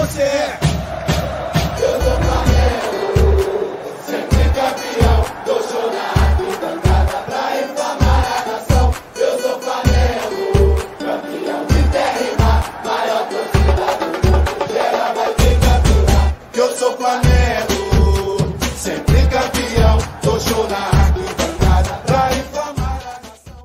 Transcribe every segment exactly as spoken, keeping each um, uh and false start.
você é. Eu sou Flamengo, sempre campeão. Dou show na arquibancada pra inflamar a nação. Eu sou Flamengo, campeão de terra e mar. Maior torcida do mundo, geral vai ter campeão. Eu sou Flamengo, sempre campeão. Dou show na arquibancada pra inflamar a nação.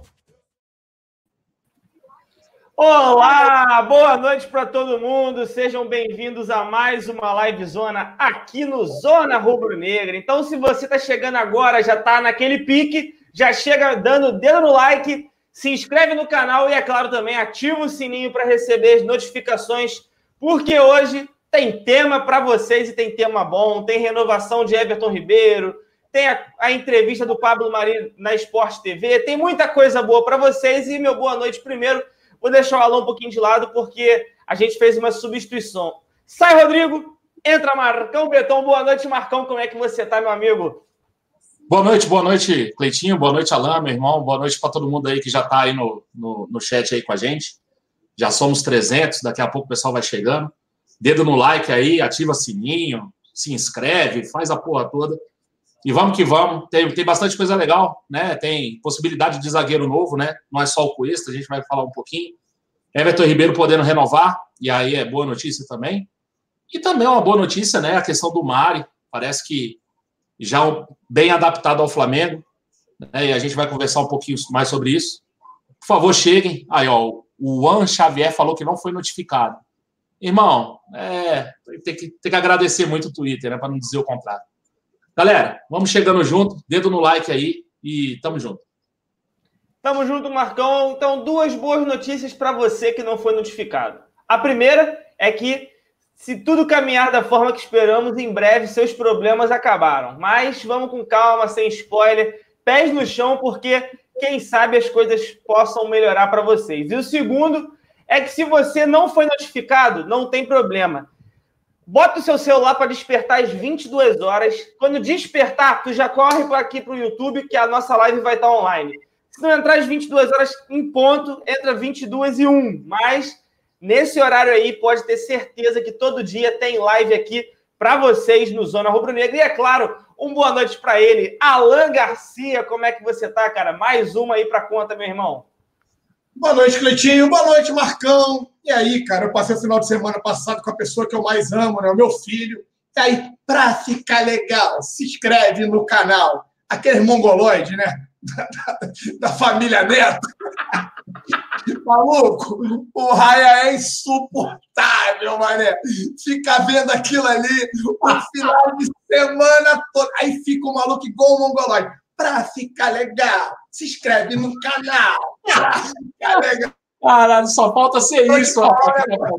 Olá, boa noite para todo mundo, sejam bem-vindos a mais uma livezona aqui no Zona Rubro Negra. Então, se você está chegando agora, já está naquele pique, já chega dando o dedo no like, se inscreve no canal e, é claro, também ativa o sininho para receber as notificações, porque hoje tem tema para vocês e tem tema bom, tem renovação de Everton Ribeiro, tem a, a entrevista do Pablo Mari na Sport T V, tem muita coisa boa para vocês e meu boa noite primeiro. Vou deixar o Alão um pouquinho de lado, porque a gente fez uma substituição. Sai, Rodrigo. Entra, Marcão Breton. Boa noite, Marcão. Como é que você tá, meu amigo? Boa noite, boa noite, Cleitinho. Boa noite, Alain, meu irmão. Boa noite para todo mundo aí que já tá aí no, no, no chat aí com a gente. Já somos trezentos, daqui a pouco o pessoal vai chegando. Dedo no like aí, ativa sininho, se inscreve, faz a porra toda. E vamos que vamos. Tem, tem bastante coisa legal, né? Tem possibilidade de zagueiro novo, né? Não é só o Cuesta, a gente vai falar um pouquinho. Everton Ribeiro podendo renovar, e aí é boa notícia também. E também uma boa notícia, né? A questão do Mari, parece que já bem adaptado ao Flamengo, né? E a gente vai conversar um pouquinho mais sobre isso. Por favor, cheguem. Aí, ó, o Juan Xavier falou que não foi notificado. Irmão, é, tem que, tem que agradecer muito o Twitter, né? Para não dizer o contrário. Galera, vamos chegando junto, dedo no like aí e tamo junto. Tamo junto, Marcão. Então, duas boas notícias para você que não foi notificado. A primeira é que, se tudo caminhar da forma que esperamos, em breve seus problemas acabaram. Mas vamos com calma, sem spoiler, pés no chão, porque quem sabe as coisas possam melhorar para vocês. E o segundo é que, se você não foi notificado, não tem problema. Bota o seu celular para despertar às vinte e duas horas. Quando despertar, tu já corre para aqui para o YouTube, que a nossa live vai estar online. Se não entrar às vinte e duas horas em ponto, entra vinte e duas e um. Mas, nesse horário aí, pode ter certeza que todo dia tem live aqui para vocês no Zona Rubro Negra. E, é claro, uma boa noite para ele. Alan Garcia, como é que você tá, cara? Mais uma aí para conta, meu irmão. Boa noite, Cleitinho. Boa noite, Marcão. E aí, cara, eu passei o final de semana passado com a pessoa que eu mais amo, né? O meu filho. E aí, pra ficar legal, se inscreve no canal. Aquele mongoloide, né? Da, da, da família Neto. Maluco, o Raia é insuportável, mané. Fica vendo aquilo ali o final de semana todo. Aí fica o maluco igual o mongoloide. Pra ficar legal, se inscreve no canal. Pra ficar legal. Caralho, só falta ser isso, rapaz.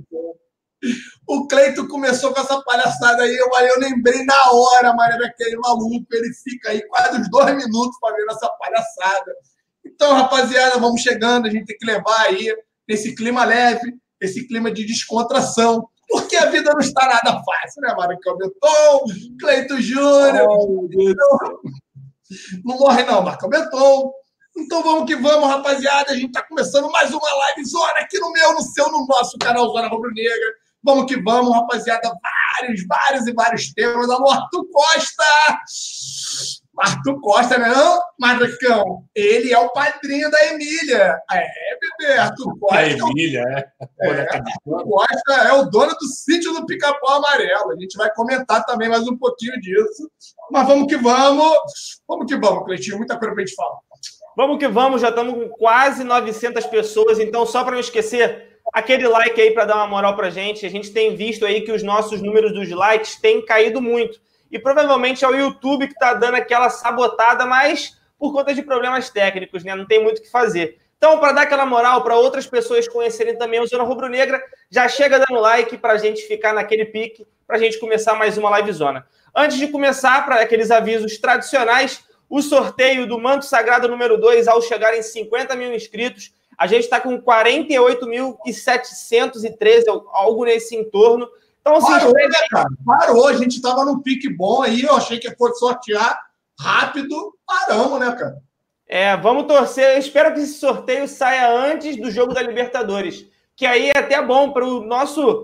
O Cleito começou com essa palhaçada aí, eu, aí eu lembrei na hora, mané, daquele maluco. Ele fica aí quase uns dois minutos para ver essa palhaçada. Então, rapaziada, vamos chegando, a gente tem que levar aí esse clima leve, esse clima de descontração. Porque a vida não está nada fácil, né, Marcão Beton, Cleito Júnior. Oh, então, não morre não, Marcão Beton. Então vamos que vamos, rapaziada. A gente está começando mais uma live zona aqui no meu, no seu, no nosso canal Zona Rubro Negra. Vamos que vamos, rapaziada. Vários, vários e vários temas. Alô, Arthur Costa. Arthur Costa, né? Não, Marcão, ele é o padrinho da Emília. É, bebê, Arthur Costa. A Emília, é. é Arthur Costa é o dono do sítio do Pica-Pau Amarelo. A gente vai comentar também mais um pouquinho disso. Mas vamos que vamos. Vamos que vamos, Cleitinho. Muita coisa pra gente falar. Vamos que vamos, já estamos com quase novecentas pessoas, então só para não esquecer, aquele like aí para dar uma moral para a gente. A gente tem visto aí que os nossos números dos likes têm caído muito. E provavelmente é o YouTube que está dando aquela sabotada, mas por conta de problemas técnicos, né? Não tem muito o que fazer. Então, para dar aquela moral, para outras pessoas conhecerem também o Zona Rubro Negra, já chega dando like para a gente ficar naquele pique, para a gente começar mais uma livezona. Antes de começar, para aqueles avisos tradicionais, o sorteio do Manto Sagrado número dois, ao chegar em cinquenta mil inscritos, a gente está com quarenta e oito mil setecentos e treze, algo nesse entorno. Então, se Parou, né, cara? Parou, a gente estava num pique bom aí, eu achei que fosse sortear rápido, paramos, né, cara? É, vamos torcer. Eu espero que esse sorteio saia antes do jogo da Libertadores, que aí é até bom para o nosso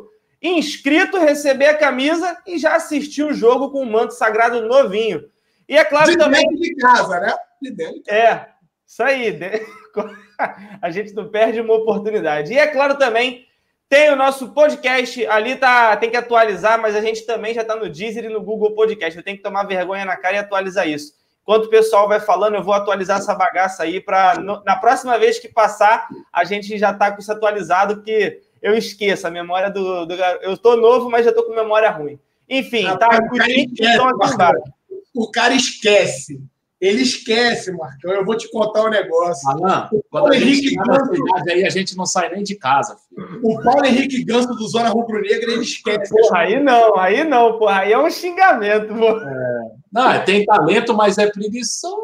inscrito, receber a camisa e já assistir o jogo com o manto sagrado novinho. E é claro de também... dentro de casa, né? De dentro de casa. É, isso aí. A gente não perde uma oportunidade. E é claro também, tem o nosso podcast, ali tá, tem que atualizar, mas a gente também já está no Deezer e no Google Podcast. Eu tenho que tomar vergonha na cara e atualizar isso. Enquanto o pessoal vai falando, eu vou atualizar essa bagaça aí para na próxima vez que passar, a gente já tá com isso atualizado, que eu esqueço a memória do, do... Eu tô novo, mas já tô com memória ruim. Enfim, Não, tá? o Os cara links esquece, estão aqui Marcão. embaixo. O cara esquece. Ele esquece, Marcão. Eu vou te contar um negócio. Alan, O quando Paulo a gente Henrique chega na Ganso, cidade aí, a gente não sai nem de casa. Filho. o Paulo Henrique Ganso do Zona Rubro-Negra, ele esquece. Porra, aí não, aí não, porra. Aí é um xingamento, pô. Não, tem talento, mas é preguiçoso.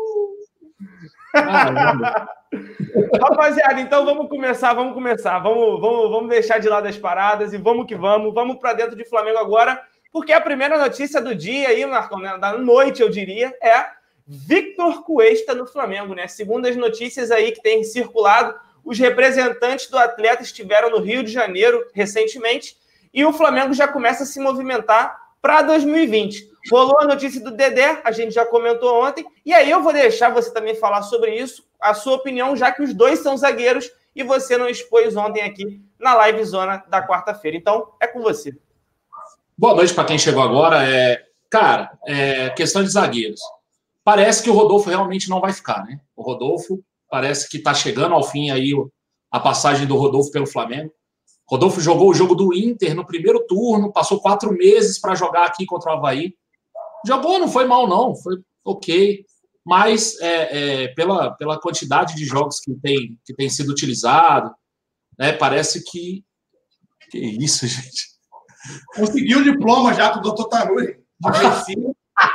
Ah, Rapaziada, então vamos começar, vamos começar. Vamos, vamos, vamos deixar de lado as paradas e vamos que vamos. Vamos para dentro de Flamengo agora, porque a primeira notícia do dia aí, Marcão, né, da noite, eu diria, é Victor Cuesta no Flamengo, né? Segundo as notícias aí que têm circulado, os representantes do atleta estiveram no Rio de Janeiro recentemente e o Flamengo já começa a se movimentar para dois mil e vinte. Rolou a notícia do Dedé, a gente já comentou ontem, e aí eu vou deixar você também falar sobre isso, a sua opinião, já que os dois são zagueiros e você não expôs ontem aqui na Live Zona da quarta-feira. Então, é com você. boa noite para quem chegou agora. É, cara, é, questão de zagueiros. Parece que o Rodolfo realmente não vai ficar, né? O Rodolfo parece que está chegando ao fim aí a passagem do Rodolfo pelo Flamengo. Rodolfo jogou o jogo do Inter no primeiro turno, passou quatro meses para jogar aqui contra o Avaí. Jogou, não foi mal, não. Foi ok. Mas é, é, pela, pela quantidade de jogos que tem, que tem sido utilizado, né, parece que... Que isso, gente? Conseguiu o diploma já com o doutor Tanuri. De medicina.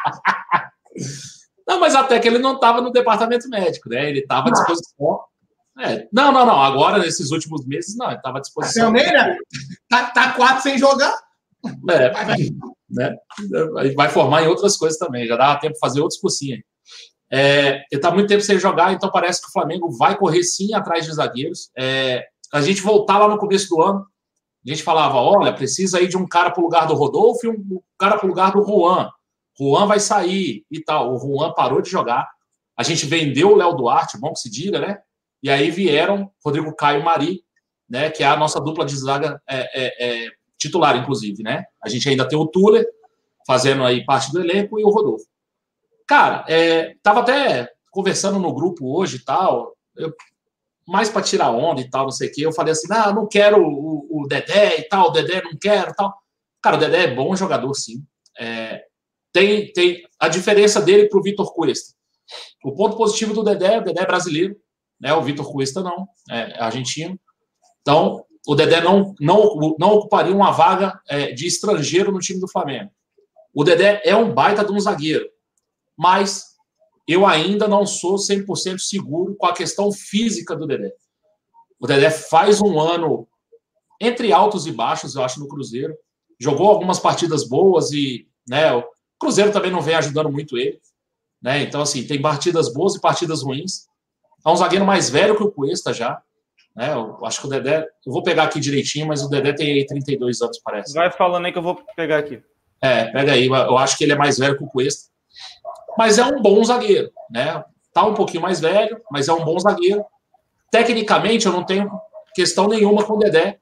Não, mas até que ele não estava no departamento médico, né? Ele estava à disposição. É, não, não, não. Agora, nesses últimos meses, não. Ele estava à disposição. Também, né? Tá, tá quatro sem jogar. É, né? Vai formar em outras coisas também. Já dá tempo de fazer outros cursinhos. É, ele está muito tempo sem jogar, então parece que o Flamengo vai correr sim atrás de zagueiros. É, a gente voltar lá no começo do ano, a gente falava, olha, precisa aí de um cara para o lugar do Rodolfo e um cara para o lugar do Juan. Juan vai sair e tal. O Juan parou de jogar. A gente vendeu o Léo Duarte, bom que se diga, né? E aí vieram Rodrigo Caio e Mari, né? Que é a nossa dupla de zaga é, é, é, titular, inclusive, né? A gente ainda tem o Tuller fazendo aí parte do elenco e o Rodolfo. Cara, é, tava até conversando no grupo hoje e tal, eu, mais para tirar onda e tal, não sei o quê. Eu falei assim, ah, não quero o, o Dedé e tal, o Dedé não quero e tal. Cara, o Dedé é bom jogador, sim. É, tem, tem a diferença dele para o Vitor Cuesta. O ponto positivo do Dedé, o Dedé é brasileiro, né? O Vitor Cuesta não, é argentino. Então, o Dedé não, não, não ocuparia uma vaga é, de estrangeiro no time do Flamengo. O Dedé é um baita de um zagueiro, mas eu ainda não sou cem por cento seguro com a questão física do Dedé. O Dedé faz um ano entre altos e baixos, eu acho, no Cruzeiro. Jogou algumas partidas boas e, né, o Cruzeiro também não vem ajudando muito ele, né? Então, assim, tem partidas boas e partidas ruins. É um zagueiro mais velho que o Cuesta já, né? Eu acho que o Dedé... Eu vou pegar aqui direitinho, mas o Dedé tem aí trinta e dois anos, parece. Vai falando aí que eu vou pegar aqui. É, pega aí. Eu acho que ele é mais velho que o Cuesta. Mas é um bom zagueiro, né? Tá um pouquinho mais velho, mas é um bom zagueiro. Tecnicamente, eu não tenho questão nenhuma com o Dedé,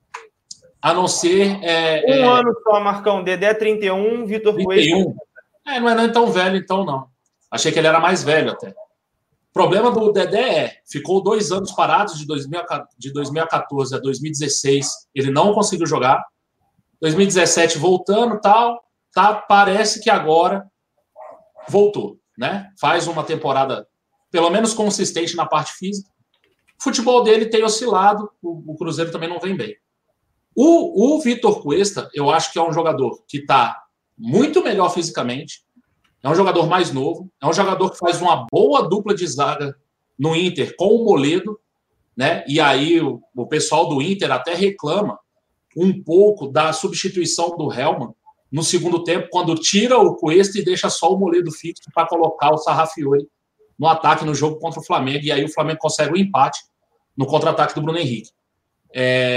a não ser... É, um é, ano só, Marcão. Dedé trinta e um, Vitor trinta e um. Cuesta. É, não é nem tão velho, então, não. Achei que ele era mais velho, até. O problema do Dedé é, ficou dois anos parados, de dois mil e quatorze a dois mil e dezesseis, ele não conseguiu jogar. dois mil e dezessete voltando, tal, tá, parece que agora voltou, né? Faz uma temporada, pelo menos consistente na parte física. O futebol dele tem oscilado, o, o Cruzeiro também não vem bem. O, o Vitor Cuesta, eu acho que é um jogador que está muito melhor fisicamente, é um jogador mais novo, é um jogador que faz uma boa dupla de zaga no Inter com o Moledo, né? E aí o, o pessoal do Inter até reclama um pouco da substituição do Helman no segundo tempo, quando tira o Cuesta e deixa só o Moledo fixo para colocar o Sarrafiori no ataque no jogo contra o Flamengo, e aí o Flamengo consegue o um empate no contra-ataque do Bruno Henrique. É...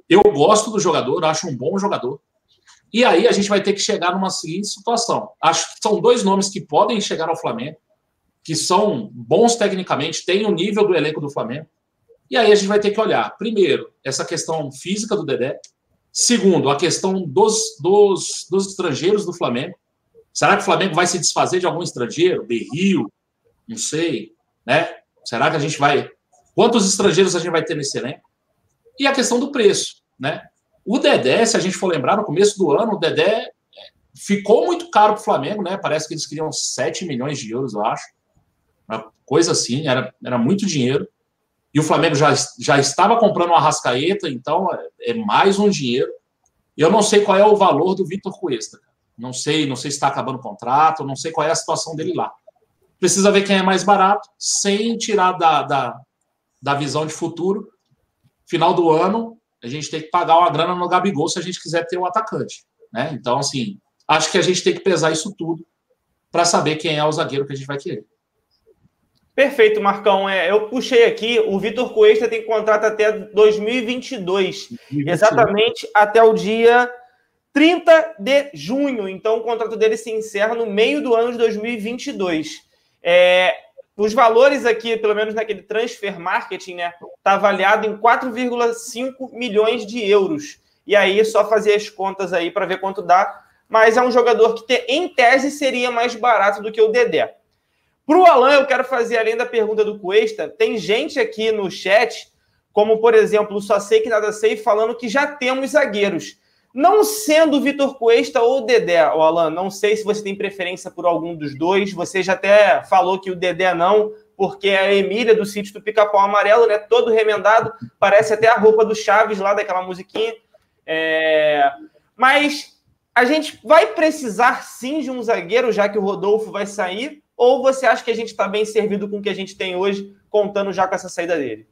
Eu gosto do jogador, acho um bom jogador. E aí a gente vai ter que chegar numa seguinte situação. Acho que são dois nomes que podem chegar ao Flamengo, que são bons tecnicamente, têm o nível do elenco do Flamengo. E aí a gente vai ter que olhar, primeiro, essa questão física do Dedé. Segundo, a questão dos, dos, dos estrangeiros do Flamengo. Será que o Flamengo vai se desfazer de algum estrangeiro? Berrio? Não sei. Né? Será que a gente vai... Quantos estrangeiros a gente vai ter nesse elenco? E a questão do preço, né? O Dedé, se a gente for lembrar, no começo do ano, o Dedé ficou muito caro para o Flamengo, né? Parece que eles queriam sete milhões de euros, eu acho. Uma coisa assim, era, era muito dinheiro. E o Flamengo já, já estava comprando o Arrascaeta, então é mais um dinheiro. Eu não sei qual é o valor do Vitor Cuesta. Não sei, não sei se está acabando o contrato, não sei qual é a situação dele lá. Precisa ver quem é mais barato, sem tirar da, da, da visão de futuro. Final do ano, a gente tem que pagar uma grana no Gabigol se a gente quiser ter um atacante, né? Então, assim, acho que a gente tem que pesar isso tudo para saber quem é o zagueiro que a gente vai querer. Perfeito, Marcão. É, eu puxei aqui, o Vitor Cuesta tem contrato até dois mil e vinte e dois, exatamente até o dia trinta de junho. Então, o contrato dele se encerra no meio do ano de dois mil e vinte e dois. É, os valores aqui, pelo menos naquele transfer marketing, né, está avaliado em quatro vírgula cinco milhões de euros. E aí, só fazer as contas aí para ver quanto dá. Mas é um jogador que, em tese, seria mais barato do que o Dedé. Para o Alan, eu quero fazer, além da pergunta do Cuesta, tem gente aqui no chat, como, por exemplo, o Só Sei Que Nada Sei, falando que já temos zagueiros. Não sendo o Vitor Cuesta ou o Dedé, o Alan, não sei se você tem preferência por algum dos dois. Você já até falou que o Dedé não, porque é a Emília do sítio do Pica-Pau Amarelo, né? Todo remendado, parece até a roupa do Chaves lá, daquela musiquinha. É... Mas a gente vai precisar sim de um zagueiro, já que o Rodolfo vai sair, ou você acha que a gente está bem servido com o que a gente tem hoje, contando já com essa saída dele?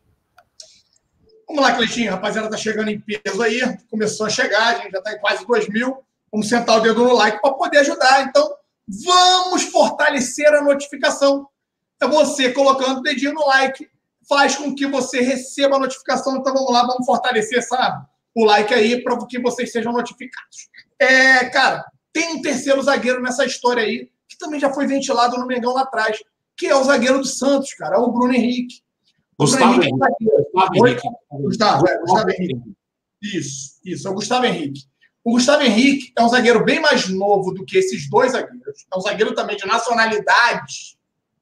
Vamos lá, Cleitinho. A rapaziada tá chegando em peso aí. Começou a chegar, a gente já está em quase dois mil. Vamos sentar o dedo no like para poder ajudar. Então, vamos fortalecer a notificação. É você colocando o dedinho no like, faz com que você receba a notificação. Então, vamos lá, vamos fortalecer essa, o like aí para que vocês sejam notificados. É, cara, tem um terceiro zagueiro nessa história aí, que também já foi ventilado no Mengão lá atrás, que é o zagueiro do Santos, cara, é o Bruno Henrique. Gustavo Henrique. Gustavo Henrique. Gustavo, é, Gustavo Henrique. Isso, isso, é o Gustavo Henrique. O Gustavo Henrique é um zagueiro bem mais novo do que esses dois zagueiros. É um zagueiro também de nacionalidade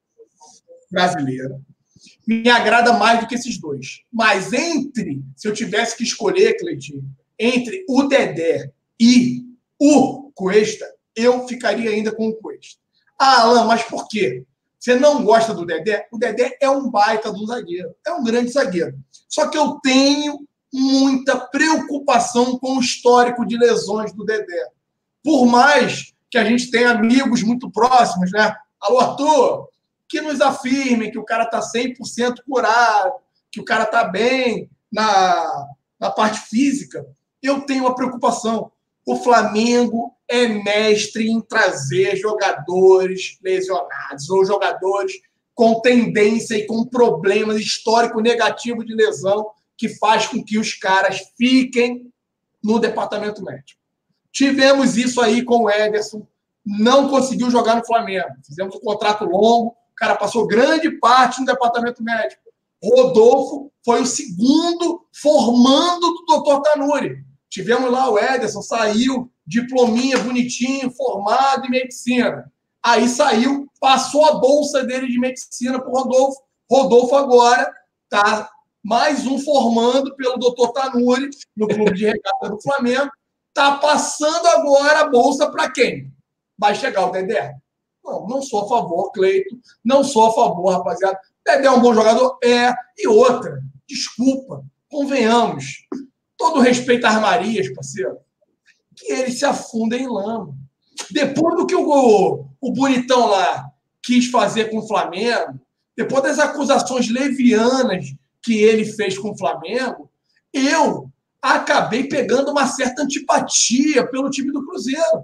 brasileira. Me agrada mais do que esses dois. Mas entre, se eu tivesse que escolher, Cleitinho, entre o Dedé e o Cuesta, eu ficaria ainda com o Cuesta. Ah, Alan, mas por quê? Você não gosta do Dedé? O Dedé é um baita do zagueiro. É um grande zagueiro. Só que eu tenho muita preocupação com o histórico de lesões do Dedé. Por mais que a gente tenha amigos muito próximos, né? Alô, Arthur, que nos afirmem que o cara está cem por cento curado, que o cara está bem na, na parte física, eu tenho uma preocupação. O Flamengo é mestre em trazer jogadores lesionados ou jogadores com tendência e com problemas histórico negativo de lesão que faz com que os caras fiquem no departamento médico. Tivemos isso aí com o Ederson, não conseguiu jogar no Flamengo. Fizemos um contrato longo, o cara passou grande parte no departamento médico. Rodolfo foi o segundo formando do doutor Tanuri. Tivemos lá o Ederson, saiu, diplominha bonitinho, formado em medicina. Aí saiu, passou a bolsa dele de medicina para o Rodolfo. Rodolfo agora está mais um formando pelo doutor Tanuri, no clube de regata do Flamengo. Está passando agora a bolsa para quem? Vai chegar o Dedé? Não, não sou a favor, Cleito. Não sou a favor, rapaziada. Dedé é um bom jogador? É. E outra, desculpa, convenhamos. Todo respeito às Marias, parceiro, que ele se afunda em lama. Depois do que o, o bonitão lá quis fazer com o Flamengo, depois das acusações levianas que ele fez com o Flamengo, eu acabei pegando uma certa antipatia pelo time do Cruzeiro.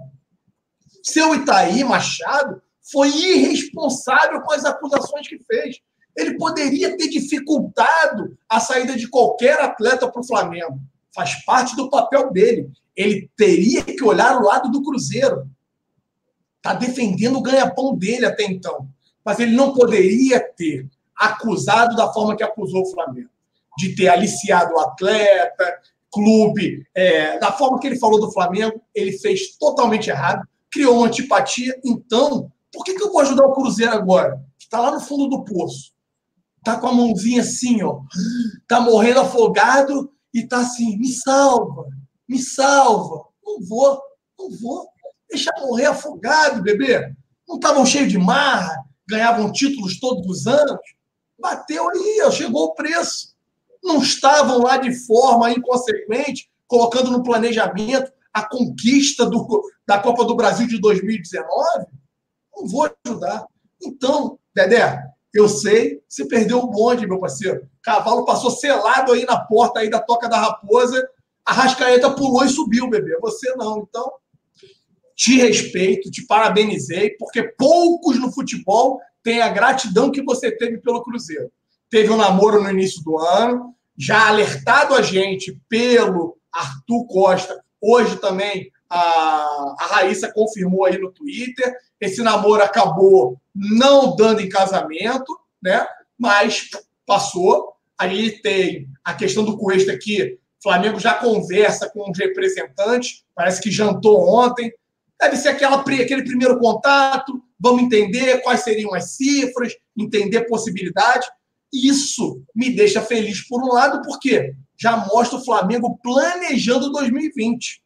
Seu Itaí Machado foi irresponsável com as acusações que fez. Ele poderia ter dificultado a saída de qualquer atleta para o Flamengo. faz parte do papel dele. Ele teria que olhar o lado do Cruzeiro. Está defendendo o ganha-pão dele até então. Mas ele não poderia ter acusado da forma que acusou o Flamengo. De ter aliciado o atleta, clube. É, da forma que ele falou do Flamengo, ele fez totalmente errado. Criou uma antipatia. Então, por que, que eu vou ajudar o Cruzeiro agora? Que está lá no fundo do poço. Está com a mãozinha assim, ó. Está morrendo afogado e está assim, me salva, me salva. Não vou, não vou. Deixa morrer afogado, bebê. Não estavam cheios de marra, ganhavam títulos todos os anos. Bateu aí, ó, chegou o preço. Não estavam lá de forma inconsequente, colocando no planejamento a conquista do, da Copa do Brasil de dois mil e dezenove? Não vou ajudar. Então, Dedé, eu sei, você perdeu o bonde, meu parceiro. Cavalo passou selado aí na porta aí da Toca da Raposa, a Arrascaeta pulou e subiu, bebê. Você não. Então, te respeito, te parabenizei, porque poucos no futebol têm a gratidão que você teve pelo Cruzeiro. Teve um namoro no início do ano, já alertado a gente pelo Arthur Costa. Hoje também a, a Raíssa confirmou aí no Twitter. Esse namoro acabou não dando em casamento, né? Mas passou. Aí tem a questão do Cuesta aqui. O Flamengo já conversa com os representantes, parece que jantou ontem. Deve ser aquela, aquele primeiro contato, vamos entender quais seriam as cifras, entender possibilidades. Isso me deixa feliz por um lado, porque já mostra o Flamengo planejando dois mil e vinte.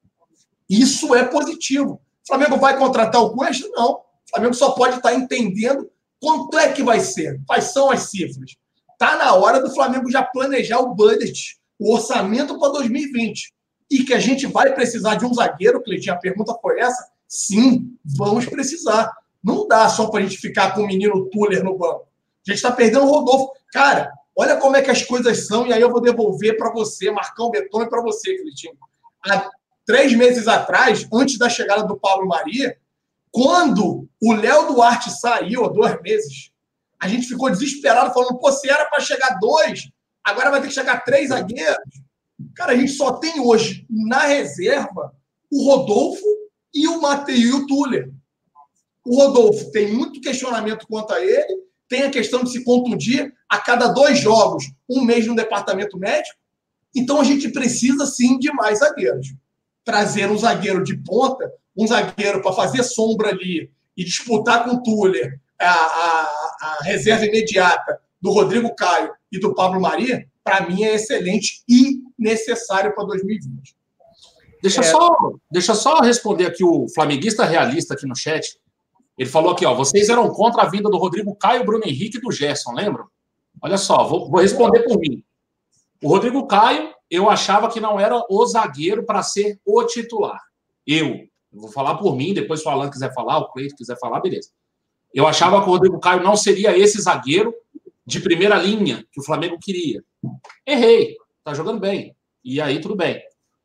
Isso é positivo. O Flamengo vai contratar o Cuesta? Não. O Flamengo só pode estar entendendo quanto é que vai ser, quais são as cifras. Está na hora do Flamengo já planejar o budget, o orçamento para dois mil e vinte. E que a gente vai precisar de um zagueiro, Cleitinho, a pergunta foi essa? Sim, vamos precisar. Não dá só para a gente ficar com o menino Tuller no banco. A gente está perdendo o Rodolfo. Cara, olha como é que as coisas são, e aí eu vou devolver para você, Marcão Beton, e para você, Cleitinho. Há três meses atrás, antes da chegada do Pablo Maria, quando o Léo Duarte saiu, há dois meses, a gente ficou desesperado, falando, pô, se era para chegar dois, agora vai ter que chegar três zagueiros. Cara, a gente só tem hoje, na reserva, o Rodolfo e o Mateu e o Tuller. O Rodolfo tem muito questionamento quanto a ele, tem a questão de se contundir a cada dois jogos, um mês no departamento médico. Então, a gente precisa, sim, de mais zagueiros. Trazer um zagueiro de ponta, um zagueiro para fazer sombra ali e disputar com o Tuller a, a, a reserva imediata do Rodrigo Caio e do Pablo Maria, para mim é excelente e necessário para dois mil e vinte. Deixa, é... só, deixa só responder aqui o flamenguista realista aqui no chat. Ele falou aqui, ó, vocês eram contra a vinda do Rodrigo Caio, Bruno Henrique e do Gerson, lembram? Olha só, vou, vou responder por mim. O Rodrigo Caio, eu achava que não era o zagueiro para ser o titular. Eu. Eu vou falar por mim, depois se o Alan quiser falar, o Cleiton quiser falar, beleza. Eu achava que o Rodrigo Caio não seria esse zagueiro de primeira linha que o Flamengo queria. Errei. Tá jogando bem. E aí, tudo bem.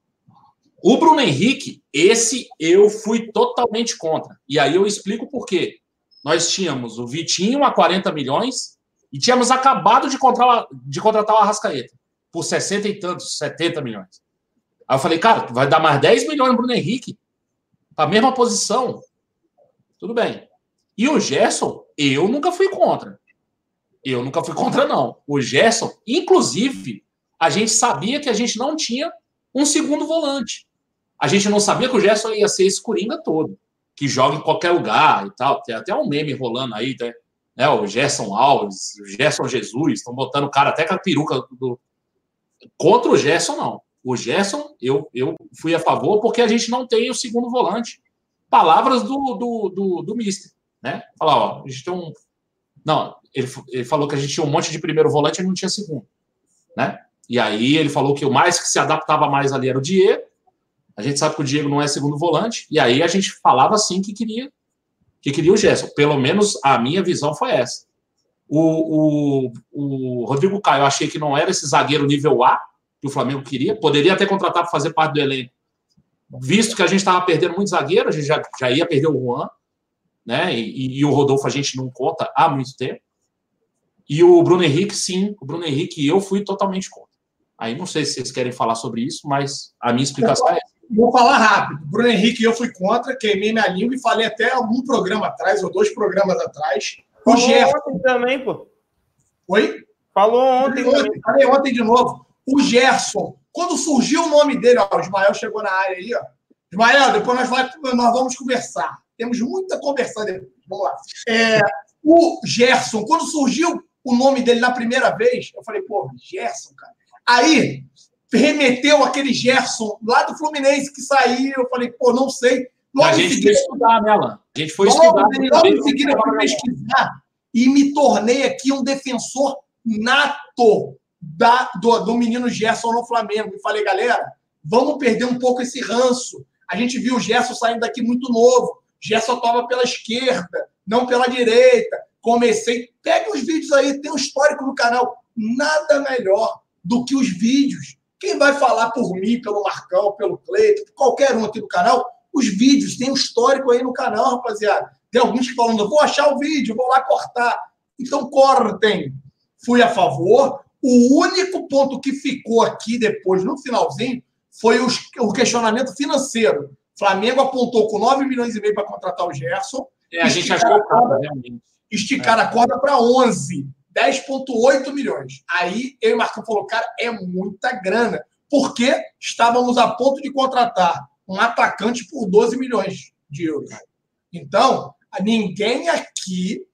O Bruno Henrique, esse eu fui totalmente contra. E aí eu explico por quê. Nós tínhamos o Vitinho a quarenta milhões e tínhamos acabado de contratar, de contratar o Arrascaeta por sessenta e tantos, setenta milhões. Aí eu falei, cara, vai dar mais dez milhões no Bruno Henrique para a mesma posição. Tudo bem. E o Gerson, eu nunca fui contra. Eu nunca fui contra, não. O Gerson, inclusive, a gente sabia que a gente não tinha um segundo volante. A gente não sabia que o Gerson ia ser esse coringa todo, que joga em qualquer lugar e tal. Tem até um meme rolando aí, né? O Gerson Alves, o Gerson Jesus, estão botando o cara até com a peruca do... Contra o Gerson, não. O Gerson, eu, eu fui a favor porque a gente não tem o segundo volante. Palavras do, do, do, do mister, né? Falar, ó, a gente tem um... Não, ele, ele falou que a gente tinha um monte de primeiro volante e não tinha segundo, né? E aí ele falou que o mais que se adaptava mais ali era o Diego. A gente sabe que o Diego não é segundo volante. E aí a gente falava assim que queria, que queria o Gerson. Pelo menos a minha visão foi essa. O, o, o Rodrigo Caio, eu achei que não era esse zagueiro nível A que o Flamengo queria. Poderia ter contratado para fazer parte do elenco. Visto que a gente estava perdendo muito zagueiro, a gente já, já ia perder o Juan, né? E, e o Rodolfo a gente não conta há muito tempo. E o Bruno Henrique, sim. O Bruno Henrique eu fui totalmente contra. Aí não sei se vocês querem falar sobre isso, mas a minha explicação é essa. Vou falar rápido. Bruno Henrique e eu fui contra, queimei minha língua e falei até algum programa atrás, ou dois programas atrás. O Falou Gerson. ontem também, pô. Oi? Falou ontem Falei também. ontem, falei ontem de novo. O Gerson, quando surgiu o nome dele, ó, o Ismael chegou na área aí, ó. Ismael, depois nós, vai, nós vamos conversar. Temos muito a conversar depois. Vamos lá. É, o Gerson, quando surgiu o nome dele na primeira vez, eu falei, pô, Gerson, cara. Aí remeteu aquele Gerson lá do Fluminense que saiu. Eu falei, pô, não sei. Logo a gente foi estudar nela. A gente foi logo, estudar. Logo em seguida eu fui pesquisar e me tornei aqui um defensor nato da, do, do menino Gerson no Flamengo. E falei, galera, vamos perder um pouco esse ranço. A gente viu o Gerson saindo daqui muito novo. Gerson toma pela esquerda, não pela direita. Comecei. Pegue os vídeos aí, tem um histórico no canal. Nada melhor do que os vídeos. Quem vai falar por mim, pelo Marcão, pelo Cleiton, qualquer um aqui do canal, os vídeos, tem um histórico aí no canal, rapaziada. Tem alguns que falam, vou achar o vídeo, vou lá cortar. Então, cortem. Fui a favor. O único ponto que ficou aqui depois, no finalzinho, foi os, o questionamento financeiro. Flamengo apontou com nove milhões e meio para contratar o Gerson. É, a gente achou caro, realmente. Esticar é. a corda para onze. dez vírgula oito milhões. Aí eu e o Marcão falou, cara, é muita grana. Porque estávamos a ponto de contratar um atacante por doze milhões de euros. Então, ninguém aqui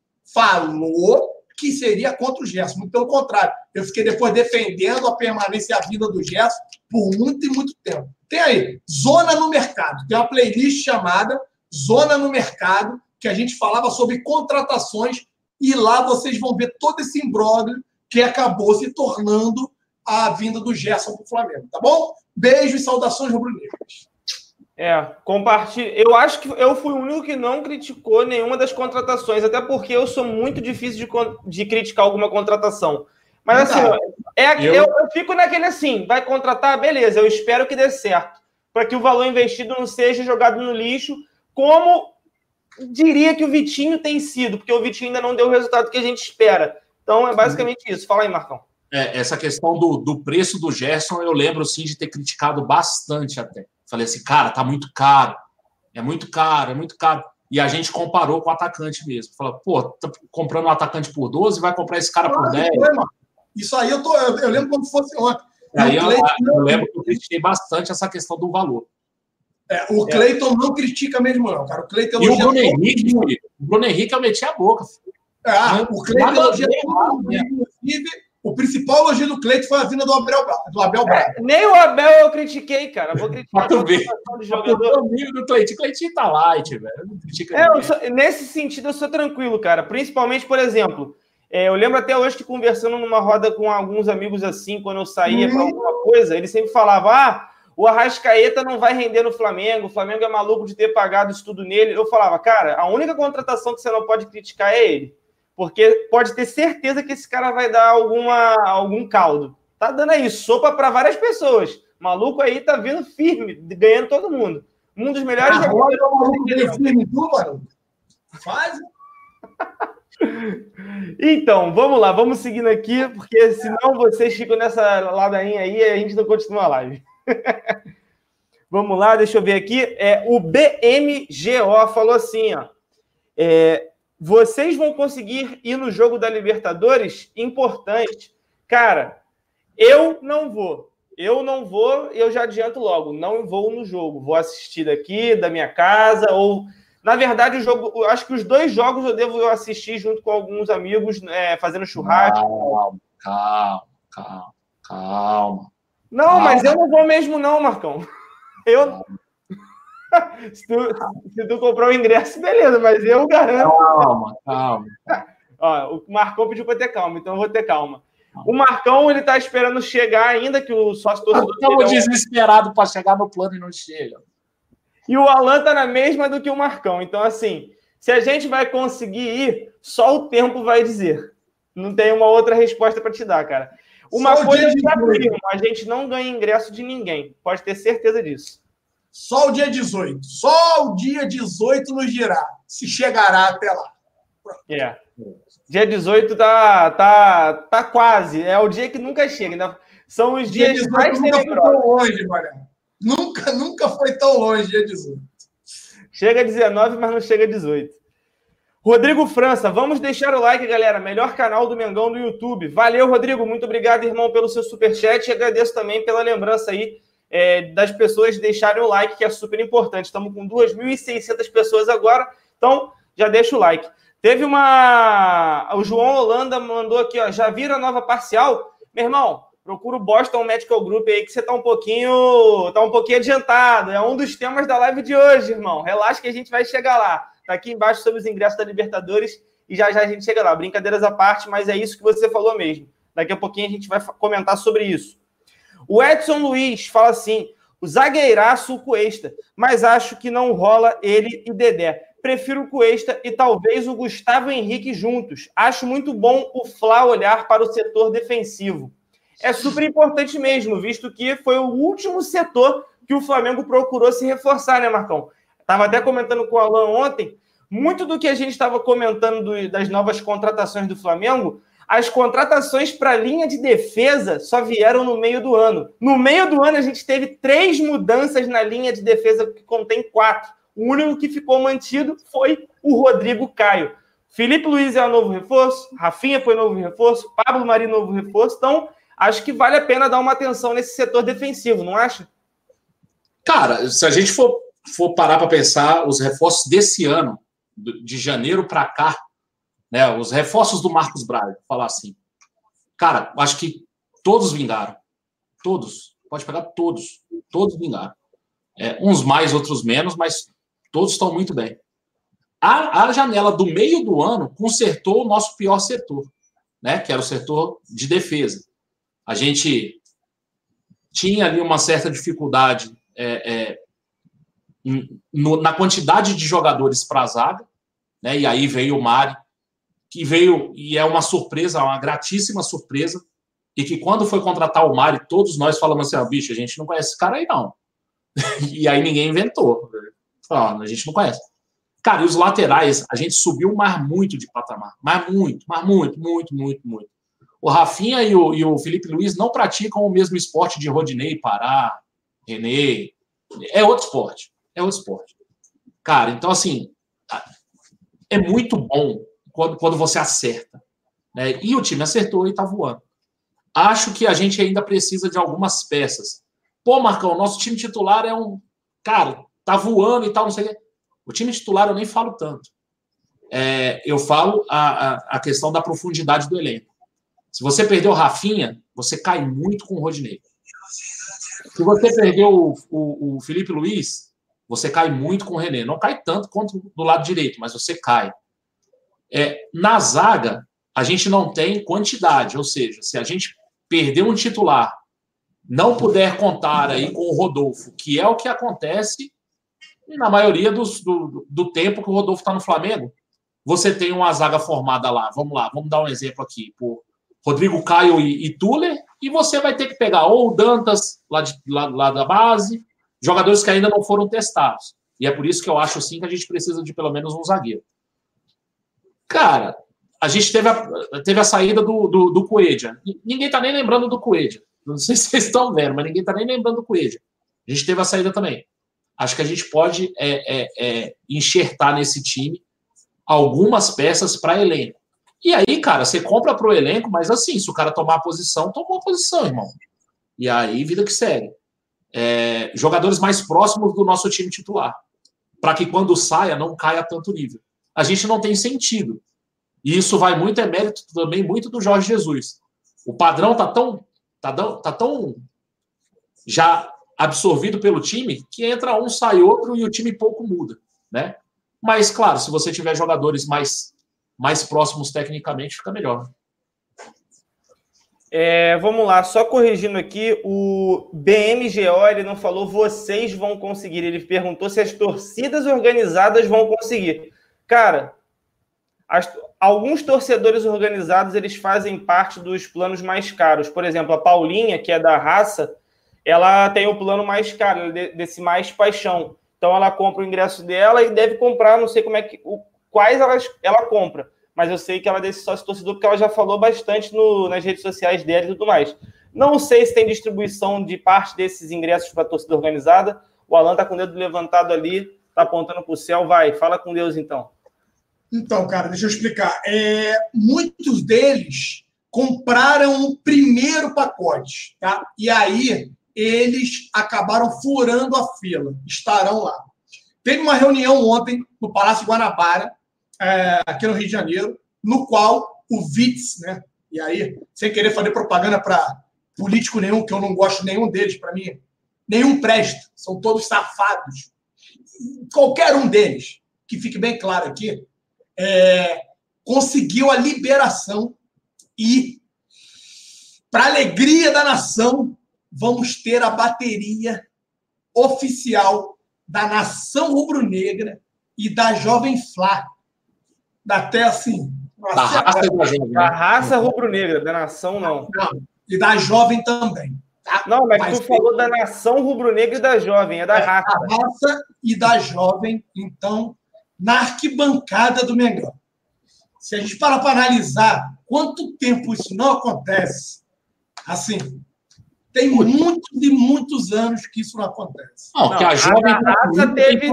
falou que seria contra o Gerson. Muito pelo contrário. Eu fiquei depois defendendo a permanência e a vida do Gerson por muito e muito tempo. Tem aí, Zona no Mercado. Tem uma playlist chamada Zona no Mercado, que a gente falava sobre contratações, e lá vocês vão ver todo esse imbróglio que acabou se tornando a vinda do Gerson para o Flamengo, tá bom? Beijo e saudações rubro-negras. É, compartilha. Eu acho que eu fui o único que não criticou nenhuma das contratações, até porque eu sou muito difícil de, de criticar alguma contratação. Mas assim, é, eu... Eu, eu fico naquele assim, vai contratar, beleza, eu espero que dê certo, para que o valor investido não seja jogado no lixo, como diria que o Vitinho tem sido, porque o Vitinho ainda não deu o resultado que a gente espera. Então é basicamente isso. Fala aí, Marcão. É, essa questão do, do preço do Gerson, eu lembro sim de ter criticado bastante até. Falei assim, cara, tá muito caro. É muito caro, é muito caro. E a gente comparou com o atacante mesmo. Falou, pô, tá comprando um atacante por doze, vai comprar esse cara por dez. Foi, mano. Isso aí eu, tô, eu, eu lembro como se fosse ontem. Aí eu, Cleiton, eu lembro que eu critiquei bastante essa questão do valor. É, o Cleiton é. não critica mesmo, não, cara. O Cleiton e o Bruno Henrique, filho, o Bruno Henrique eu meti a boca. É, o Cleiton elogia todo mundo. Inclusive, o principal elogio do Cleiton foi a vinda do Abel, do Abel Braga. É, nem o Abel eu critiquei, cara. Vou criticar a situação do jogador. O do Cleiton. Cleiton tá light, velho. Não critica é, eu sou, nesse sentido, eu sou tranquilo, cara. Principalmente, por exemplo, é, eu lembro até hoje que conversando numa roda com alguns amigos assim, quando eu saía hum. para alguma coisa, eles sempre falavam, ah, o Arrascaeta não vai render no Flamengo, o Flamengo é maluco de ter pagado isso tudo nele. Eu falava, cara, a única contratação que você não pode criticar é ele. Porque pode ter certeza que esse cara vai dar alguma, algum caldo. Tá dando aí sopa para várias pessoas. O maluco aí tá vindo firme, ganhando todo mundo. Um dos melhores ah, jogadores do maluco veio firme, tu, mano? Faz. Então, vamos lá, vamos seguindo aqui, porque senão vocês ficam nessa ladainha aí e a gente não continua a live. Vamos lá, deixa eu ver aqui. É, o B M G O falou assim, ó. É, vocês vão conseguir ir no jogo da Libertadores? Importante. Cara, eu não vou. Eu não vou, eu já adianto logo. Não vou no jogo. Vou assistir daqui, da minha casa, ou... Na verdade, o jogo, eu acho que os dois jogos eu devo assistir junto com alguns amigos, é, fazendo churrasco. Calma, calma, calma, calma. Não, calma. Mas eu não vou mesmo não, Marcão. Eu... se, tu, se tu comprar o ingresso, beleza, mas eu garanto. Calma, calma. Ó, o Marcão pediu para ter calma, então eu vou ter calma. O Marcão, ele tá esperando chegar ainda, que o sócio torcedor... Estamos desesperados para chegar no plano e não chega. E o Alan tá na mesma do que o Marcão. Então, assim, se a gente vai conseguir ir, só o tempo vai dizer. Não tem uma outra resposta para te dar, cara. Uma só coisa eu já afirmo, a gente não ganha ingresso de ninguém. Pode ter certeza disso. Só o dia dezoito. Só o dia dezoito nos dirá se chegará até lá. É. Yeah. Dia dezoito tá, tá, tá quase. É o dia que nunca chega. Ainda... São os Dia dias dezoito mais nunca foi tenebrosos. tão longe, Mariano. Nunca, nunca foi tão longe, dia dezoito. Chega a dezenove, mas não chega a dezoito. Rodrigo França, vamos deixar o like, galera. Melhor canal do Mengão do YouTube. Valeu, Rodrigo. Muito obrigado, irmão, pelo seu superchat. E agradeço também pela lembrança aí é, das pessoas deixarem o like, que é super importante. Estamos com duas mil e seiscentas pessoas agora, então já deixa o like. Teve uma... O João Holanda mandou aqui, ó. Já viram a nova parcial? Meu irmão, procura o Boston Medical Group aí, que você tá um pouquinho, tá um pouquinho adiantado. É um dos temas da live de hoje, irmão. Relaxa que a gente vai chegar lá. Tá aqui embaixo sobre os ingressos da Libertadores e já já a gente chega lá. Brincadeiras à parte, mas é isso que você falou mesmo. Daqui a pouquinho a gente vai comentar sobre isso. O Edson Luiz fala assim, o zagueiraço, o Cuesta, mas acho que não rola ele e Dedé. Prefiro o Cuesta e talvez o Gustavo Henrique juntos. Acho muito bom o Fla olhar para o setor defensivo. É super importante mesmo, visto que foi o último setor que o Flamengo procurou se reforçar, né, Marcão? Estava até comentando com o Alan ontem, muito do que a gente estava comentando do, das novas contratações do Flamengo, as contratações para a linha de defesa só vieram no meio do ano. No meio do ano, a gente teve três mudanças na linha de defesa, que contém quatro. O único que ficou mantido foi o Rodrigo Caio. Felipe Luiz é o novo reforço, Rafinha foi novo reforço, Pablo Mari novo reforço. Então, acho que vale a pena dar uma atenção nesse setor defensivo, não acha? Cara, se a gente for, for parar para pensar, os reforços desse ano, de janeiro para cá, né, os reforços do Marcos Braz, vou falar assim. Cara, acho que todos vingaram. Todos. Pode pegar todos. Todos vingaram. É, uns mais, outros menos, mas todos estão muito bem. A, a janela do meio do ano consertou o nosso pior setor, né, que era o setor de defesa. A gente tinha ali uma certa dificuldade é, é, no, na quantidade de jogadores para a zaga, né, e aí veio o Mari, que veio, e é uma surpresa, uma gratíssima surpresa, e que quando foi contratar o Mari, todos nós falamos assim, ah, bicho, a gente não conhece esse cara aí, não. E aí ninguém inventou. Ah, a gente não conhece. Cara, e os laterais, a gente subiu mais muito de patamar. Mais muito, mais muito, muito, muito, muito. O Rafinha e o, e o Felipe Luiz não praticam o mesmo esporte de Rodinei, Pará, René. É outro esporte. É outro esporte. Cara, então assim, é muito bom quando, quando você acerta. Né? E o time acertou e tá voando. Acho que a gente ainda precisa de algumas peças. Pô, Marcão, nosso time titular é um... Cara, tá voando e tal, não sei o quê. O time titular eu nem falo tanto. É, eu falo a, a, a questão da profundidade do elenco. Se você perdeu o Rafinha, você cai muito com o Rodinei. Se você perdeu o, o, o Felipe Luiz, você cai muito com o René. Não cai tanto quanto do lado direito, mas você cai. É, na zaga, a gente não tem quantidade. Ou seja, se a gente perder um titular, não puder contar aí com o Rodolfo, que é o que acontece na maioria dos, do, do tempo que o Rodolfo está no Flamengo, você tem uma zaga formada lá. Vamos lá, vamos dar um exemplo aqui. Por Rodrigo Caio e, e Tuller, e você vai ter que pegar ou o Dantas, lá, de, lá, lá da base, jogadores que ainda não foram testados. E é por isso que eu acho, sim, que a gente precisa de pelo menos um zagueiro. Cara, a gente teve a, teve a saída do, do, do Coelho. Ninguém está nem lembrando do Coelho. Não sei se vocês estão vendo, mas ninguém está nem lembrando do Coelho. A gente teve a saída também. Acho que a gente pode é, é, é, enxertar nesse time algumas peças para elenco. E aí, cara, você compra para o elenco, mas assim, se o cara tomar a posição, tomou a posição, irmão. E aí, vida que segue. É, jogadores mais próximos do nosso time titular. Para que quando saia, não caia tanto nível. A gente não tem sentido. E isso vai muito, é mérito também muito do Jorge Jesus. O padrão tá tão, tá tão, tá tão já absorvido pelo time que entra um, sai outro e o time pouco muda, né? Mas, claro, se você tiver jogadores mais, mais próximos tecnicamente, fica melhor. É, vamos lá, só corrigindo aqui, o B M G O, ele não falou vocês vão conseguir, ele perguntou se as torcidas organizadas vão conseguir. Cara, as, alguns torcedores organizados, eles fazem parte dos planos mais caros. Por exemplo, a Paulinha, que é da Raça, ela tem o plano mais caro, desse mais paixão. Então, ela compra o ingresso dela e deve comprar, não sei como é que, o, quais ela, ela compra. Mas eu sei que ela é desse sócio torcedor, porque ela já falou bastante no, nas redes sociais dela e tudo mais. Não sei se tem distribuição de parte desses ingressos para a torcida organizada. O Alan está com o dedo levantado ali, está apontando para o céu. Vai, fala com Deus então. Então, cara, deixa eu explicar. É, muitos deles compraram o primeiro pacote, tá? E aí eles acabaram furando a fila. Estarão lá. Teve uma reunião ontem no Palácio Guanabara, é, aqui no Rio de Janeiro, no qual o Witz, né? E aí, sem querer fazer propaganda para político nenhum, que eu não gosto nenhum deles, para mim, nenhum presta. São todos safados. Qualquer um deles, que fique bem claro aqui, é, conseguiu a liberação e, para alegria da nação, vamos ter a bateria oficial da Nação Rubro-Negra e da Jovem Flá. Da até assim... Da raça, da raça rubro-negra, da nação não. não. E da Jovem também. Tá? Não, mas, mas tu tem... falou da Nação Rubro-Negra e da Jovem, é da é, raça. Da raça e da Jovem, então, na arquibancada do Mengão. Se a gente parar para analisar quanto tempo isso não acontece, assim, tem muitos e muitos anos que isso não acontece. Não, não que a Jovem... A raça teve...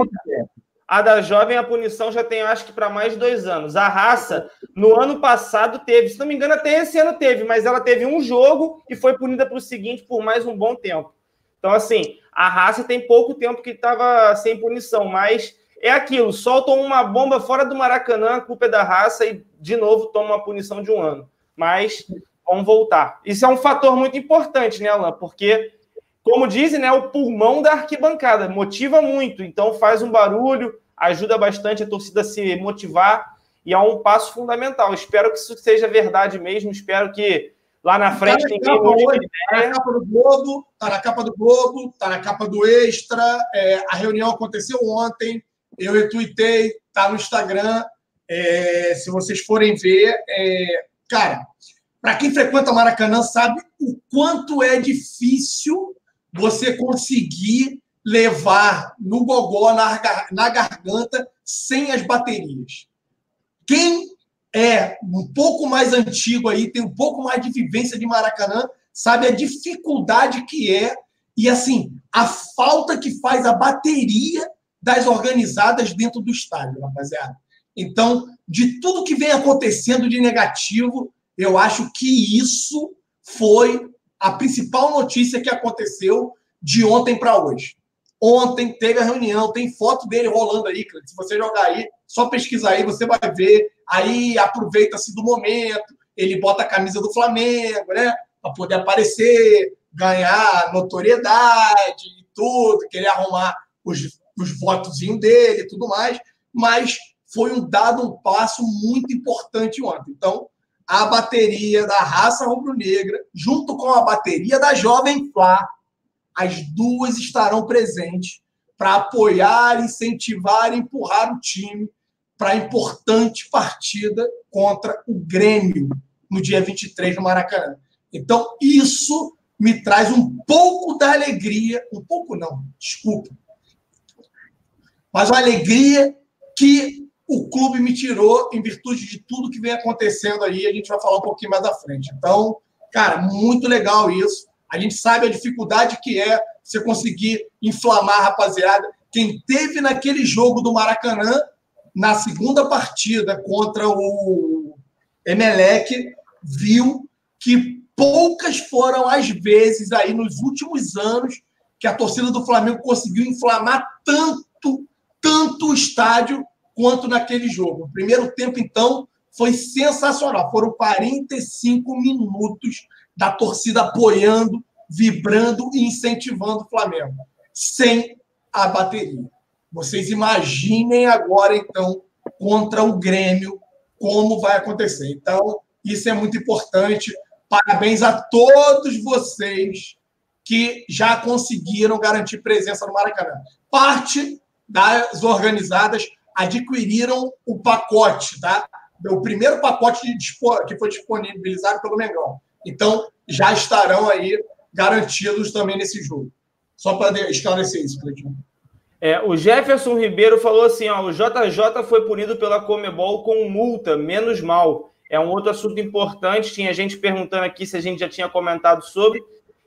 A da Jovem, a punição já tem, acho que, para mais de dois anos. A raça, no ano passado, teve. Se não me engano, até esse ano teve, mas ela teve um jogo e foi punida para o seguinte por mais um bom tempo. Então, assim, a raça tem pouco tempo que estava sem punição, mas é aquilo, soltam uma bomba fora do Maracanã, a culpa é da raça e, de novo, toma uma punição de um ano. Mas vamos voltar. Isso é um fator muito importante, né, Alan? Porque... Como dizem, né, o pulmão da arquibancada, motiva muito, então faz um barulho, ajuda bastante a torcida a se motivar e é um passo fundamental. Espero que isso seja verdade mesmo, espero que lá na frente tá ninguém mude de ideia. Tá na capa do Globo, tá na capa do Globo, tá na capa do Extra, é, a reunião aconteceu ontem, eu retuitei, tá no Instagram, é, se vocês forem ver, é, cara, para quem frequenta o Maracanã sabe o quanto é difícil você conseguir levar no gogó, na, na garganta, sem as baterias. Quem é um pouco mais antigo aí, tem um pouco mais de vivência de Maracanã, sabe a dificuldade que é e, assim, a falta que faz a bateria das organizadas dentro do estádio, rapaziada. Então, de tudo que vem acontecendo de negativo, eu acho que isso foi a principal notícia que aconteceu de ontem para hoje. Ontem teve a reunião, tem foto dele rolando aí, se você jogar aí, só pesquisar aí, você vai ver. Aí aproveita-se do momento, ele bota a camisa do Flamengo, né? Para poder aparecer, ganhar notoriedade e tudo, querer arrumar os, os votozinhos dele e tudo mais. Mas foi um dado um passo muito importante ontem. Então, a bateria da raça rubro-negra, junto com a bateria da Jovem Flá, as duas estarão presentes para apoiar, incentivar e empurrar o time para a importante partida contra o Grêmio no dia vinte e três no Maracanã. Então, isso me traz um pouco da alegria, um pouco não, desculpa, mas uma alegria que o clube me tirou em virtude de tudo que vem acontecendo aí. A gente vai falar um pouquinho mais à frente. Então, cara, muito legal isso. A gente sabe a dificuldade que é você conseguir inflamar a rapaziada. Quem teve naquele jogo do Maracanã, na segunda partida contra o Emelec, viu que poucas foram as vezes aí nos últimos anos que a torcida do Flamengo conseguiu inflamar tanto, tanto o estádio quanto naquele jogo. O primeiro tempo, então, foi sensacional. Foram quarenta e cinco minutos da torcida apoiando, vibrando e incentivando o Flamengo, sem a bateria. Vocês imaginem agora, então, contra o Grêmio, como vai acontecer. Então, isso é muito importante. Parabéns a todos vocês que já conseguiram garantir presença no Maracanã. Parte das organizadas adquiriram o pacote, tá? O primeiro pacote que foi disponibilizado pelo Mengão. Então, já estarão aí garantidos também nesse jogo. Só para esclarecer isso, Cleitinho. É, o Jefferson Ribeiro falou assim, ó, o J J foi punido pela Conmebol com multa, menos mal. É um outro assunto importante. Tinha gente perguntando aqui se a gente já tinha comentado sobre.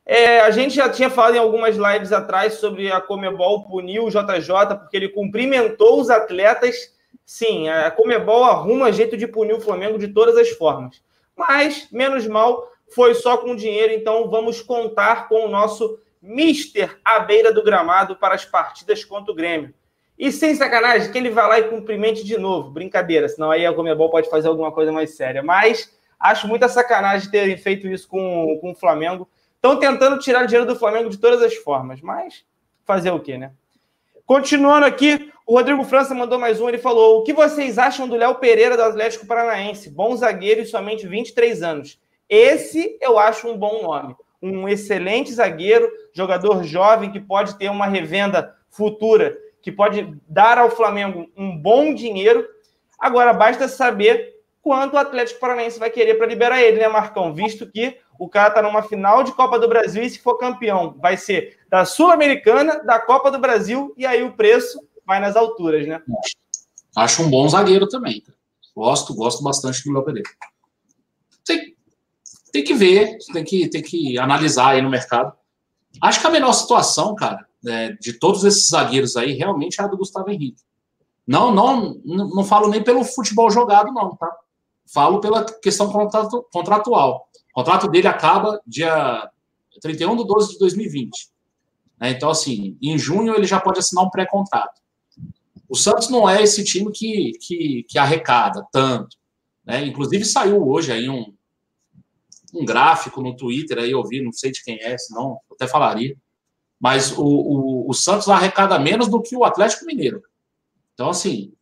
É, a gente já tinha falado em algumas lives atrás sobre a Conmebol punir o J J porque ele cumprimentou os atletas. Sim, a Conmebol arruma jeito de punir o Flamengo de todas as formas. Mas, menos mal, foi só com dinheiro, então vamos contar com o nosso mister à beira do gramado para as partidas contra o Grêmio. E sem sacanagem, que ele vai lá e cumprimente de novo. Brincadeira, senão aí a Conmebol pode fazer alguma coisa mais séria. Mas acho muita sacanagem terem feito isso com, com o Flamengo. Estão tentando tirar dinheiro do Flamengo de todas as formas, mas fazer o quê, né? Continuando aqui, o Rodrigo França mandou mais um, ele falou: o que vocês acham do Léo Pereira do Atlético Paranaense? Bom zagueiro e somente vinte e três anos. Esse eu acho um bom nome. Um excelente zagueiro, jogador jovem que pode ter uma revenda futura, que pode dar ao Flamengo um bom dinheiro. Agora, basta saber quanto o Atlético Paranaense vai querer para liberar ele, né, Marcão? Visto que o cara está numa final de Copa do Brasil e se for campeão, vai ser da Sul-Americana, da Copa do Brasil, e aí o preço vai nas alturas, né? Acho um bom zagueiro também. Gosto, gosto bastante do Léo Pereira. Tem, tem que ver, tem que, tem que analisar aí no mercado. Acho que a melhor situação, cara, é, de todos esses zagueiros aí, realmente é a do Gustavo Henrique. Não, não, não falo nem pelo futebol jogado, não, tá? Falo pela questão contratu, contratual. O contrato dele acaba dia trinta e um de doze de dois mil e vinte. Né? Então, assim, em junho ele já pode assinar um pré-contrato. O Santos não é esse time que, que, que arrecada tanto. Né? Inclusive, saiu hoje aí um, um gráfico no Twitter, aí eu vi, não sei de quem é, senão eu até falaria. Mas o, o, o Santos arrecada menos do que o Atlético Mineiro. Então, assim,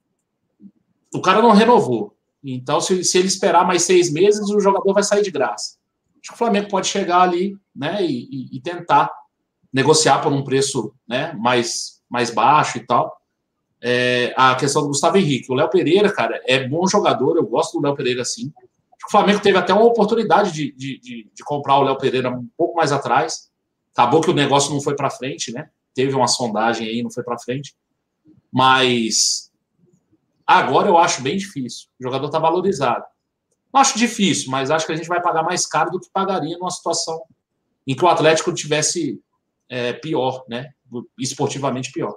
o cara não renovou. Então, se, se ele esperar mais seis meses, o jogador vai sair de graça. Acho que o Flamengo pode chegar ali, né, e, e, e tentar negociar por um preço, né, mais, mais baixo e tal. É, a questão do Gustavo Henrique. O Léo Pereira, cara, é bom jogador, eu gosto do Léo Pereira, sim. Acho que o Flamengo teve até uma oportunidade de, de, de, de comprar o Léo Pereira um pouco mais atrás. Acabou que o negócio não foi para frente, né? Teve uma sondagem aí, não foi para frente. Mas agora eu acho bem difícil. O jogador está valorizado. Não acho difícil, mas acho que a gente vai pagar mais caro do que pagaria numa situação em que o Atlético tivesse é, pior, né? Esportivamente pior.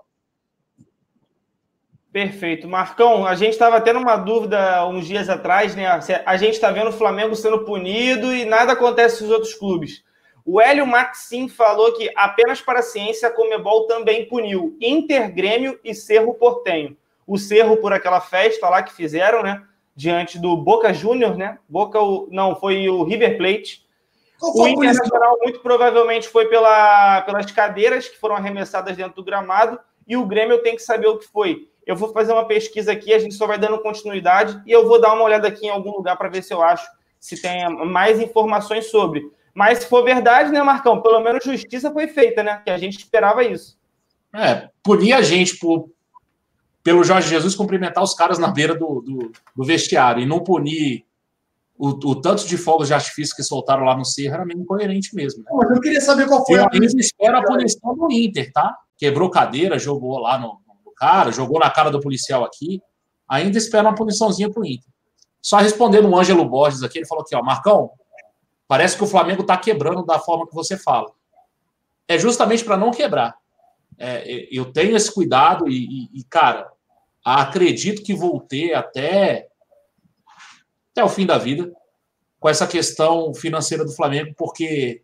Perfeito. Marcão, a gente estava tendo uma dúvida uns dias atrás, né? A gente está vendo o Flamengo sendo punido e nada acontece nos outros clubes. O Hélio Maxim falou que apenas para a ciência a Conmebol também puniu Inter, Grêmio e Cerro Porteño. O Cerro por aquela festa lá que fizeram, né? Diante do Boca Juniors, né? Boca, não, foi o River Plate. O Internacional muito provavelmente foi pela, pelas cadeiras que foram arremessadas dentro do gramado e o Grêmio tem que saber o que foi. Eu vou fazer uma pesquisa aqui, a gente só vai dando continuidade e eu vou dar uma olhada aqui em algum lugar para ver se eu acho, se tem mais informações sobre. Mas se for verdade, né, Marcão? Pelo menos justiça foi feita, né? Que a gente esperava isso. É, punir a gente por, pelo Jorge Jesus cumprimentar os caras na beira do, do, do vestiário e não punir o, o tanto de fogos de artifício que soltaram lá no Cerro era meio incoerente mesmo. Né? Mas eu queria saber qual foi eu a ainda espero a punição do Inter, tá? Quebrou cadeira, jogou lá no, no cara, jogou na cara do policial aqui. Ainda espero uma puniçãozinha pro Inter. Só respondendo o Ângelo Borges aqui, ele falou aqui, ó, Marcão, parece que o Flamengo está quebrando da forma que você fala. É justamente para não quebrar. É, eu tenho esse cuidado e, e, cara, acredito que vou ter até, até o fim da vida com essa questão financeira do Flamengo, porque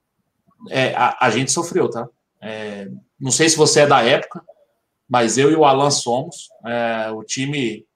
é, a, a gente sofreu, tá? É, não sei se você é da época, mas eu e o Alan somos. É, o time...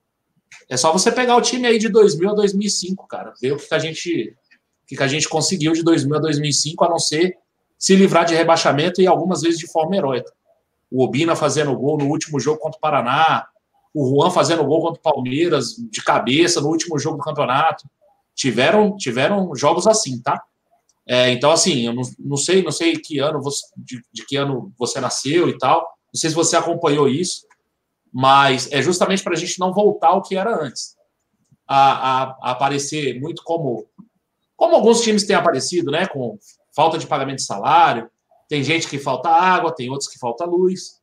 É só você pegar o time aí de dois mil a dois mil e cinco, cara. Ver o que, que a gente... que, que a gente conseguiu de dois mil a dois mil e cinco, a não ser se livrar de rebaixamento e algumas vezes de forma heróica. O Obina fazendo gol no último jogo contra o Paraná, o Juan fazendo gol contra o Palmeiras, de cabeça, no último jogo do campeonato. Tiveram, tiveram jogos assim, tá? É, então, assim, eu não, não sei, não sei que ano você, de, de que ano você nasceu e tal, não sei se você acompanhou isso, mas é justamente para a gente não voltar ao que era antes. A, a, a aparecer muito como... Como alguns times têm aparecido, né? Com falta de pagamento de salário, tem gente que falta água, tem outros que falta luz,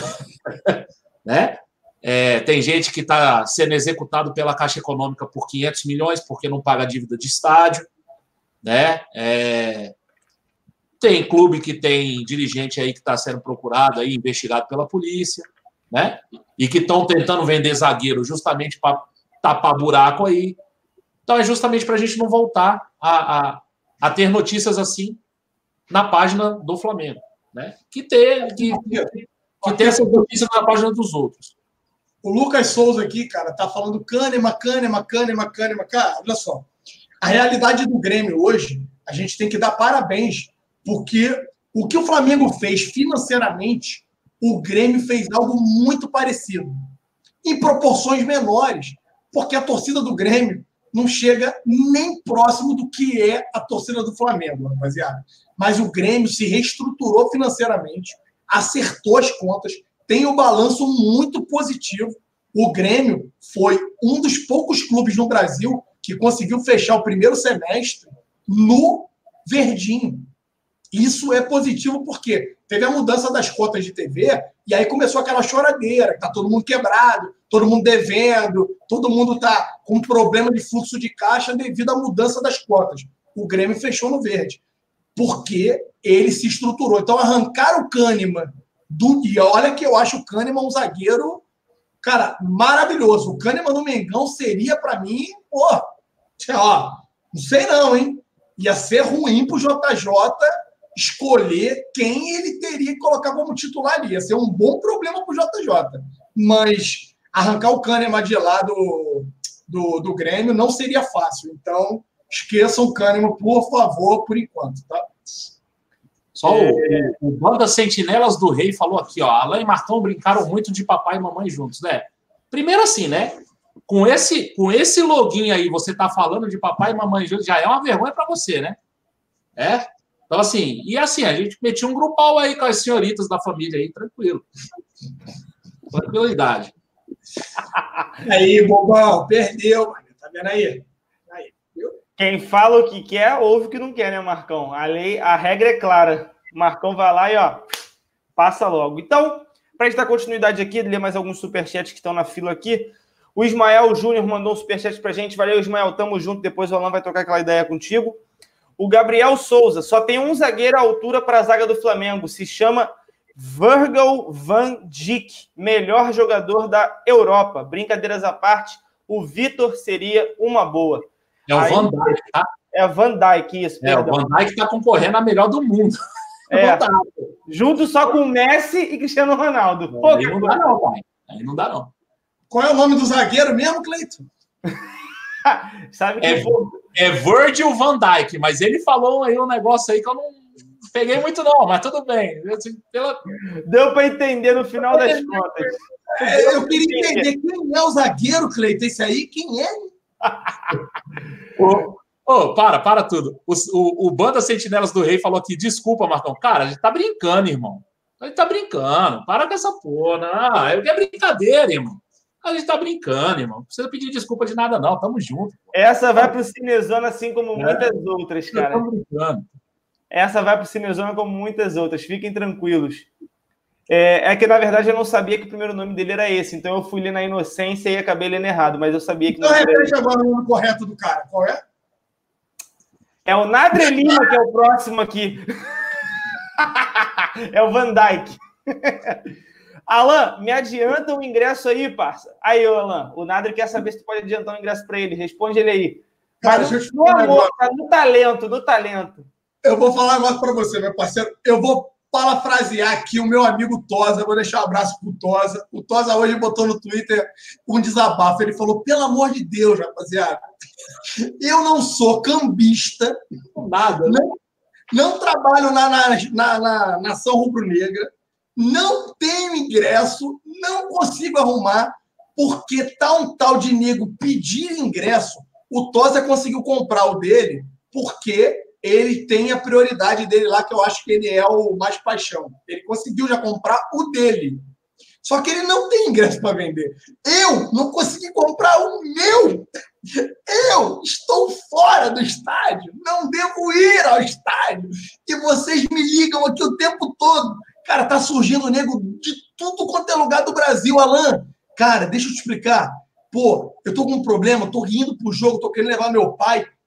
né? É, tem gente que está sendo executado pela Caixa Econômica por quinhentos milhões porque não paga a dívida de estádio, né? É, Tem clube que tem dirigente aí que está sendo procurado, aí, investigado pela polícia, né? E que estão tentando vender zagueiro justamente para tapar buraco aí. Então é justamente para a gente não voltar a, a, a ter notícias assim na página do Flamengo, né? Que ter, que, que ter essas notícias na página dos outros. O Lucas Souza aqui, cara, tá falando Kahneman, Kahneman, Kahneman, Kahneman. Cara, olha só. A realidade do Grêmio hoje, a gente tem que dar parabéns, porque o que o Flamengo fez financeiramente, o Grêmio fez algo muito parecido, em proporções menores, porque a torcida do Grêmio não chega nem próximo do que é a torcida do Flamengo, rapaziada. Mas o Grêmio se reestruturou financeiramente, acertou as contas, tem um balanço muito positivo. O Grêmio foi um dos poucos clubes no Brasil que conseguiu fechar o primeiro semestre no verdinho. Isso é positivo porque teve a mudança das cotas de T V e aí começou aquela choradeira, que tá todo mundo quebrado, todo mundo devendo, todo mundo tá com problema de fluxo de caixa devido à mudança das cotas. O Grêmio fechou no verde, porque ele se estruturou. Então, arrancar o Kahneman do... E olha que eu acho o Kahneman um zagueiro, cara, maravilhoso. O Kahneman no Mengão seria, para mim, pô, ó, não sei não, hein? Ia ser ruim pro J J escolher quem ele teria que colocar como titular ali. Ia ser um bom problema pro J J. Mas arrancar o Kahneman de lá do, do, do Grêmio não seria fácil. Então, esqueçam o Kahneman, por favor, por enquanto, tá? Só é... o, o Banda Sentinelas do Rei falou aqui, ó. Alain e Marcão brincaram muito de papai e mamãe juntos, né? Primeiro assim, né? Com esse, com esse login aí, você tá falando de papai e mamãe juntos, já é uma vergonha para você, né? É? Então, assim, e assim, a gente metia um grupal aí com as senhoritas da família aí, tranquilo. Tranquilidade. Aí, bobão, perdeu, mano. Tá vendo aí? Aí, viu? Quem fala o que quer, ouve o que não quer, né, Marcão? A lei, a regra é clara. O Marcão vai lá e, ó, passa logo. Então, para a gente dar continuidade aqui, ler mais alguns superchats que estão na fila aqui. O Ismael Júnior mandou um superchat pra gente. Valeu, Ismael, tamo junto. Depois o Alan vai trocar aquela ideia contigo. O Gabriel Souza, só tem um zagueiro à altura para a zaga do Flamengo. Se chama Virgil van Dijk, melhor jogador da Europa. Brincadeiras à parte, o Vitor seria uma boa. É o Aí, Van Dijk, tá? É o Van Dijk, isso. É, perdão. O Van Dijk está concorrendo a melhor do mundo. É, junto só com Messi e Cristiano Ronaldo. Pô, aí não dá não, pai. Aí não dá não. Qual é o nome do zagueiro mesmo, Cleiton? Sabe que é, é Virgil van Dijk, mas ele falou aí um negócio aí que eu não peguei muito não, mas tudo bem. Pela... Deu para entender no final das contas. É, eu queria entender quem é o zagueiro, Cleiton. Esse aí, quem é? Ô, oh, para, para tudo. O, o, o Banda Sentinelas do Rei falou aqui, desculpa, Marcão. Cara, a gente tá brincando, irmão. A gente tá brincando. Para com essa porra. Não, é brincadeira, irmão. A gente tá brincando, irmão. Não precisa pedir desculpa de nada, não. Tamo junto. Essa vai pro Cinezona, assim como muitas é. outras, cara. Tamo brincando. Essa vai pro Cinezona como muitas outras. Fiquem tranquilos. É, é que, na verdade, eu não sabia que o primeiro nome dele era esse. Então, eu fui ler na inocência e acabei lendo errado. Mas eu sabia que... Então, repete agora o nome correto do cara. Qual é? É o Nadre Lima, que é o próximo aqui. É o Van Dijk. Alan, me adianta o ingresso aí, parça. Aí, Alan, o Nadre quer saber se tu pode adiantar o ingresso para ele. Responde ele aí. Cara, Mas deixa eu te no falar amor, agora. tá no talento, no talento. Eu vou falar agora para você, meu parceiro. Eu vou parafrasear aqui o meu amigo Tosa. Eu vou deixar um abraço pro Tosa. O Tosa hoje botou no Twitter um desabafo. Ele falou, pelo amor de Deus, rapaziada, eu não sou cambista, nada, não, não trabalho na, na, na, na nação rubro-negra, não tenho ingresso, não consigo arrumar, porque tá um tal de nego pedir ingresso. O Tosa conseguiu comprar o dele porque ele tem a prioridade dele lá, que eu acho que ele é o mais paixão. Ele conseguiu já comprar o dele. Só que ele não tem ingresso para vender. Eu não consegui comprar o meu. Eu estou fora do estádio. Não devo ir ao estádio. E vocês me ligam aqui o tempo todo. Cara, tá surgindo nego de tudo quanto é lugar do Brasil, Alan. Cara, deixa eu te explicar. Pô, eu tô com um problema, tô indo pro jogo, tô querendo levar meu pai.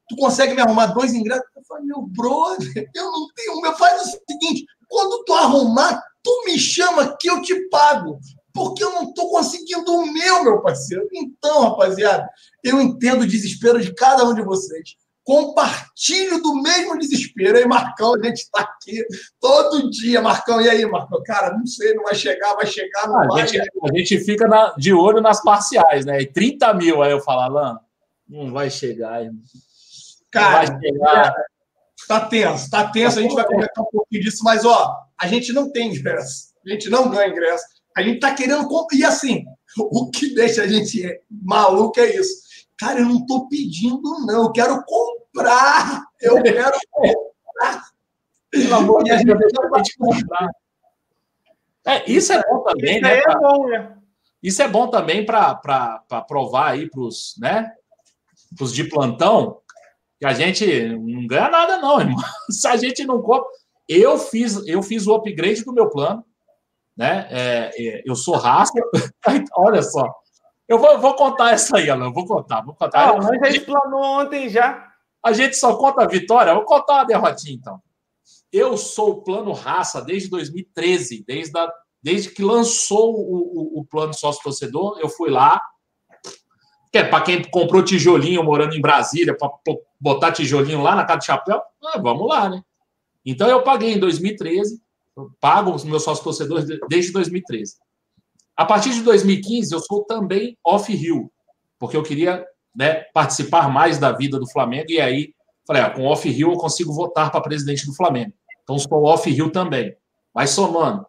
tu consegue me arrumar dois ingressos? Eu falei, meu brother, eu não tenho. Meu pai faz o seguinte, quando tu arrumar, tu me chama que eu te pago. Porque eu não estou conseguindo o meu, meu parceiro. Então, rapaziada, eu entendo o desespero de cada um de vocês. Compartilho do mesmo desespero. Aí, Marcão, a gente está aqui todo dia. Marcão, e aí, Marcão? Cara, não sei, não vai chegar, vai chegar, não a vai. Gente, a gente fica na, de olho nas parciais, né? E trinta mil, aí eu falo, Alan, não vai chegar, irmão. Cara, não vai chegar. Tá tenso, tá tenso. A gente vai comentar um pouquinho disso, mas, ó, a gente não tem ingresso. A gente não ganha ingresso. A gente tá querendo... E assim, o que deixa a gente maluco é isso. Cara, eu não tô pedindo, não. Eu quero comprar. Eu quero comprar. Pelo amor de Deus, deixa a gente comprar. É, isso é bom também, né? Isso é bom, né? Isso é bom também para provar aí para os, né, pros de plantão que a gente não ganha nada, não, irmão. Se a gente não compra... Eu fiz, eu fiz o upgrade do meu plano. Né? É, é, eu sou raça. Olha só. Eu vou, vou contar essa aí, Alan. Vou contar. Vou contar. Ah, mas a gente planou ontem já. A gente só conta a vitória. Vou contar uma derrotinha, então. Eu sou o plano raça desde dois mil e treze. Desde, a, desde que lançou o, o, o plano sócio-torcedor, eu fui lá. Que é para quem comprou tijolinho morando em Brasília, para botar tijolinho lá na casa de chapéu, ah, vamos lá, né? Então eu paguei em dois mil e treze. Eu pago os meus sócios torcedores desde dois mil e treze. A partir de dois mil e quinze, eu sou também off-Rio, porque eu queria, né, participar mais da vida do Flamengo, e aí falei, ah, com off-Rio eu consigo votar para presidente do Flamengo. Então sou off-Rio também. Vai somando.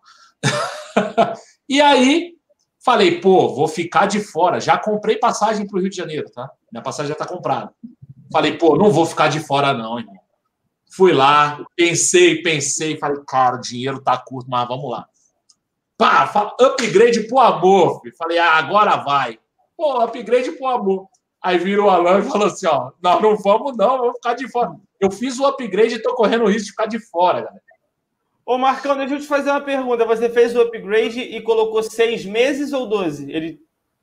E aí, falei, pô, vou ficar de fora. Já comprei passagem para o Rio de Janeiro, tá? Minha passagem já está comprada. Falei, pô, não vou ficar de fora não, irmão. Fui lá, pensei, pensei, falei, cara, o dinheiro tá curto, mas vamos lá. Pá, upgrade pro amor. Filho. Falei, ah, agora vai. Pô, upgrade pro amor. Aí virou o Alan e falou assim, ó, nós não vamos não, vamos ficar de fora. Eu fiz o upgrade e tô correndo o risco de ficar de fora, galera. Ô, Marcão, deixa eu te fazer uma pergunta. Você fez o upgrade e colocou seis meses ou doze? Ele...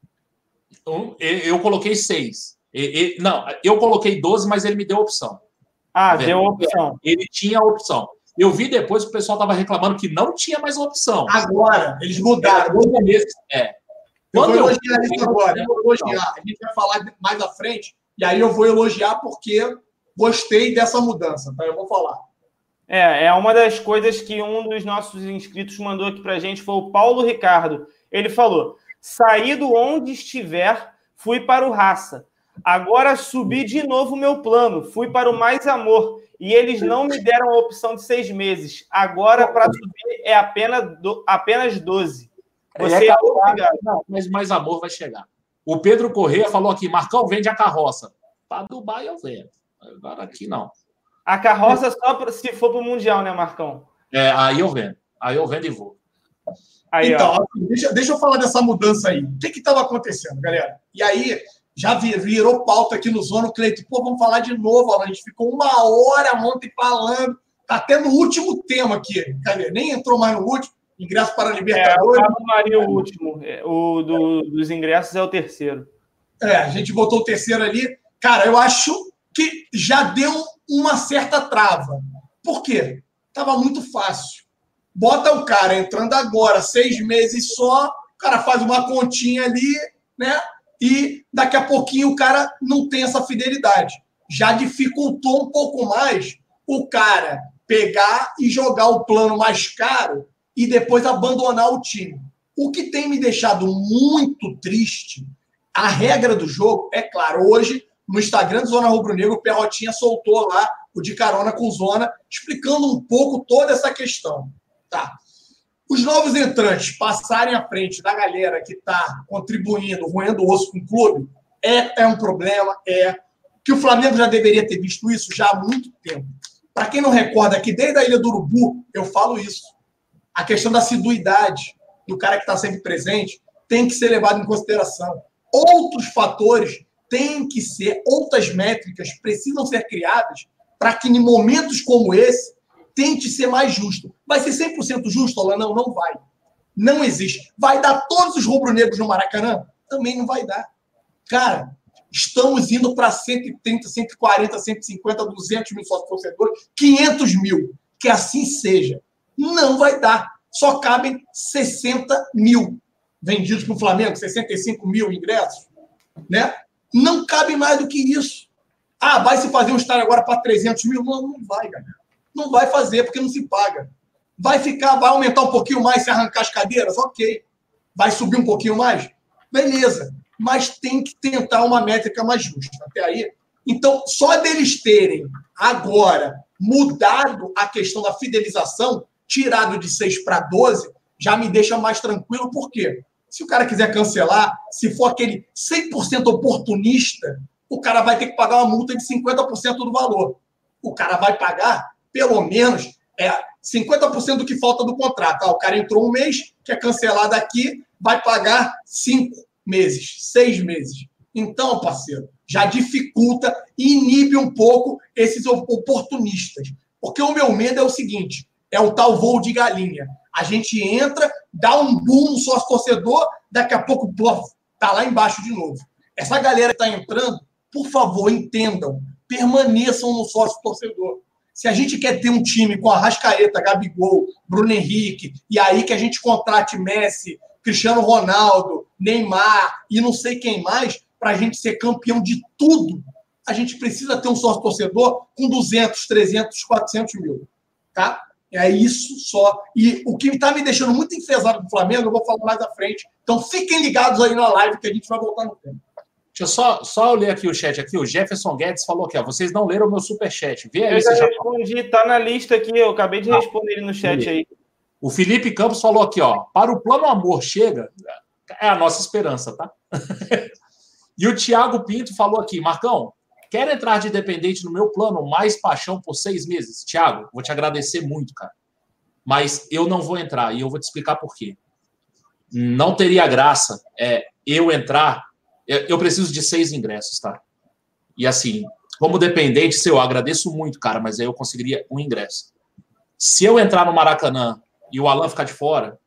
Eu, eu coloquei seis. Eu, não, eu coloquei doze, mas ele me deu a opção. Ah, tá deu a opção. Ele tinha a opção. Eu vi depois que o pessoal estava reclamando que não tinha mais opção. Agora, eles mudaram. doze meses, é. Eu Quando vou eu... elogiar isso agora. Eu vou elogiar. A gente vai falar mais à frente, e aí eu vou elogiar porque gostei dessa mudança. Tá? Eu vou falar. É, é uma das coisas que um dos nossos inscritos mandou aqui pra gente, foi o Paulo Ricardo. Ele falou, saí do onde estiver, fui para o Raça. Agora subi de novo o meu plano, fui para o Mais Amor. E eles não me deram a opção de seis meses. Agora, para subir, é apenas, do, apenas doze. Você é, é obrigado. Não, mas Mais Amor vai chegar. O Pedro Corrêa falou aqui, Marcão, vende a carroça. Para Dubai eu vendo. Agora aqui não. A carroça só pra, se for para o Mundial, né, Marcão? É, aí eu vendo. Aí eu vendo e vou. Aí, então, deixa, deixa eu falar dessa mudança aí. O que estava acontecendo, galera? E aí, já virou pauta aqui no Zona, o Cleiton, pô, vamos falar de novo, a gente ficou uma hora ontem falando, tá tendo o último tema aqui, cadê? Nem entrou mais no último, ingresso para a Libertadores. É, o Maria, o último, o do, dos ingressos é o terceiro. É, a gente botou o terceiro ali. Cara, eu acho que já deu uma certa trava. Por quê? Tava muito fácil. Bota o cara entrando agora, seis meses só, o cara faz uma continha ali, né? E daqui a pouquinho o cara não tem essa fidelidade. Já dificultou um pouco mais o cara pegar e jogar o plano mais caro e depois abandonar o time. O que tem me deixado muito triste, a regra do jogo, é claro, hoje, no Instagram do Zona Rubro Negro, o Perrotinha soltou lá o De Carona com Zona, explicando um pouco toda essa questão. Tá. Os novos entrantes passarem à frente da galera que está contribuindo, roendo o osso com o clube, é, é um problema, é que o Flamengo já deveria ter visto isso já há muito tempo. Para quem não recorda, que desde a Ilha do Urubu, eu falo isso. A questão da assiduidade do cara que está sempre presente tem que ser levado em consideração. Outros fatores têm que ser, outras métricas precisam ser criadas para que, em momentos como esse, tente ser mais justo. Vai ser cem por cento justo, Alan? Não, não vai. Não existe. Vai dar todos os rubro-negros no Maracanã? Também não vai dar. Cara, Estamos indo para cento e trinta, cento e quarenta, cento e cinquenta, duzentos mil sócios torcedores, quinhentos mil. Que assim seja. Não vai dar. Só cabem sessenta mil vendidos para o Flamengo, sessenta e cinco mil ingressos. Né? Não cabe mais do que isso. Ah, vai se fazer um estádio agora para trezentos mil? Não, não vai, galera. Não vai fazer, porque não se paga. Vai ficar, vai aumentar um pouquinho mais se arrancar as cadeiras? Ok. Vai subir um pouquinho mais? Beleza. Mas tem que tentar uma métrica mais justa. Até aí. Então, só deles terem agora mudado a questão da fidelização, tirado de seis para doze, já me deixa mais tranquilo. Por quê? Se o cara quiser cancelar, se for aquele cem por cento oportunista, o cara vai ter que pagar uma multa de cinquenta por cento do valor. O cara vai pagar, pelo menos, é, cinquenta por cento do que falta do contrato. Ah, o cara entrou um mês, quer cancelar daqui, vai pagar cinco meses, seis meses. Então, parceiro, já dificulta e inibe um pouco esses oportunistas. Porque o meu medo é o seguinte, é o tal voo de galinha. A gente entra, dá um boom no sócio-torcedor, daqui a pouco, plof, tá lá embaixo de novo. Essa galera que tá entrando, por favor, entendam, permaneçam no sócio-torcedor. Se a gente quer ter um time com Arrascaeta, Gabigol, Bruno Henrique, e aí que a gente contrate Messi, Cristiano Ronaldo, Neymar e não sei quem mais, para a gente ser campeão de tudo, a gente precisa ter um sócio-torcedor com duzentos, trezentos, quatrocentos mil. Tá? É isso só. E o que está me deixando muito enfesado do Flamengo, eu vou falar mais à frente. Então fiquem ligados aí na live que a gente vai voltar no tempo. Deixa eu só, só ler aqui o chat aqui. O Jefferson Guedes falou aqui, ó, vocês não leram o meu superchat. Vê aí. Eu já já respondi, tá na lista aqui, eu acabei de responder ele no chat aí. O Felipe Campos falou aqui, ó, para o plano amor chega, é a nossa esperança, tá? E o Thiago Pinto falou aqui, Marcão, quer entrar de dependente no meu plano mais paixão por seis meses? Thiago, vou te agradecer muito, cara. Mas eu não vou entrar e eu vou te explicar por quê. Não teria graça é, eu entrar... Eu preciso de seis ingressos, tá? E assim, como dependente, se eu agradeço muito, cara, mas aí eu conseguiria um ingresso. Se eu entrar no Maracanã e o Alan ficar de fora,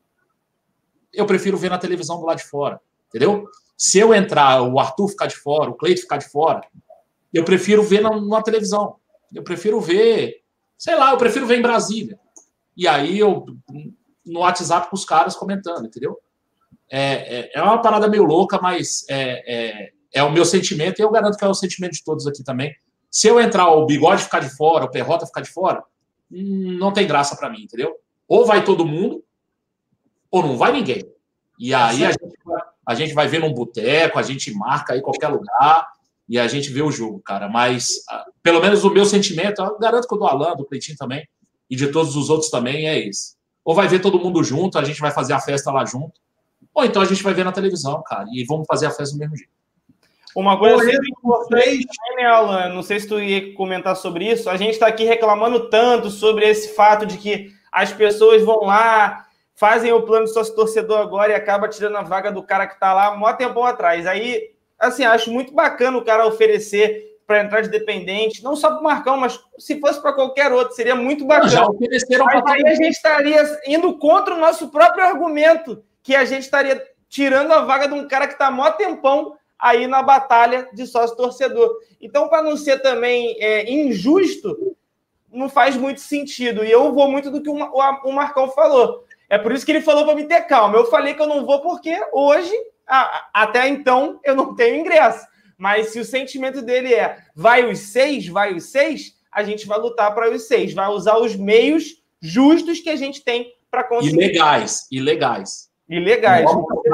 eu prefiro ver na televisão do lado de fora, entendeu? Se eu entrar, o Arthur ficar de fora, o Cleito ficar de fora, eu prefiro ver na, na televisão. Eu prefiro ver, sei lá, eu prefiro ver em Brasília. E aí eu, no WhatsApp com os caras comentando, entendeu? É, é, é uma parada meio louca, mas é, é, é o meu sentimento e eu garanto que é o sentimento de todos aqui também. Se eu entrar, o Bigode ficar de fora, o Perrota ficar de fora, hum, não tem graça para mim, entendeu? Ou vai todo mundo, ou não vai ninguém. E aí a gente, a gente vai ver num boteco, a gente marca aí qualquer lugar e a gente vê o jogo, cara. Mas, pelo menos o meu sentimento, eu garanto que o do Alan, do Cleitinho também, e de todos os outros também, é esse. Ou vai ver todo mundo junto, a gente vai fazer a festa lá junto, ou então a gente vai ver na televisão, cara, e vamos fazer a festa do mesmo jeito. Uma coisa sempre importante, né, Alan? Não sei se tu ia comentar sobre isso. A gente está aqui reclamando tanto sobre esse fato de que as pessoas vão lá, fazem o plano de sócio-torcedor agora e acaba tirando a vaga do cara que está lá mó tempão atrás. Aí, assim, acho muito bacana o cara oferecer para entrar de dependente, não só para o Marcão, mas se fosse para qualquer outro, seria muito bacana. Não, já ofereceram mas aí a gente estaria indo contra o nosso próprio argumento, que a gente estaria tirando a vaga de um cara que está mó tempão aí na batalha de sócio-torcedor. Então, para não ser também é, injusto, não faz muito sentido. E eu vou muito do que o, o, o Marcão falou. É por isso que ele falou para me ter calma. Eu falei que eu não vou porque hoje, a, até então, eu não tenho ingresso. Mas se o sentimento dele é vai os seis, vai os seis, a gente vai lutar para os seis. Vai usar os meios justos que a gente tem para conseguir. Ilegais, ilegais. Ilegais.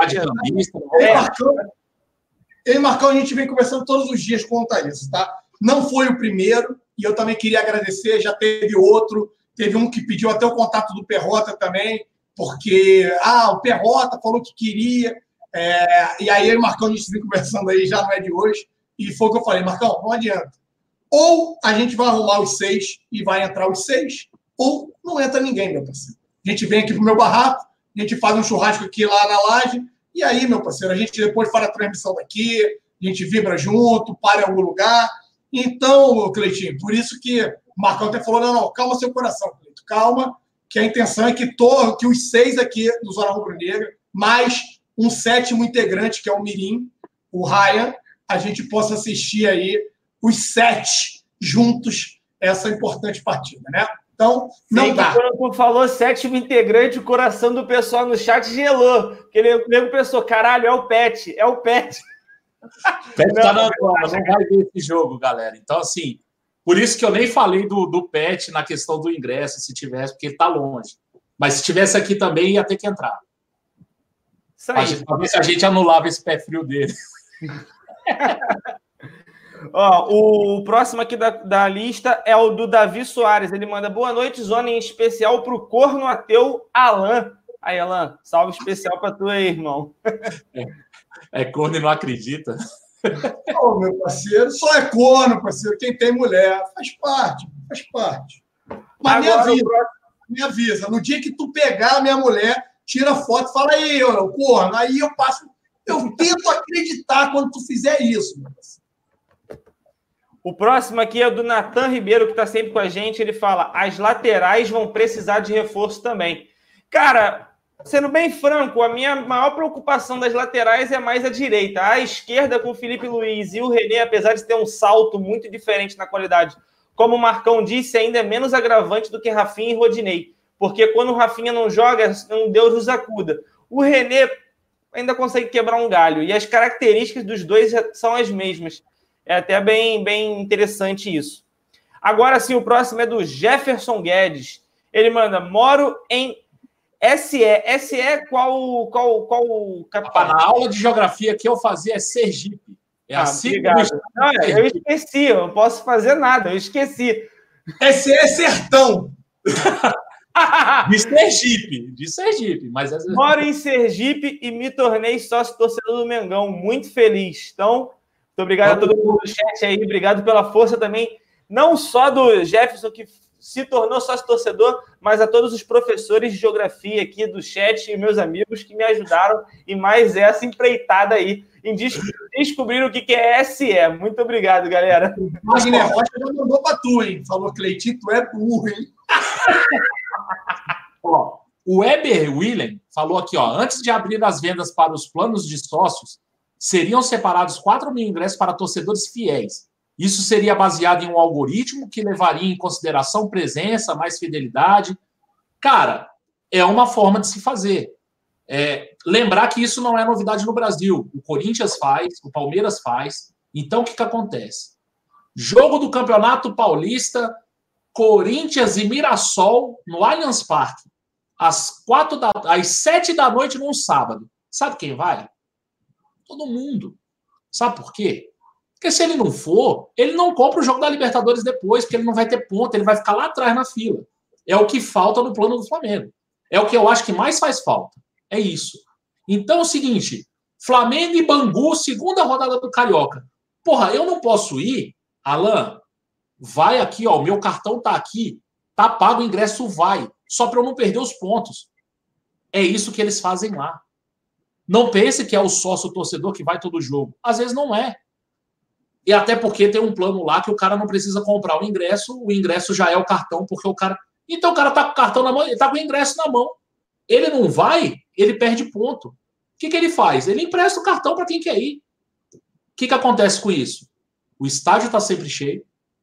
É. Marcão, eu e Marcão, a gente vem conversando todos os dias quanto a isso, tá? Não foi o primeiro, e eu também queria agradecer, já teve outro, teve um que pediu até o contato do Perrota também, porque, ah, o Perrota falou que queria, é, e aí eu e Marcão, a gente vem conversando aí, já não é de hoje, e foi o que eu falei, Marcão, não adianta. Ou a gente vai arrumar os seis e vai entrar os seis, ou não entra ninguém, meu parceiro. A gente vem aqui pro meu barraco, a gente faz um churrasco aqui lá na laje, e aí, meu parceiro, a gente depois faz a transmissão daqui, a gente vibra junto, para em algum lugar. Então, Cleitinho, por isso que o Marcão até falou, não, não, calma seu coração, Cleito, calma, que a intenção é que, to, que os seis aqui do Zona Rubro Negra, mais um sétimo integrante, que é o Mirim, o Ryan, a gente possa assistir aí os sete juntos essa importante partida, né? Então, não Sim, dá. Quando tu falou sétimo integrante, o coração do pessoal no chat gelou. Porque ele nego pensou, caralho, é o Pet, é o Pet. O Pet tá na Angola, não vai ver esse jogo, galera. Então, assim, por isso que eu nem falei do, do Pet na questão do ingresso, se tivesse, porque ele tá longe. Mas se tivesse aqui também, ia ter que entrar. Isso aí. Para ver se a gente anulava esse pé frio dele. Ó, o próximo aqui da, da lista é o do Davi Soares. Ele manda boa noite, zona em especial para o corno ateu Alan. Aí, Alan, salve especial para tu aí, irmão. É, é corno e não acredita. Ô, meu parceiro, só é corno, parceiro. Quem tem mulher, faz parte, faz parte. Mas me Agora, avisa, o próximo- me avisa. No dia que tu pegar a minha mulher, tira foto, fala aí, ô, corno. Aí eu passo, eu tento acreditar quando tu fizer isso, meu parceiro. O próximo aqui é do Natan Ribeiro, que está sempre com a gente. Ele fala, as laterais vão precisar de reforço também. Cara, sendo bem franco, a minha maior preocupação das laterais é mais a direita. A esquerda com o Felipe Luiz e o René, apesar de ter um salto muito diferente na qualidade, como o Marcão disse, ainda é menos agravante do que Rafinha e Rodinei. Porque quando o Rafinha não joga, um Deus nos acuda. O René ainda consegue quebrar um galho. E as características dos dois são as mesmas. É até bem, bem interessante isso. Agora sim, o próximo é do Jefferson Guedes. Ele manda, moro em S E. S E qual, qual, qual capital? Na aula de geografia que eu fazia é Sergipe. É Ah, assim obrigado. Não, eu esqueci, eu não posso fazer nada, eu esqueci. Esse é sertão. De Sergipe, de Sergipe. Mas é... Moro em Sergipe e me tornei sócio torcedor do Mengão. Muito feliz. Então, muito obrigado a todo mundo do chat aí. Obrigado pela força também. Não só do Jefferson, que se tornou sócio torcedor, mas a todos os professores de geografia aqui do chat e meus amigos que me ajudaram em mais essa empreitada aí, em des descobrir o que é S E. Muito obrigado, galera. Wagner Rocha já mandou pra tu, hein? Falou, Cleitinho, tu é burro, hein? Ó, o Weber William falou aqui, ó, antes de abrir as vendas para os planos de sócios, seriam separados quatro mil ingressos para torcedores fiéis. Isso seria baseado em um algoritmo que levaria em consideração presença, mais fidelidade. Cara, é uma forma de se fazer. É, lembrar que isso não é novidade no Brasil. O Corinthians faz, o Palmeiras faz. Então, o que, que acontece? Jogo do Campeonato Paulista, Corinthians e Mirassol no Allianz Parque, às, quatro da, às sete da noite num sábado. Sabe quem vai? Todo mundo. Sabe por quê? Porque se ele não for, ele não compra o jogo da Libertadores depois, porque ele não vai ter ponto, ele vai ficar lá atrás na fila. É o que falta no plano do Flamengo. É o que eu acho que mais faz falta. É isso. Então é o seguinte, Flamengo e Bangu, segunda rodada do Carioca. Porra, eu não posso ir, Alan, vai aqui, ó, o meu cartão tá aqui, tá pago, o ingresso vai, só para eu não perder os pontos. É isso que eles fazem lá. Não pense que é o sócio torcedor que vai todo jogo. Às vezes não é. E até porque tem um plano lá que o cara não precisa comprar o ingresso, o ingresso já é o cartão, porque o cara... Então o cara tá com o cartão na mão, ele tá com o ingresso na mão. Ele não vai, ele perde ponto. O que, que ele faz? Ele empresta o cartão para quem quer ir. O que, que acontece com isso? O estádio está sempre cheio.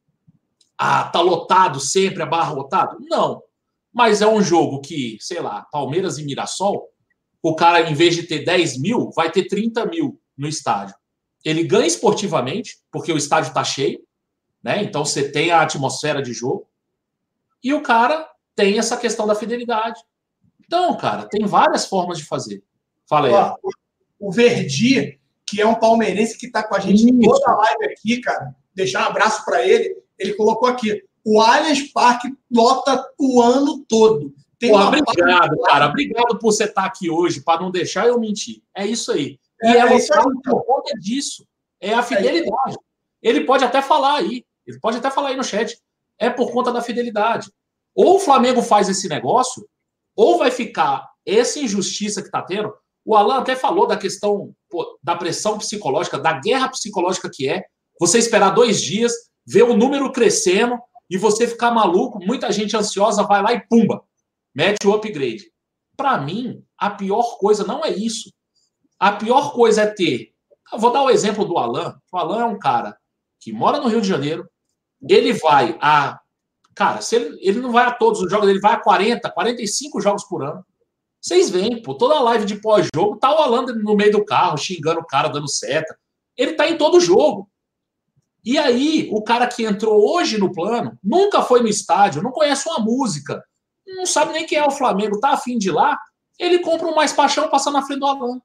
Ah, tá lotado sempre, a barra lotada? Não. Mas é um jogo que, sei lá, Palmeiras e Mirassol, o cara, em vez de ter dez mil, vai ter trinta mil no estádio. Ele ganha esportivamente, porque o estádio está cheio, né? Então você tem a atmosfera de jogo. E o cara tem essa questão da fidelidade. Então, cara, tem várias formas de fazer. Fala aí. Ó, o Verdi, que é um palmeirense que está com a gente em toda a live aqui, cara, deixar um abraço para ele, ele colocou aqui, o Allianz Parque lota o ano todo. Tem Pô, uma obrigado, parte... cara. Obrigado por você estar aqui hoje, para não deixar eu mentir. É isso aí. E É, é, é isso aí, por conta disso. É a fidelidade. Ele pode até falar aí. Ele pode até falar aí no chat. É por conta da fidelidade. Ou o Flamengo faz esse negócio, ou vai ficar essa injustiça que está tendo. O Alan até falou da questão, pô, da pressão psicológica, da guerra psicológica que é. Você esperar dois dias, ver o número crescendo e você ficar maluco, muita gente ansiosa vai lá e pumba, mete o upgrade. Para mim, a pior coisa não é isso. A pior coisa é ter Eu vou dar o exemplo do Alan. O Alan é um cara que mora no Rio de Janeiro, ele vai a... Cara, se ele, ele não vai a todos os jogos, ele vai a quarenta, quarenta e cinco jogos por ano. Vocês veem, pô, toda a live de pós-jogo, tá o Alan no meio do carro, xingando o cara, dando seta. Ele tá em todo jogo. E aí, o cara que entrou hoje no plano, nunca foi no estádio, não conhece uma música, não sabe nem quem é o Flamengo, tá afim de ir lá, ele compra um Mais Paixão passando na frente do Alan,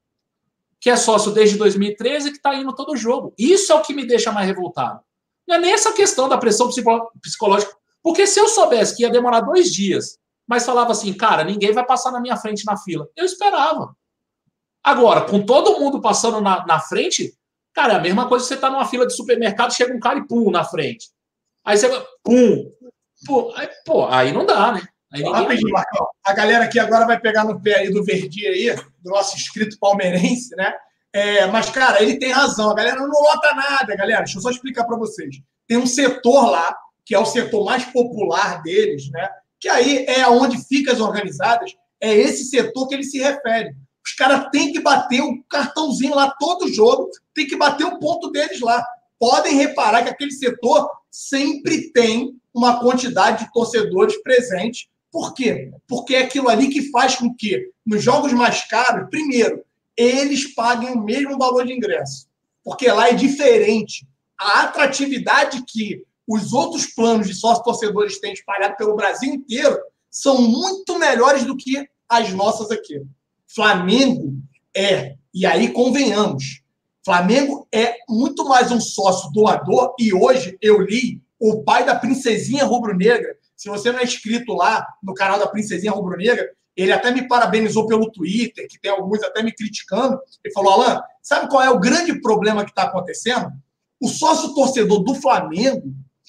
que é sócio desde dois mil e treze, que tá indo todo jogo. Isso é o que me deixa mais revoltado. Não é nem essa questão da pressão psicológica, porque se eu soubesse que ia demorar dois dias, mas falava assim, cara, ninguém vai passar na minha frente na fila, eu esperava. Agora, com todo mundo passando na, na frente, cara, é a mesma coisa que você tá numa fila de supermercado, chega um cara e pum, na frente. Aí você vai, pum, pum, aí, pô, aí não dá, né? Aí Rapidinho, Marcão. A galera aqui agora vai pegar no pé aí do Verdinho aí, do nosso inscrito palmeirense, né? É, mas, cara, ele tem razão. A galera não lota nada, galera. Deixa eu só explicar para vocês. Tem um setor lá, que é o setor mais popular deles, né? Que aí é onde ficam as organizadas. É esse setor que ele se refere. Os caras têm que bater o cartãozinho lá todo jogo, tem que bater o ponto deles lá. Podem reparar que aquele setor sempre tem uma quantidade de torcedores presentes. Por quê? Porque é aquilo ali que faz com que, nos jogos mais caros, primeiro, eles paguem o mesmo valor de ingresso. Porque lá é diferente. A atratividade que os outros planos de sócio-torcedores têm espalhado pelo Brasil inteiro são muito melhores do que as nossas aqui. Flamengo é, e aí convenhamos, Flamengo é muito mais um sócio doador, e hoje eu li o pai da Princesinha Rubro-Negra. Se você não é inscrito lá no canal da Princesinha Rubro-Negra, ele até me parabenizou pelo Twitter, que tem alguns até me criticando. Ele falou, Alan, sabe qual é o grande problema que está acontecendo? O sócio-torcedor do Flamengo,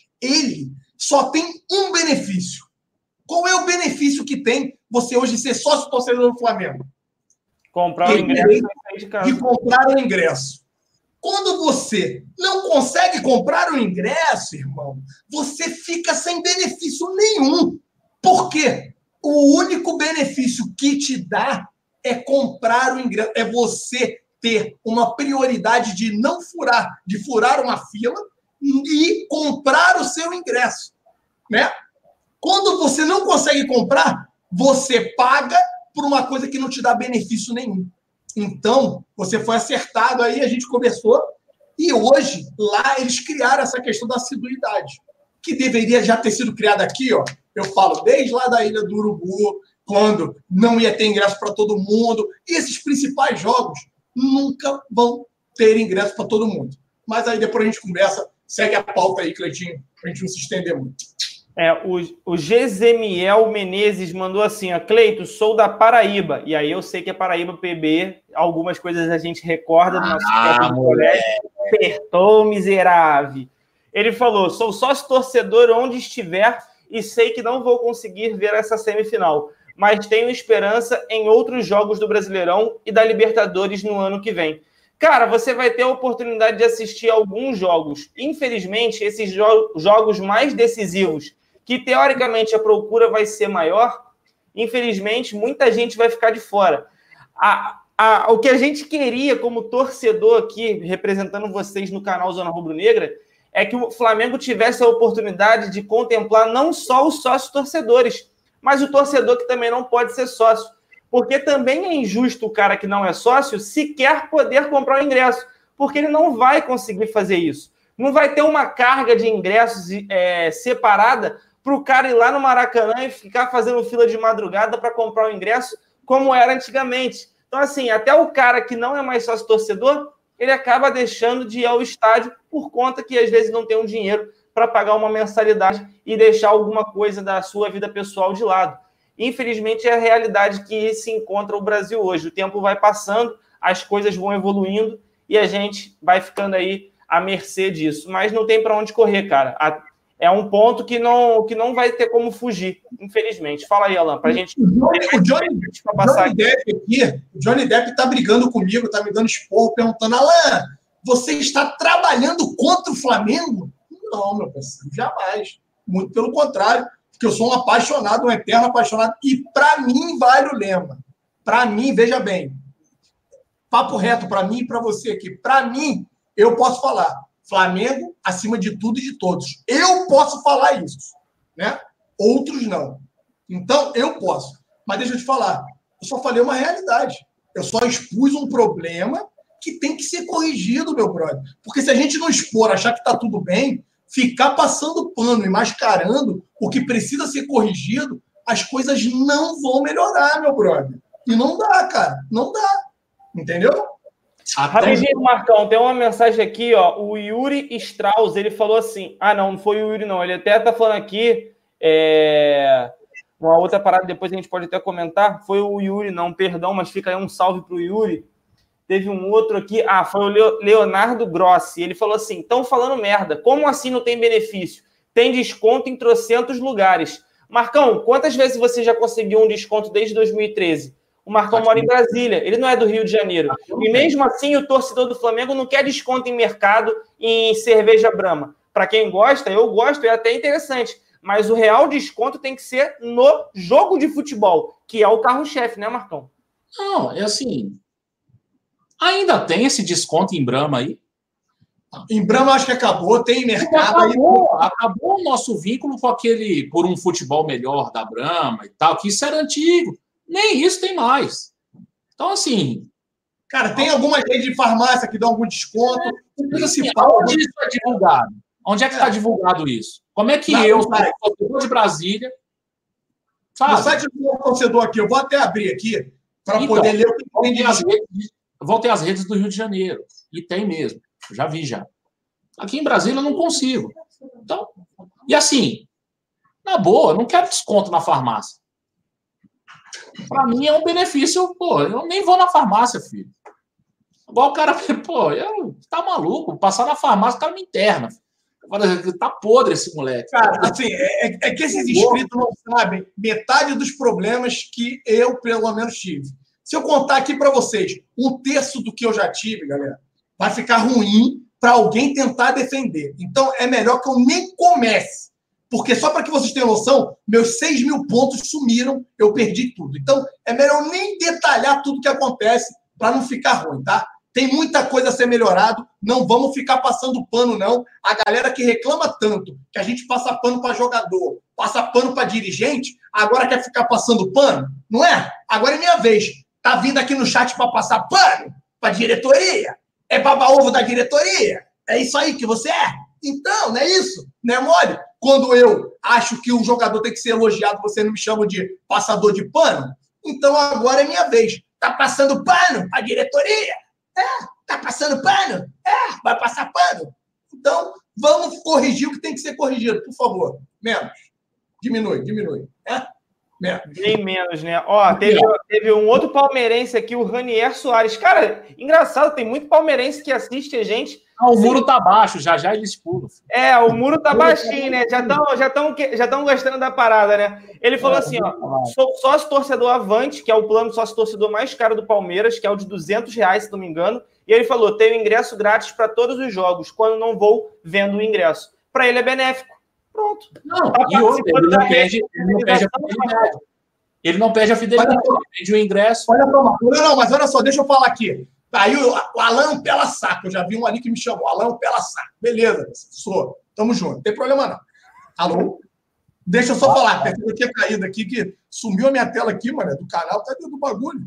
ele só tem um benefício. Qual é o benefício que tem você hoje ser sócio-torcedor do Flamengo? Comprar o ingresso de casa. De comprar o ingresso. Quando você não consegue comprar o ingresso, irmão, você fica sem benefício nenhum. Por quê? O único benefício que te dá é comprar o ingresso, é você ter uma prioridade de não furar, de furar uma fila e comprar o seu ingresso, né? Quando você não consegue comprar, você paga por uma coisa que não te dá benefício nenhum. Então, você foi acertado aí, a gente conversou, e hoje, lá, eles criaram essa questão da assiduidade, que deveria já ter sido criada aqui, ó. Eu falo, desde lá da Ilha do Urubu, quando não ia ter ingresso para todo mundo, e esses principais jogos nunca vão ter ingresso para todo mundo. Mas aí depois a gente conversa, segue a pauta aí, Cleitinho, para a gente não se estender muito. É, o, o Gesemiel Menezes mandou assim, ó, Cleito, sou da Paraíba. E aí eu sei que é Paraíba P B, algumas coisas a gente recorda do nosso Ah, colégio. Apertou, miserável. Ele falou, sou sócio torcedor onde estiver e sei que não vou conseguir ver essa semifinal, mas tenho esperança em outros jogos do Brasileirão e da Libertadores no ano que vem. Cara, você vai ter a oportunidade de assistir alguns jogos. Infelizmente, esses jo- jogos mais decisivos, que teoricamente a procura vai ser maior, infelizmente, muita gente vai ficar de fora. A, a, o que a gente queria como torcedor aqui, representando vocês no canal Zona Rubro Negra, é que o Flamengo tivesse a oportunidade de contemplar não só os sócios torcedores, mas o torcedor que também não pode ser sócio. Porque também é injusto o cara que não é sócio sequer poder comprar o ingresso, porque ele não vai conseguir fazer isso. Não vai ter uma carga de ingressos é, separada para o cara ir lá no Maracanã e ficar fazendo fila de madrugada para comprar o ingresso, como era antigamente. Então, assim, até o cara que não é mais sócio torcedor, ele acaba deixando de ir ao estádio por conta que, às vezes, não tem um dinheiro para pagar uma mensalidade e deixar alguma coisa da sua vida pessoal de lado. Infelizmente, é a realidade que se encontra o Brasil hoje. O tempo vai passando, as coisas vão evoluindo e a gente vai ficando aí à mercê disso. Mas não tem para onde correr, cara. É um ponto que não, que não vai ter como fugir, infelizmente. Fala aí, Alan, para a gente... O Johnny, o Johnny, Johnny Depp aqui, o Johnny Depp está brigando comigo, está me dando esporro, perguntando, Alan, você está trabalhando contra o Flamengo? Não, meu parceiro, jamais. Muito pelo contrário. Porque eu sou um apaixonado, um eterno apaixonado. E, para mim, vale o lema. Para mim, veja bem, papo reto para mim e para você aqui. Para mim, eu posso falar Flamengo acima de tudo e de todos. Eu posso falar isso, né? Outros não. Então, eu posso. Mas deixa eu te falar, eu só falei uma realidade. Eu só expus um problema que tem que ser corrigido, meu brother. Porque se a gente não expor, achar que está tudo bem, ficar passando pano e mascarando o que precisa ser corrigido, as coisas não vão melhorar, meu brother. E não dá, cara. Não dá. Entendeu? Rapidinho, Marcão, tem uma mensagem aqui, ó. O Yuri Strauss, ele falou assim... Ah, não, não foi o Yuri, não. Ele até tá falando aqui... É... Uma outra parada, depois a gente pode até comentar. Foi o Yuri, não, perdão, mas fica aí um salve pro Yuri. Teve um outro aqui... Ah, foi o Leonardo Grossi. Ele falou assim... Estão falando merda. Como assim não tem benefício? Tem desconto em trocentos lugares. Marcão, quantas vezes você já conseguiu um desconto desde dois mil e treze? O Marcão mora em Brasília, ele não é do Rio de Janeiro. E mesmo assim, o torcedor do Flamengo não quer desconto em mercado e em cerveja Brahma. Para quem gosta, eu gosto, é até interessante. Mas o real desconto tem que ser no jogo de futebol, que é o carro-chefe, né, Marcão? Não, é assim... Ainda tem esse desconto em Brahma aí? Em Brahma acho que acabou, tem mercado acabou, aí. Acabou o nosso vínculo com aquele por um futebol melhor da Brahma e tal, que isso era antigo. Nem isso tem mais. Então, assim... Cara, tem algumas redes de farmácia que dão algum desconto. O principal... Onde isso é divulgado? Onde é que está divulgado isso? Como é que não, eu, torcedor de Brasília... Sabe? No site do torcedor aqui, eu vou até abrir aqui para então, poder ler o que tem de as redes, vão ter as redes do Rio de Janeiro. E tem mesmo. Eu já vi já. Aqui em Brasília eu não consigo. Então, e assim, na boa, eu não quero desconto na farmácia. Para mim é um benefício, pô, eu nem vou na farmácia, filho. Igual o cara, pô, eu, tá maluco, passar na farmácia, o cara me interna. Tá podre esse moleque. Cara, assim, é, é que esses inscritos não sabem metade dos problemas que eu, pelo menos, tive. Se eu contar aqui para vocês um terço do que eu já tive, galera, vai ficar ruim para alguém tentar defender. Então, é melhor que eu nem comece. Porque só para que vocês tenham noção, meus seis mil pontos sumiram, eu perdi tudo. Então, é melhor nem detalhar tudo que acontece para não ficar ruim, tá? Tem muita coisa a ser melhorado, não vamos ficar passando pano, não. A galera que reclama tanto que a gente passa pano para jogador, passa pano para dirigente, agora quer ficar passando pano? Não é? Agora é minha vez. Tá vindo aqui no chat para passar pano para diretoria? É baba-ovo da diretoria? É isso aí que você é? Então, não é isso? Não é mole? Quando eu acho que um jogador tem que ser elogiado, você não me chama de passador de pano? Então agora é minha vez. Tá passando pano pra diretoria? É. Tá passando pano? É. Vai passar pano? Então, vamos corrigir o que tem que ser corrigido, por favor. Menos. Diminui, diminui. É? Menos. Bem menos, né? Ó, teve, teve um outro palmeirense aqui, o Ranier Soares. Cara, engraçado, tem muito palmeirense que assiste a gente. Ah, o muro tá baixo, já já eles pulam. É, o muro tá baixinho, né? Já estão já tão, já tão gostando da parada, né? Ele falou assim, ó, sou sócio torcedor Avante, que é o plano sócio torcedor mais caro do Palmeiras, que é o de duzentos reais, se não me engano. E ele falou, tenho ingresso grátis para todos os jogos, quando não vou vendo o ingresso. Para ele é benéfico. Pronto. Não, tá e outra, ele não pede, ele não pede a fidelidade. Ele não pede a fidelidade, ele pede o ingresso. Olha só, não, não, mas olha só, deixa eu falar aqui. Aí o, o Alan Pela Saco, eu já vi um ali que me chamou, Alan Pela Saco. Beleza, sou. Tamo junto, não tem problema não. Alô? Deixa eu só falar, tem coisa tinha caído aqui, que sumiu a minha tela aqui, mano, do canal, tá dentro do bagulho.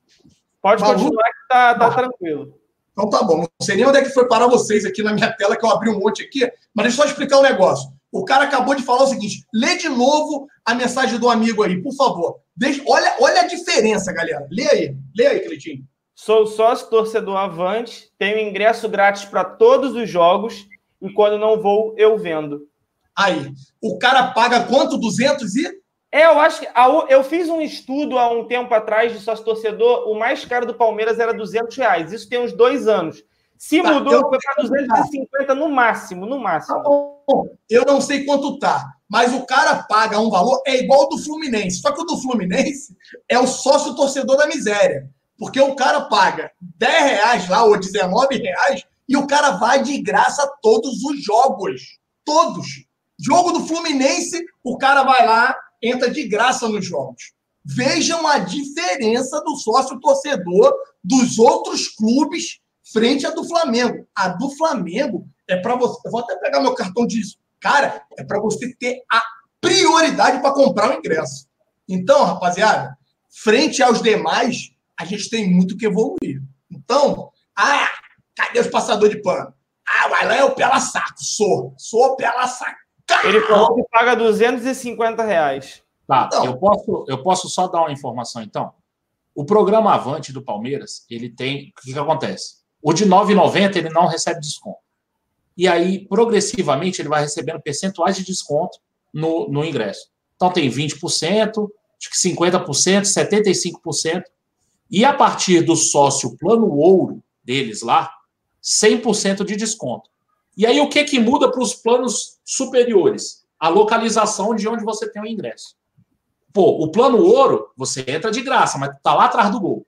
Pode Maluco. Continuar que tá, tá tranquilo. Então tá bom, não sei nem onde é que foi parar vocês aqui na minha tela, que eu abri um monte aqui, mas deixa eu só explicar um negócio. O cara acabou de falar o seguinte, lê de novo a mensagem do amigo aí, por favor. Deixa, olha, olha a diferença, galera. Lê aí, lê aí, Cleitinho. Sou sócio torcedor Avante, tenho ingresso grátis para todos os jogos e quando não vou, eu vendo. Aí, o cara paga quanto? duzentos e? É, eu acho que... Eu fiz um estudo há um tempo atrás de sócio torcedor, o mais caro do Palmeiras era duzentos reais. Isso tem uns dois anos. Se tá, mudou, foi para duzentos e cinquenta no máximo, no máximo. Tá bom. Eu não sei quanto tá, mas o cara paga um valor, é igual ao do Fluminense. Só que o do Fluminense é o sócio torcedor da miséria. Porque o cara paga dez reais lá, ou dezenove reais, e o cara vai de graça a todos os jogos. Todos. Jogo do Fluminense, o cara vai lá, entra de graça nos jogos. Vejam a diferença do sócio torcedor dos outros clubes frente à do Flamengo. A do Flamengo é para você... Eu vou até pegar meu cartão disso. Cara, é para você ter a prioridade para comprar o ingresso. Então, rapaziada, frente aos demais, a gente tem muito que evoluir. Então, ah, cadê os passadores de pano? Ah, o Alan é o pela saco. Sou. Sou pela saco. Ele falou que paga duzentos e cinquenta reais. Tá, Então. eu posso, eu posso só dar uma informação, então? O programa Avante do Palmeiras, ele tem... O que, que acontece? O de nove reais e noventa centavos, ele não recebe desconto. E aí, progressivamente, ele vai recebendo percentuais de desconto no, no ingresso. Então, tem vinte por cento, acho que cinquenta por cento, setenta e cinco por cento. E a partir do sócio plano ouro deles lá, cem por cento de desconto. E aí, o que, que muda para os planos superiores? A localização de onde você tem o ingresso. Pô, o plano ouro, você entra de graça, mas tá lá atrás do gol.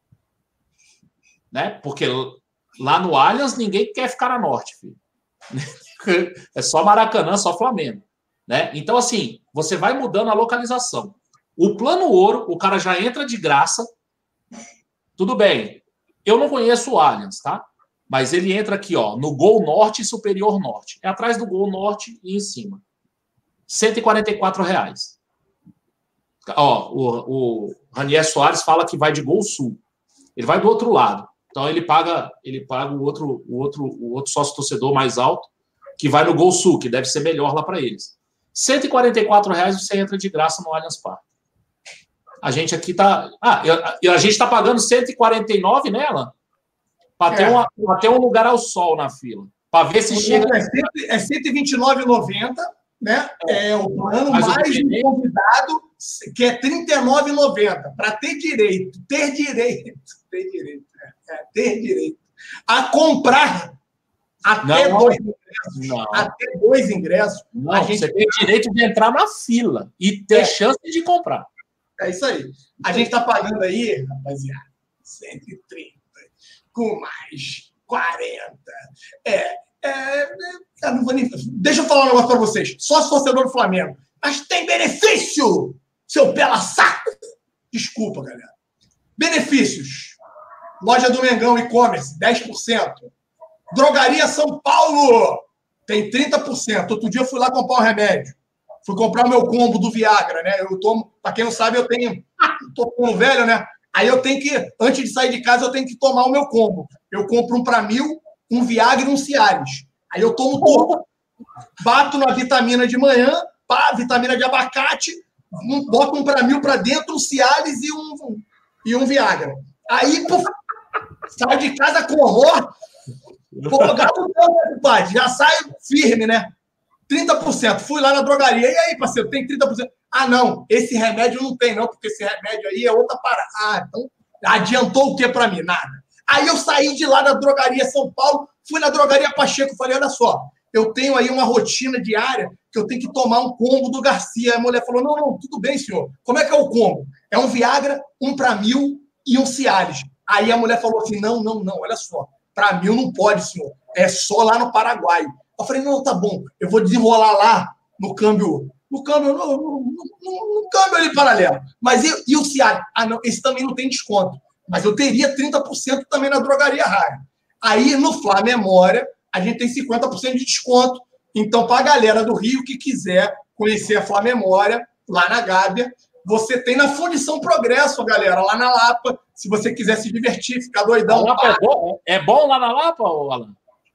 Né? Porque lá no Allianz, ninguém quer ficar na norte, filho. É só Maracanã, só Flamengo. Né? Então, assim, você vai mudando a localização. O plano ouro, o cara já entra de graça. Tudo bem. Eu não conheço o Allianz, tá? Mas ele entra aqui, ó, no Gol Norte e Superior Norte. É atrás do Gol Norte e em cima. cento e quarenta e quatro reais. Ó, o, o Ranier Soares fala que vai de Gol Sul. Ele vai do outro lado. Então ele paga, ele paga o outro, o outro, o outro sócio torcedor mais alto, que vai no Gol Sul, que deve ser melhor lá para eles. cento e quarenta e quatro reais você entra de graça no Allianz Parque. A gente aqui tá, ah, a, a gente tá pagando cento e quarenta e nove nela para ter, É. uma, pra ter um lugar ao sol na fila, para ver se chega. É cento e vinte e nove reais e noventa centavos, né? É o plano Mas o mais primeiro- convidado, que é trinta e nove reais e noventa centavos. Para ter direito, ter direito, ter direito, é, é, ter direito a comprar até Não, dois Não, até dois ingressos. não a gente você tem direito de entrar na fila e ter É. chance de comprar. É isso aí. A gente está pagando aí, rapaziada, cento e trinta, com mais quarenta. É, é, é eu não vou nem... Deixa eu falar um negócio para vocês. Só torcedor do Flamengo. Mas tem benefício, seu pela saco. Desculpa, galera. Benefícios. Loja do Mengão e-commerce, dez por cento. Drogaria São Paulo, tem trinta por cento. Outro dia eu fui lá comprar um remédio. Fui comprar o meu combo do Viagra, né? Eu tomo, pra quem não sabe, eu tenho. Tô com um velho, né? Aí eu tenho que, antes de sair de casa, eu tenho que tomar o meu combo. Eu compro um para mil, um Viagra e um Cialis. Aí eu tomo tudo. Bato na vitamina de manhã, pá, vitamina de abacate, um, boto um para mil para dentro, um Cialis e um, e um Viagra. Aí, pô, saio de casa com horror. Pô, gato, pai, já saio firme, né? trinta por cento. Fui lá na drogaria. E aí, parceiro, tem trinta por cento? Ah, não. Esse remédio não tem, não, porque esse remédio aí é outra parada. Ah, então adiantou o que para mim? Nada. Aí eu saí de lá da drogaria São Paulo, fui na drogaria Pacheco, falei, olha só, eu tenho aí uma rotina diária que eu tenho que tomar um combo do Garcia. Aí a mulher falou, não, não, tudo bem, senhor. Como é que é o combo? É um Viagra, um para mil e um Cialis. Aí a mulher falou assim, não, não, não, olha só, para mil não pode, senhor. É só lá no Paraguai. Eu falei, não, tá bom, eu vou desenrolar lá no câmbio, no câmbio, no, no, no, no câmbio ali paralelo. Mas e, e o Cialis? Ah, não, esse também não tem desconto. Mas eu teria trinta por cento também na drogaria Raia. Aí, no Flá Memória, a gente tem cinquenta por cento de desconto. Então, para a galera do Rio que quiser conhecer a Flá Memória, lá na Gávea, você tem na Fundição Progresso, galera, lá na Lapa. Se você quiser se divertir, ficar doidão. Lapa é, bom, é bom lá na Lapa, Alan?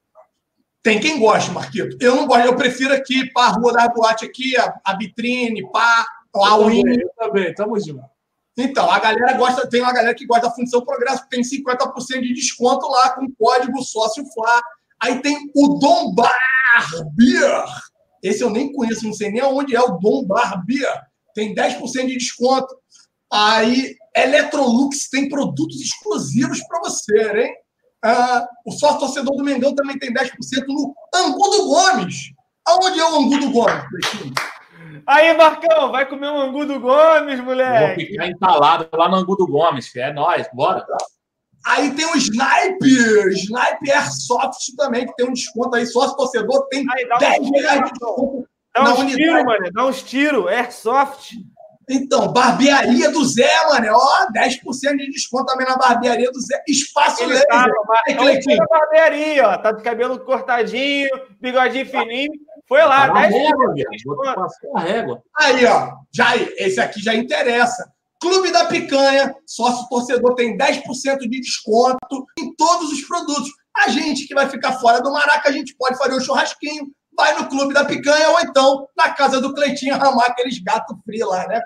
Tem quem gosta, Marquito. Eu não gosto, eu prefiro aqui, pá, a Rua da Boate aqui, a, a vitrine, pá, a Win. Eu também, tamo junto. Então, a galera gosta, tem uma galera que gosta da Fundição Progresso, tem cinquenta por cento de desconto lá com o código Sócio Flá. Aí tem o Dom Bar Beer. Esse eu nem conheço, não sei nem onde é o Dom Bar Beer. Tem dez por cento de desconto. Aí, Electrolux tem produtos exclusivos para você, hein? Ah, o sócio torcedor do Mengão também tem dez por cento no Angu do Gomes. Aonde é o Angu do Gomes, Cleitinho? Aí, Marcão, vai comer um angu do Gomes, Vou moleque. ficar entalado lá no Angu do Gomes, filho. É nóis, bora. Aí tem o Sniper, Sniper Airsoft também, que tem um desconto aí. Sócio torcedor tem Aí, dá um dez tiro, reais de Marcão. desconto Dá na uns unidade. tiros, mano. Dá uns tiros. Airsoft. Então, barbearia do Zé, mano. Ó, dez por cento de desconto também na barbearia do Zé. Espaço Ele laser. tá, Aí, mas Cleitinho. na barbearia, ó. Tá de cabelo cortadinho, bigodinho fininho. Foi lá, Tá na dez régua, por cento de viado. Vou te desconto. passar a régua. Aí, ó. Já, esse aqui já interessa. Clube da Picanha, sócio torcedor tem dez por cento de desconto em todos os produtos. A gente que vai ficar fora do Maraca, a gente pode fazer um churrasquinho, vai no Clube da Picanha ou então na casa do Cleitinho ramar aqueles gatos frios lá, né?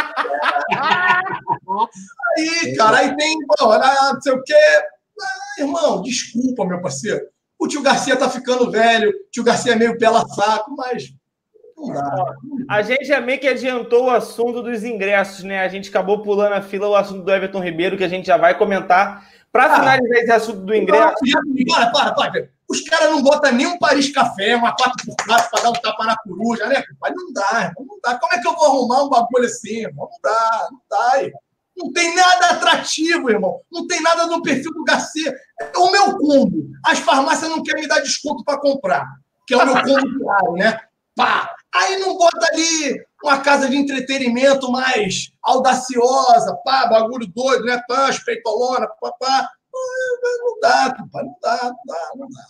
Aí, cara, aí tem, pô, não sei o quê. Ah, irmão, desculpa, meu parceiro. O tio Garcia tá ficando velho, o tio Garcia é meio pela saco, mas não dá. A gente já meio que adiantou o assunto dos ingressos, né? A gente acabou pulando a fila o assunto do Everton Ribeiro, que a gente já vai comentar. Para Ah, finalizar esse assunto do ingresso... Para, para, para. Os caras não botam nem um Paris Café, uma quatro por quatro para dar um tapa na coruja, né? Mas não dá, irmão, não dá. Como é que eu vou arrumar um bagulho assim, irmão? Não dá, não dá, irmão. Não tem nada atrativo, irmão. Não tem nada no perfil do Garcia. É o meu combo. As farmácias não querem me dar desconto para comprar, que é o meu combo diário, né? Pá. Aí não bota ali uma casa de entretenimento mais audaciosa, pá, bagulho doido, né? Pá, peitolona, pá, pá. Não dá, pá, não dá, não dá, não dá.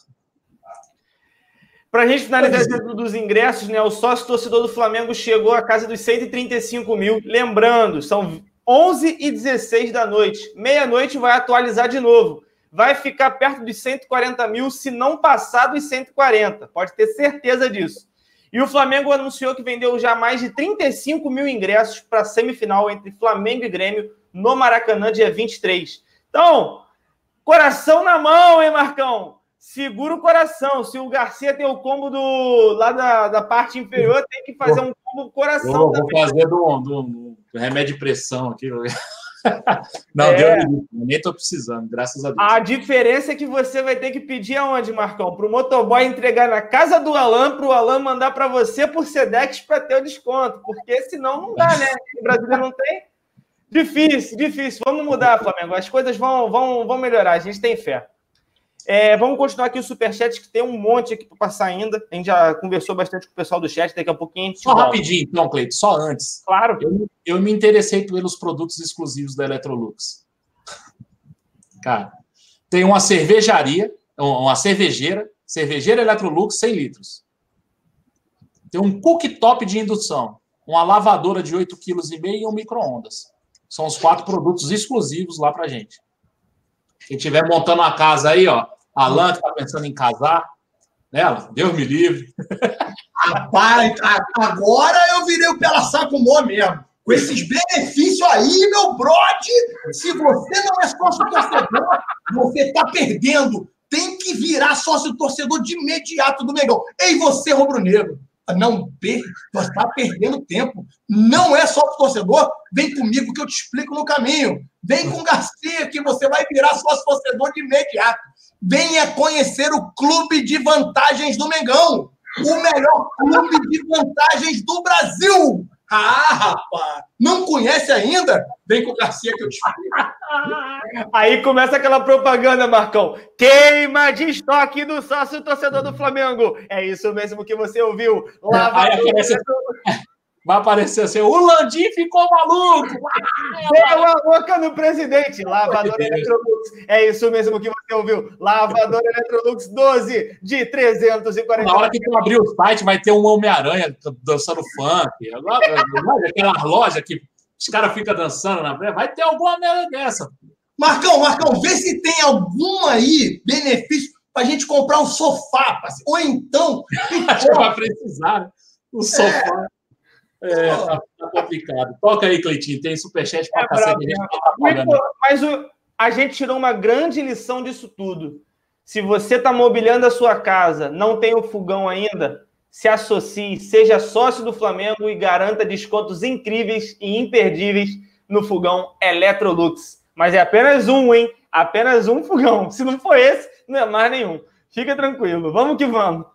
Para a gente finalizar esse assunto dos ingressos, né? O sócio torcedor do Flamengo chegou à casa dos cento e trinta e cinco mil. Lembrando, são onze e dezesseis da noite. Meia-noite vai atualizar de novo. Vai ficar perto dos cento e quarenta mil, se não passar dos cento e quarenta. Pode ter certeza disso. E o Flamengo anunciou que vendeu já mais de trinta e cinco mil ingressos para a semifinal entre Flamengo e Grêmio no Maracanã, dia vinte e três. Então, coração na mão, hein, Marcão? Segura o coração. Se o Garcia tem o combo do, lá da, da parte inferior, tem que fazer um combo coração Eu vou também. fazer do, do, do remédio de pressão aqui. Não, É. deu, nem tô precisando, graças a Deus. A diferença é que você vai ter que pedir aonde, Marcão? Para o motoboy entregar na casa do Alan, para o Alan mandar para você por Sedex para ter o desconto, porque senão não dá, né? O Brasília não tem. Difícil, difícil. Vamos mudar, Flamengo. As coisas vão, vão, vão melhorar, a gente tem fé. É, vamos continuar aqui o Superchat, que tem um monte aqui para passar ainda. A gente já conversou bastante com o pessoal do chat, daqui a pouquinho a gente Só volta. rapidinho, então, Cleito, só antes. Claro. Eu, eu me interessei pelos produtos exclusivos da Electrolux. Cara, tem uma cervejaria, uma cervejeira, cervejeira Electrolux cem litros. Tem um cooktop de indução, uma lavadora de oito vírgula cinco quilos e um micro-ondas. São os quatro produtos exclusivos lá pra gente. Quem estiver montando uma casa aí, ó, Alan, que tá pensando em casar, nela, Deus me livre. Rapaz, agora eu virei o pela saco mó mesmo. Com esses benefícios aí, meu brode, se você não é sócio torcedor, você tá perdendo. Tem que virar sócio torcedor de imediato do Mengão. Ei, você, rubro-negro, não perca, você tá perdendo tempo. Não é sócio torcedor? Vem comigo que eu te explico no caminho. Vem com o Garcia que você vai virar sócio torcedor de imediato. Venha conhecer o Clube de Vantagens do Mengão. O melhor clube de vantagens do Brasil. Ah, rapaz! Não conhece ainda? Vem com o Garcia que eu te explico. Aí começa aquela propaganda, Marcão. Queima de estoque do sócio torcedor do Flamengo. É isso mesmo que você ouviu. Lavadora... Aí aparece... Vai aparecer assim, o Landim ficou maluco! Deu a boca no presidente. Lavadora Electrolux. É isso mesmo que você ouviu. Lavadora Electrolux doze de trezentos e quarenta. Na hora que tu abrir o site, vai ter um Homem-Aranha dançando funk. Aquela loja que os caras ficam dançando na frente. Vai ter alguma merda dessa. Marcão, Marcão, vê se tem algum aí benefício pra gente comprar um sofá, parceiro. Ou então... Acho que vai precisar, né? O sofá. É, tá, tá complicado. Toca aí, Cleitinho. Tem superchat pra É cacete. bravo, A gente né? tá pagando. Mas o, a gente tirou uma grande lição disso tudo. Se você está mobiliando a sua casa, não tem o fogão ainda, se associe, seja sócio do Flamengo e garanta descontos incríveis e imperdíveis no fogão Electrolux. Mas é apenas um, hein? Apenas um fogão. Se não for esse, não é mais nenhum. Fica tranquilo. Vamos que vamos.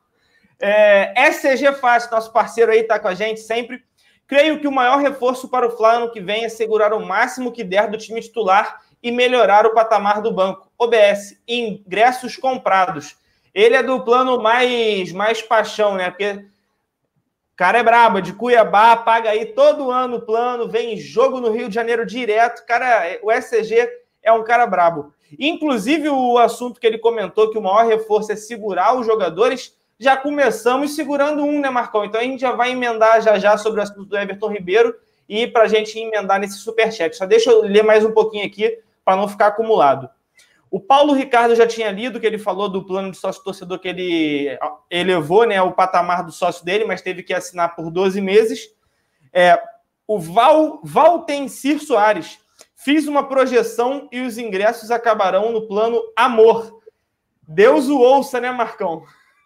É, S C G Fácil, nosso parceiro aí, está com a gente sempre. Creio que o maior reforço para o Fla ano que vem é segurar o máximo que der do time titular e melhorar o patamar do banco. O B S, ingressos comprados. Ele é do plano mais, mais paixão, né? Porque cara é brabo, de Cuiabá, paga aí todo ano o plano, vem jogo no Rio de Janeiro direto. Cara, o S C G é um cara brabo. Inclusive, o assunto que ele comentou, que o maior reforço é segurar os jogadores, já começamos segurando um, né, Marcão? Então a gente já vai emendar já já sobre o assunto do Everton Ribeiro e para a gente emendar nesse superchat. Só deixa eu ler mais um pouquinho aqui para não ficar acumulado. O Paulo Ricardo já tinha lido, que ele falou do plano de sócio-torcedor que ele elevou, né, o patamar do sócio dele, mas teve que assinar por doze meses. É, o Val, Valtencir Soares, fiz uma projeção e os ingressos acabarão no plano Amor. Deus o ouça, né, Marcão?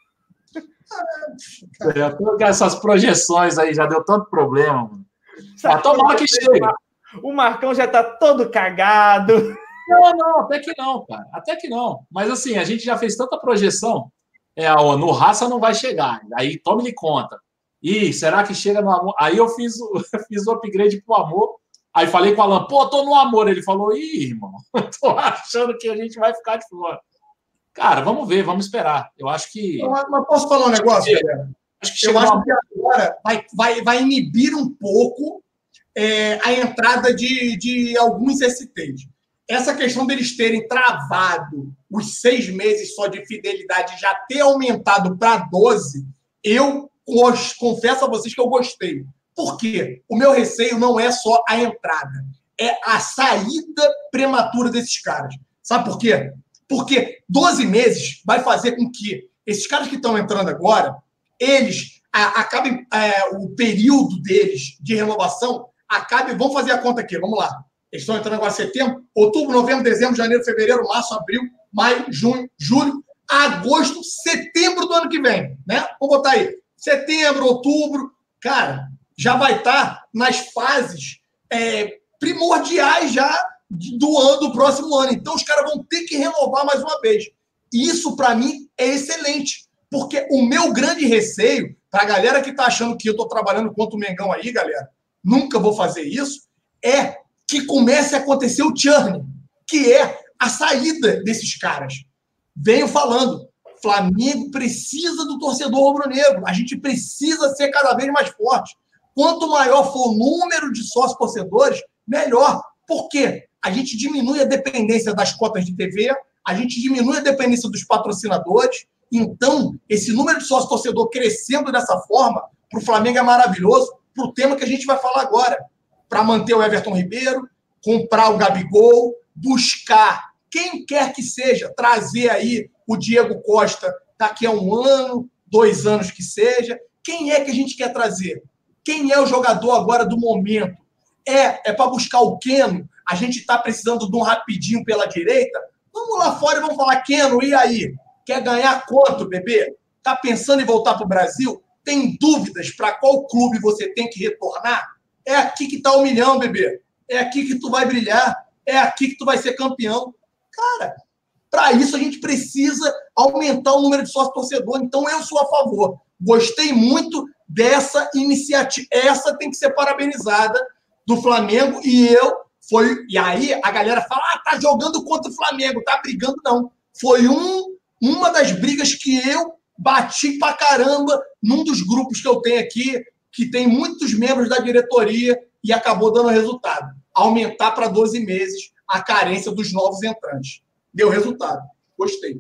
É, com essas projeções aí já deu tanto problema, mano. Ah, tomara que chegue. O Marcão já tá todo cagado. Não, não, até que não, cara. Até que não. Mas assim, a gente já fez tanta projeção. É, ó, no Raça não vai chegar. Aí tome-lhe conta. Ih, será que chega no Amor? Aí eu fiz o, fiz o upgrade pro Amor. Aí falei com o Alan, pô, tô no Amor. Ele falou, ih, irmão, tô achando que a gente vai ficar de fora. Cara, vamos ver, vamos esperar. Eu acho que. Mas posso falar um negócio, galera? Acho que Eu chega acho no... que agora vai, vai, vai inibir um pouco é, a entrada de, de alguns S Ts. Essa questão deles terem travado os seis meses só de fidelidade, já ter aumentado para doze, eu confesso a vocês que eu gostei. Por quê? O meu receio não é só a entrada, é a saída prematura desses caras. Sabe por quê? Porque doze meses vai fazer com que esses caras que estão entrando agora, eles a, acabem, é, o período deles de renovação, acabe, vamos fazer a conta aqui, vamos lá. Eles estão entrando agora em setembro, outubro, novembro, dezembro, janeiro, fevereiro, março, abril, maio, junho, julho, agosto, setembro do ano que vem, né? Vamos botar aí. Setembro, outubro, cara, já vai estar nas fases é, primordiais já do ano, do próximo ano. Então, os caras vão ter que renovar mais uma vez. E isso, para mim, é excelente. Porque o meu grande receio, para a galera que está achando que eu estou trabalhando contra o Mengão aí, galera, nunca vou fazer isso, é que comece a acontecer o churn, que é a saída desses caras. Venho falando, Flamengo precisa do torcedor rubro-negro, a gente precisa ser cada vez mais forte. Quanto maior for o número de sócios-torcedores, melhor. Por quê? A gente diminui a dependência das cotas de T V, a gente diminui a dependência dos patrocinadores. Então, esse número de sócio-torcedor crescendo dessa forma, para o Flamengo é maravilhoso, para o tema que a gente vai falar agora. Para manter o Everton Ribeiro, comprar o Gabigol, buscar quem quer que seja, trazer aí o Diego Costa daqui a um ano, dois anos que seja. Quem é que a gente quer trazer? Quem é o jogador agora do momento? É, é para buscar o Keno? A gente está precisando de um rapidinho pela direita? Vamos lá fora e vamos falar, Keno, e aí? Quer ganhar quanto, bebê? Está pensando em voltar para o Brasil? Tem dúvidas para qual clube você tem que retornar? É aqui que está o milhão, bebê. É aqui que tu vai brilhar. É aqui que tu vai ser campeão. Cara, para isso a gente precisa aumentar o número de sócio-torcedor. Então, eu sou a favor. Gostei muito dessa iniciativa. Essa tem que ser parabenizada do Flamengo. E eu foi. E aí a galera fala: ah, tá jogando contra o Flamengo, tá brigando. Não. Foi um, uma das brigas que eu bati pra caramba num dos grupos que eu tenho aqui, que tem muitos membros da diretoria, e acabou dando resultado. Aumentar para doze meses a carência dos novos entrantes. Deu resultado. Gostei.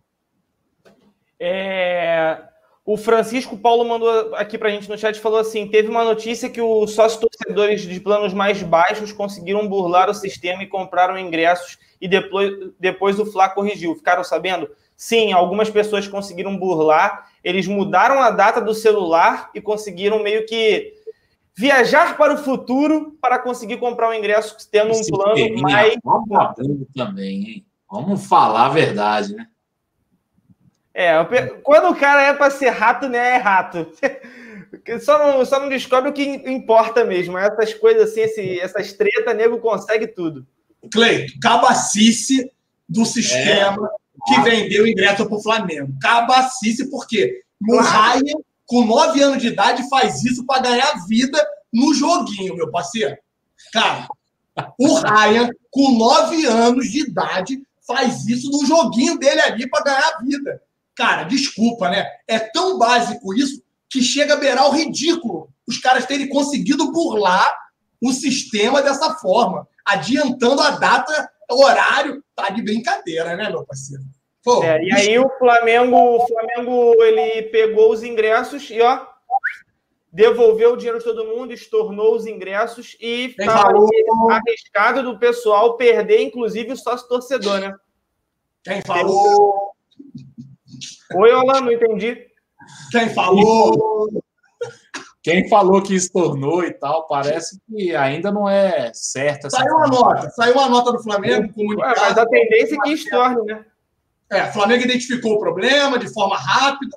É... O Francisco Paulo mandou aqui para a gente no chat e falou assim: teve uma notícia que os sócios-torcedores de planos mais baixos conseguiram burlar o sistema e compraram ingressos e depois, depois o Fla corrigiu. Ficaram sabendo? Sim, algumas pessoas conseguiram burlar. Eles mudaram a data do celular e conseguiram meio que viajar para o futuro para conseguir comprar um ingresso tendo um plano mais... Vamos também, hein? Vamos falar a verdade, né? É, quando o cara é para ser rato, né, é rato. Só não, só não descobre o que importa mesmo. Essas coisas assim, esse, essas tretas, nego consegue tudo. Cleito, cabacice do sistema é. que vendeu ingresso para o Flamengo. Cabacice, por quê? O Ryan, com nove anos de idade, faz isso para ganhar vida no joguinho, meu parceiro. Cara, o Ryan, com nove anos de idade, faz isso no joguinho dele ali para ganhar vida. Cara, desculpa, né? É tão básico isso que chega a beirar o ridículo. Os caras terem conseguido burlar o sistema dessa forma, adiantando a data, o horário. Tá de brincadeira, né, meu parceiro? Pô, É, e aí o Flamengo, o Flamengo ele pegou os ingressos e ó, devolveu o dinheiro de todo mundo, estornou os ingressos e estava arriscado do pessoal perder, inclusive, o sócio-torcedor, né? Quem falou? Oi, Olá, não entendi. Quem falou? Quem falou que estornou e tal, parece que ainda não é certo. Saiu uma nota, saiu uma nota do Flamengo, comunicado. Mas a tendência é que estorne, né? É, o Flamengo identificou o problema de forma rápida.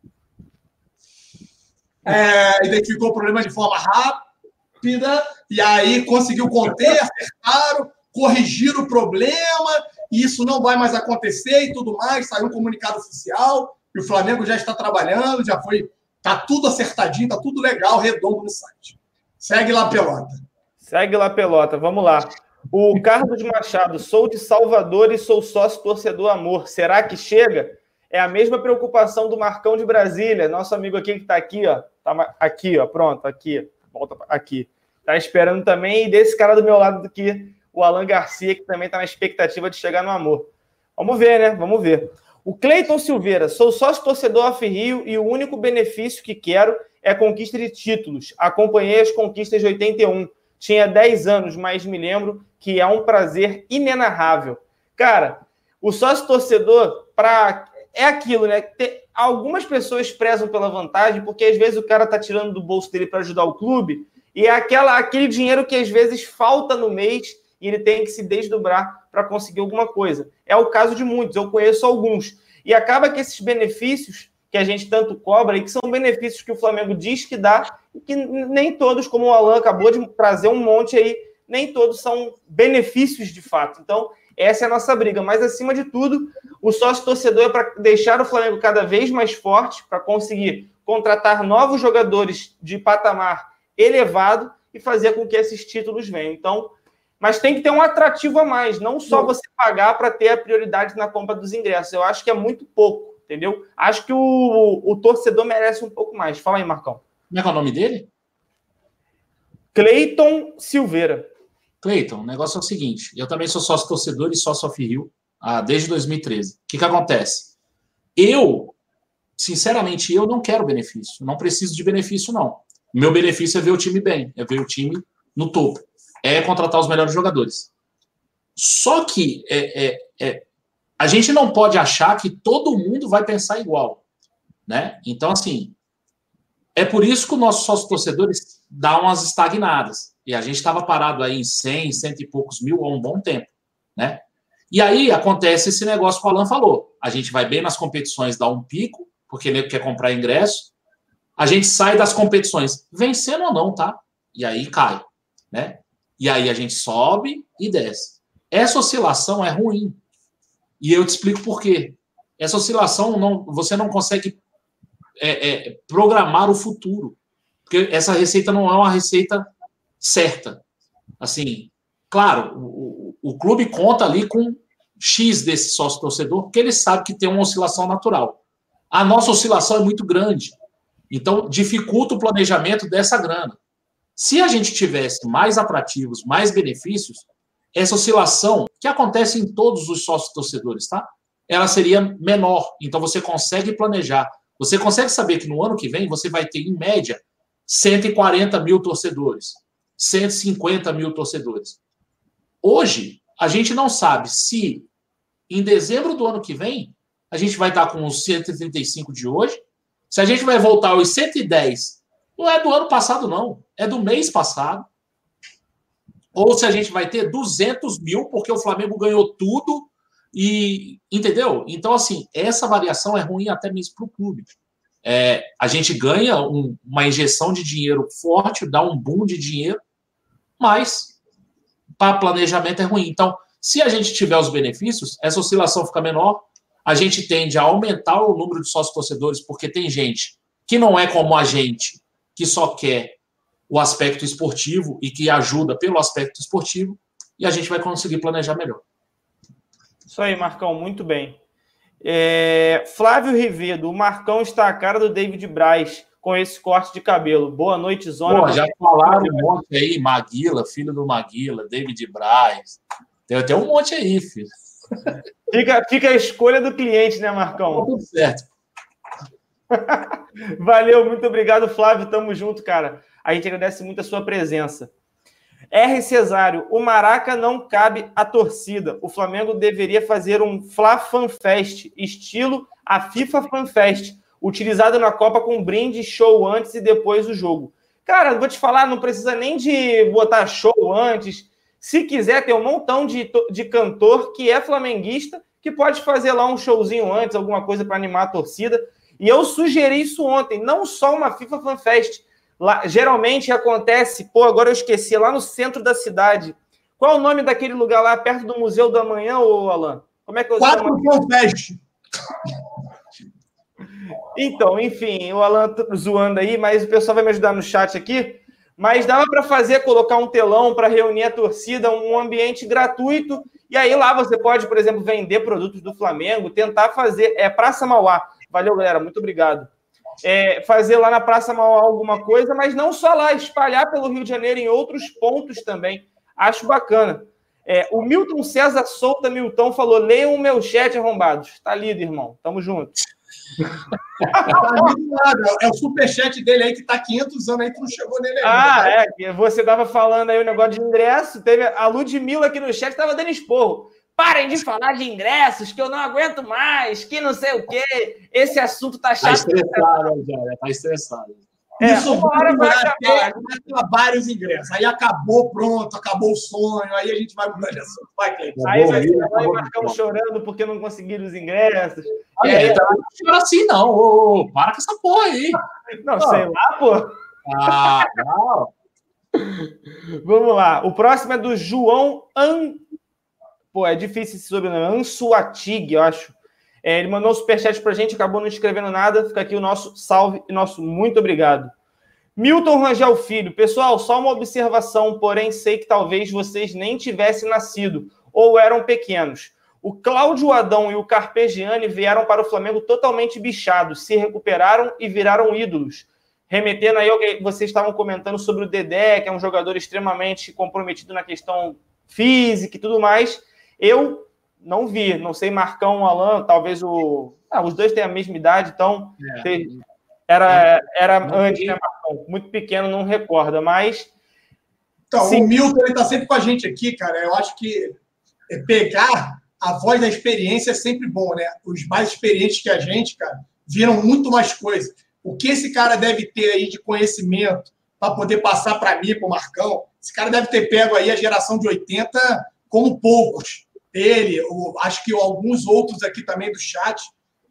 É, identificou o problema de forma rápida e aí conseguiu conter, acertaram, corrigiram o problema e isso não vai mais acontecer e tudo mais. Saiu um comunicado oficial e o Flamengo já está trabalhando, já foi, tá tudo acertadinho, tá tudo legal, redondo no site. Segue lá, Pelota. Segue lá, Pelota, vamos lá. O Carlos Machado, sou de Salvador e sou sócio torcedor amor. Será que chega? É a mesma preocupação do Marcão de Brasília, nosso amigo aqui que está aqui, ó. Tá aqui, ó, pronto, aqui. Volta aqui. Tá esperando também, e desse cara do meu lado aqui, o Alan Garcia, que também está na expectativa de chegar no amor. Vamos ver, né? Vamos ver. O Cleiton Silveira, sou sócio torcedor F-Rio e o único benefício que quero é a conquista de títulos. Acompanhei as conquistas de oitenta e um. Tinha dez anos, mas me lembro que é um prazer inenarrável. Cara, o sócio torcedor, pra... é aquilo, né? Tem... Algumas pessoas prezam pela vantagem, porque às vezes o cara tá tirando do bolso dele para ajudar o clube, e é aquela, aquele dinheiro que às vezes falta no mês e ele tem que se desdobrar para conseguir alguma coisa. É o caso de muitos, eu conheço alguns. E acaba que esses benefícios que a gente tanto cobra, e que são benefícios que o Flamengo diz que dá, e que nem todos, como o Alan acabou de trazer um monte aí, nem todos são benefícios de fato. Então, essa é a nossa briga. Mas, acima de tudo, o sócio-torcedor é para deixar o Flamengo cada vez mais forte, para conseguir contratar novos jogadores de patamar elevado e fazer com que esses títulos venham. Então, mas tem que ter um atrativo a mais, não só você pagar para ter a prioridade na compra dos ingressos. Eu acho que é muito pouco, entendeu? Acho que o, o torcedor merece um pouco mais. Fala aí, Marcão. Como é que é o nome dele? Cleiton Silveira. Cleiton, o negócio é o seguinte, eu também sou sócio torcedor e sócio F-Rio ah, desde dois mil e treze. O que que acontece? Eu, sinceramente, eu não quero benefício, não preciso de benefício, não. O meu benefício é ver o time bem, é ver o time no topo, é contratar os melhores jogadores. Só que é, é, é, a gente não pode achar que todo mundo vai pensar igual, né? Então, assim, é por isso que o nosso sócio torcedores dá umas estagnadas. E a gente estava parado aí em cem, cento e poucos mil há um bom tempo, né? E aí acontece esse negócio que o Alan falou. A gente vai bem nas competições, dá um pico, porque nego quer comprar ingresso. A gente sai das competições, vencendo ou não, tá? E aí cai, né? E aí a gente sobe e desce. Essa oscilação é ruim. E eu te explico por quê. Essa oscilação, não, você não consegue é, é, programar o futuro. Porque essa receita não é uma receita certa. Assim, claro, o, o, o clube conta ali com X desse sócio-torcedor, porque ele sabe que tem uma oscilação natural. A nossa oscilação é muito grande. Então, dificulta o planejamento dessa grana. Se a gente tivesse mais atrativos, mais benefícios, essa oscilação, que acontece em todos os sócios-torcedores, tá? Ela seria menor. Então, você consegue planejar. Você consegue saber que no ano que vem você vai ter, em média, cento e quarenta mil torcedores. cento e cinquenta mil torcedores. Hoje, a gente não sabe se em dezembro do ano que vem a gente vai estar com os cento e trinta e cinco de hoje, se a gente vai voltar aos cento e dez, não é do ano passado, não, é do mês passado, ou se a gente vai ter duzentos mil, porque o Flamengo ganhou tudo, e entendeu? Então, assim, essa variação é ruim até mesmo para o clube. É, a gente ganha um, uma injeção de dinheiro forte, dá um boom de dinheiro, mas para planejamento é ruim. Então, se a gente tiver os benefícios, essa oscilação fica menor, a gente tende a aumentar o número de sócios torcedores, porque tem gente que não é como a gente, que só quer o aspecto esportivo e que ajuda pelo aspecto esportivo, e a gente vai conseguir planejar melhor. Isso aí, Marcão, muito bem. É, Flávio Rivedo, o Marcão está a cara do David Braz. com esse corte de cabelo. Boa noite, Zona. Pô, já falaram um monte aí, Maguila, filho do Maguila, David Braz. Tem até um monte aí, filho. Fica, fica a escolha do cliente, né, Marcão? Tudo certo. Valeu, muito obrigado, Flávio. Tamo junto, cara. A gente agradece muito a sua presença. R. Cesário, o Maraca não cabe à torcida. O Flamengo deveria fazer um Fla Fan Fest, estilo a FIFA Fan Fest, utilizado na Copa com brinde, show antes e depois do jogo. Cara, vou te falar, não precisa nem de botar show antes. Se quiser, tem um montão de, de cantor que é flamenguista, que pode fazer lá um showzinho antes, alguma coisa para animar a torcida. E eu sugeri isso ontem, não só uma FIFA Fan Fest. Lá, geralmente acontece, pô, agora eu esqueci, lá no centro da cidade. Qual é o nome daquele lugar lá, perto do Museu da Manhã, ô Alan? Como é que eu Quatro Fan Fest. Então, enfim, o Alan tá zoando aí, mas o pessoal vai me ajudar no chat aqui. Mas dava para fazer, colocar um telão para reunir a torcida, um ambiente gratuito. E aí lá você pode, por exemplo, vender produtos do Flamengo, tentar fazer... É Praça Mauá. Valeu, galera, muito obrigado. É, fazer lá na Praça Mauá alguma coisa, mas não só lá, espalhar pelo Rio de Janeiro em outros pontos também. Acho bacana. É, o Milton César Souta Milton falou, leiam o meu chat, arrombados. Tá lido, irmão. Tamo junto. É o superchat dele aí que tá quinhentos anos aí que não chegou nele ainda. Ah, é, que você tava falando aí o negócio de ingresso, teve a Ludmilla aqui no chat, tava dando esporro. Parem de falar de ingressos, que eu não aguento mais, que não sei o quê. Esse assunto tá chato. Tá estressado, já, tá estressado. É, Isso uma hora vai acabar. vai acabar vários ingressos. Aí acabou, pronto, acabou o sonho. Aí a gente vai mudar de assunto. Vai, Cleiton. Aí vai ser nós Marcão chorando porque não conseguiram os ingressos. Olha, aí, tá, não chora assim, não. Ô, ô, para com essa porra aí. Não, pô. Sei lá, pô. Ah, não. Vamos lá. O próximo é do João An... Pô, é difícil esse sobrenome. Ansuatig, eu acho. É, ele mandou um superchat pra gente, acabou não escrevendo nada. Fica aqui o nosso salve e nosso muito obrigado. Milton Rangel Filho. Pessoal, só uma observação, porém sei que talvez vocês nem tivessem nascido ou eram pequenos. O Cláudio Adão e o Carpegiani vieram para o Flamengo totalmente bichados, se recuperaram e viraram ídolos. Remetendo aí ao que vocês estavam comentando sobre o Dedé, que é um jogador extremamente comprometido na questão física e tudo mais. Eu não vi, não sei, Marcão, Alan, talvez o... Ah, os dois têm a mesma idade, então é. era, era antes, né, Marcão? Muito pequeno, não recorda, mas... Então, sim. O Milton, ele tá sempre com a gente aqui, cara. Eu acho que pegar a voz da experiência é sempre bom, né? Os mais experientes que a gente, cara, viram muito mais coisa. O que esse cara deve ter aí de conhecimento para poder passar para mim, para o Marcão, esse cara deve ter pego aí a geração de oitenta como poucos. Ele, o, acho que alguns outros aqui também do chat.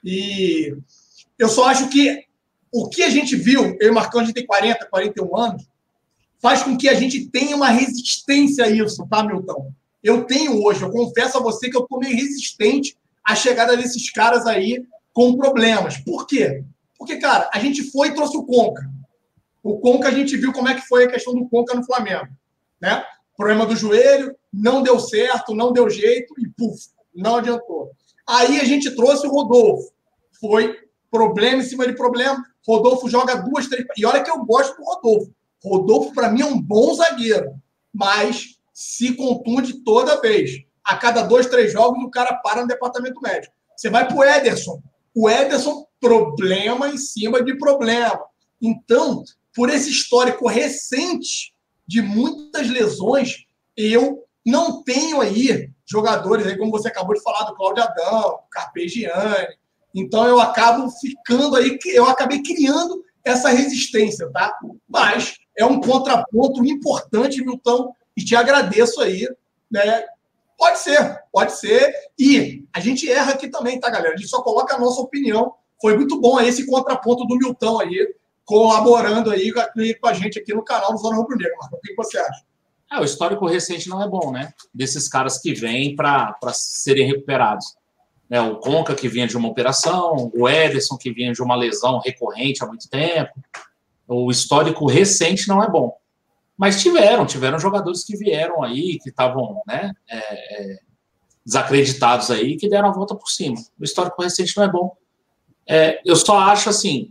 E eu só acho que o que a gente viu, eu e o Marcão, a gente tem quarenta, quarenta e um anos, faz com que a gente tenha uma resistência a isso, tá, Milton? Eu tenho hoje, eu confesso a você que eu tô meio resistente à chegada desses caras aí com problemas. Por quê? Porque, cara, a gente foi e trouxe o Conca. O Conca, a gente viu como é que foi a questão do Conca no Flamengo, né? Problema do joelho, não deu certo, não deu jeito e, puf, não adiantou. Aí a gente trouxe o Rodolfo. Foi problema em cima de problema. Rodolfo joga duas, três... E olha que eu gosto do Rodolfo. Rodolfo, para mim, é um bom zagueiro, mas se contunde toda vez. A cada dois, três jogos, o cara para no departamento médico. Você vai para o Ederson. O Ederson, problema em cima de problema. Então, por esse histórico recente de muitas lesões, eu não tenho aí jogadores, aí como você acabou de falar, do Cláudio Adão, Carpegiani. Então, eu acabo ficando aí, eu acabei criando essa resistência, tá? Mas é um contraponto importante, Milton, e te agradeço aí, né? Pode ser, pode ser. E a gente erra aqui também, tá, galera? A gente só coloca a nossa opinião. Foi muito bom aí esse contraponto do Milton aí, colaborando aí com a gente aqui no canal do Zona Rubro Negra. O que você acha? É, o histórico recente não é bom, né? Desses caras que vêm para serem recuperados. Né? O Conca, que vinha de uma operação, o Ederson, que vinha de uma lesão recorrente há muito tempo. O histórico recente não é bom. Mas tiveram, tiveram jogadores que vieram aí, que estavam, né, é, é, desacreditados aí, que deram a volta por cima. O histórico recente não é bom. É, eu só acho assim,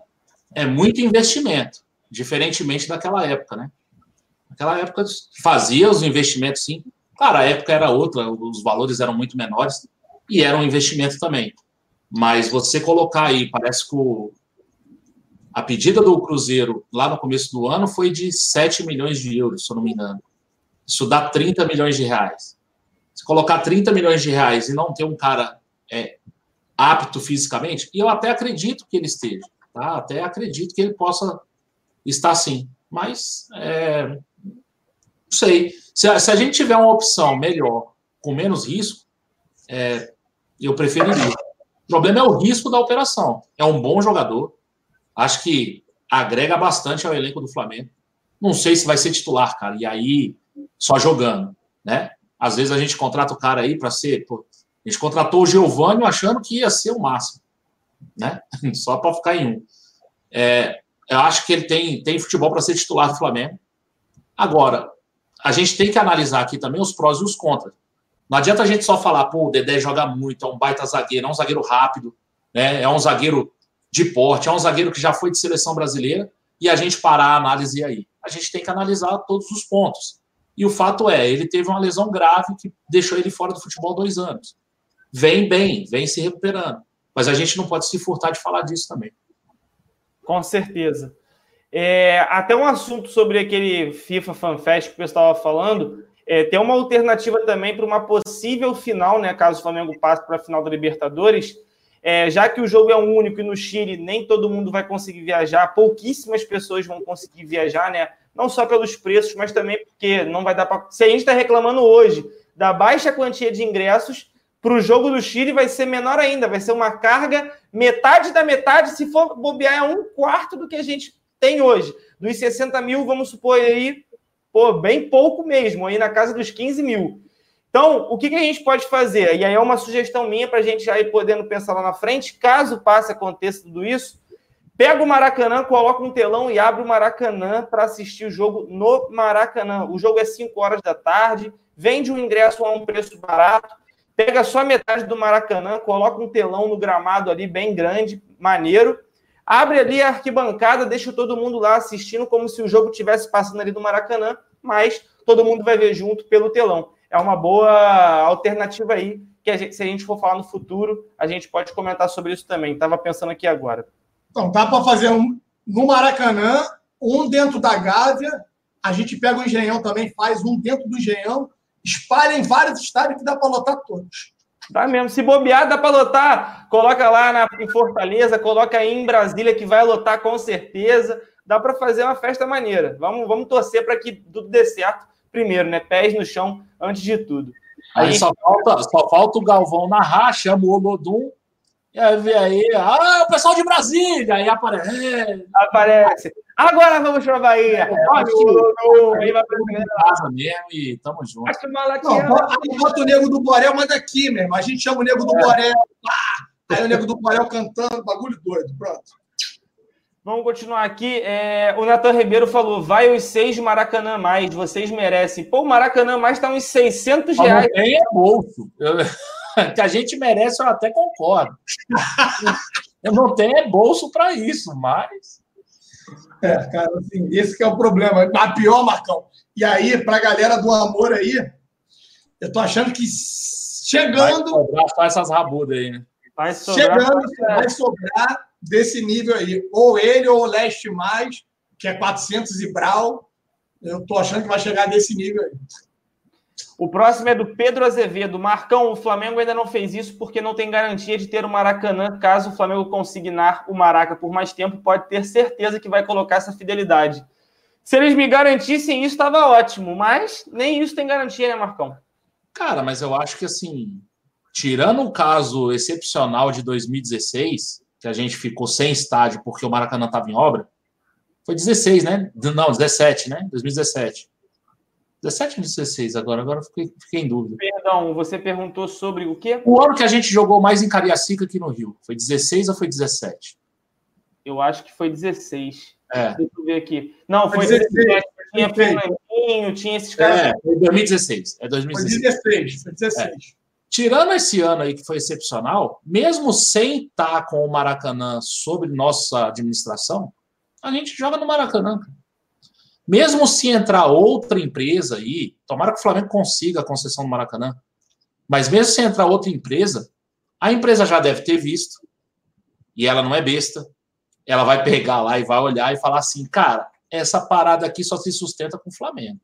é muito investimento, diferentemente daquela época, né? Naquela época fazia os investimentos, sim. Claro, a época era outra, os valores eram muito menores e era um investimento também. Mas você colocar aí, parece que o, a pedida do Cruzeiro lá no começo do ano foi de sete milhões de euros, se eu não me engano. Isso dá trinta milhões de reais. Se colocar trinta milhões de reais e não ter um cara é, apto fisicamente, e eu até acredito que ele esteja, tá? Até acredito que ele possa estar sim. Mas, é, não sei. Se a, se a gente tiver uma opção melhor, com menos risco, é, eu preferiria. O problema é o risco da operação. É um bom jogador. Acho que agrega bastante ao elenco do Flamengo. Não sei se vai ser titular, cara. E aí, só jogando, né? Às vezes a gente contrata o cara aí para ser... Pô, a gente contratou o Giovânio achando que ia ser o máximo, né? Só para ficar em um. É, eu acho que ele tem, tem futebol para ser titular do Flamengo. Agora, a gente tem que analisar aqui também os prós e os contras. Não adianta a gente só falar, pô, o Dedé joga muito, é um baita zagueiro, é um zagueiro rápido, né? É um zagueiro de porte, é um zagueiro que já foi de seleção brasileira, e a gente parar a análise aí. A gente tem que analisar todos os pontos. E o fato é, ele teve uma lesão grave que deixou ele fora do futebol dois anos. Vem bem, vem se recuperando. Mas a gente não pode se furtar de falar disso também. Com certeza. É, até um assunto sobre aquele FIFA FanFest que o pessoal estava falando, é, tem uma alternativa também para uma possível final, né, caso o Flamengo passe para a final da Libertadores, é, já que o jogo é um único e no Chile nem todo mundo vai conseguir viajar, pouquíssimas pessoas vão conseguir viajar, né, não só pelos preços, mas também porque não vai dar para... Se a gente está reclamando hoje da baixa quantia de ingressos, para o jogo do Chile vai ser menor ainda, vai ser uma carga metade da metade, se for bobear é um quarto do que a gente tem hoje. Dos sessenta mil, vamos supor aí, pô, bem pouco mesmo, aí na casa dos quinze mil. Então, o que, que a gente pode fazer? E aí é uma sugestão minha para a gente já ir podendo pensar lá na frente, caso passe, aconteça tudo isso, pega o Maracanã, coloca um telão e abre o Maracanã para assistir o jogo no Maracanã. O jogo é cinco horas da tarde, vende um ingresso a um preço barato, pega só metade do Maracanã, coloca um telão no gramado ali bem grande, maneiro, abre ali a arquibancada, deixa todo mundo lá assistindo como se o jogo estivesse passando ali do Maracanã, mas todo mundo vai ver junto pelo telão. É uma boa alternativa aí, que a gente, se a gente for falar no futuro, a gente pode comentar sobre isso também. Estava pensando aqui agora. Então, dá para fazer um no Maracanã, um dentro da Gávea, a gente pega o Engenhão também, faz um dentro do Engenhão, espalha em vários estádios que dá para lotar todos. Dá mesmo. Se bobear, dá para lotar. Coloca lá na, em Fortaleza, coloca aí em Brasília, que vai lotar com certeza. Dá para fazer uma festa maneira. Vamos, vamos torcer para que tudo dê certo primeiro, né? Pés no chão antes de tudo. Aí, aí só, falta, só falta o Galvão narrar, chama o Olodum, e aí vem aí, ah, o pessoal de Brasília, aí aparece. Aparece. Agora vamos para a Bahia. É, aí vai para casa mesmo e tamo junto. Acho que Malaquiano... Não, bota o Nego do Borel, manda aqui, mesmo. A gente chama o Nego do é. Borel, pá! Aí o Nego do Borel cantando, bagulho doido, pronto. Vamos continuar aqui. É, o Natan Ribeiro falou, vai os seis de Maracanã mais, vocês merecem. Pô, o Maracanã mais tá uns seiscentos reais. Não tem é bolso. Eu... que a gente merece, eu até concordo. Eu não tenho é bolso para isso, mas... É, cara, assim, esse que é o problema. A pior, Marcão. E aí, pra galera do amor aí, eu tô achando que chegando... Vai sobrar só essas rabudas aí, né? Vai sobrar, chegando, vai sobrar desse nível aí. Ou ele ou o Leste Mais, que é quatrocentos e brau. Eu tô achando que vai chegar desse nível aí. O próximo é do Pedro Azevedo. Marcão, o Flamengo ainda não fez isso porque não tem garantia de ter o Maracanã. Caso o Flamengo consignar o Maraca por mais tempo, pode ter certeza que vai colocar essa fidelidade. Se eles me garantissem isso, estava ótimo. Mas nem isso tem garantia, né, Marcão? Cara, mas eu acho que, assim, tirando um caso excepcional de dois mil e dezesseis, que a gente ficou sem estádio porque o Maracanã estava em obra, foi dezesseis, né? Não, dezessete, né? dois mil e dezessete. dezessete ou dezesseis agora? Agora fiquei, fiquei em dúvida. Perdão, você perguntou sobre o quê? O ano que a gente jogou mais em Cariacica aqui no Rio. Foi dezesseis ou foi dezessete? Eu acho que foi dezesseis. É. Deixa eu ver aqui. Não, foi dezesseis. Tinha Fernandinho, tinha esses caras. É, foi dois mil e dezesseis. É dois mil e dezesseis. Foi dezesseis. Foi dezesseis. É. Tirando esse ano aí que foi excepcional, mesmo sem estar com o Maracanã sob nossa administração, A gente joga no Maracanã. Mesmo se entrar outra empresa aí, tomara que o Flamengo consiga a concessão do Maracanã, mas mesmo se entrar outra empresa, a empresa já deve ter visto, e ela não é besta, ela vai pegar lá e vai olhar e falar assim, cara, essa parada aqui só se sustenta com o Flamengo.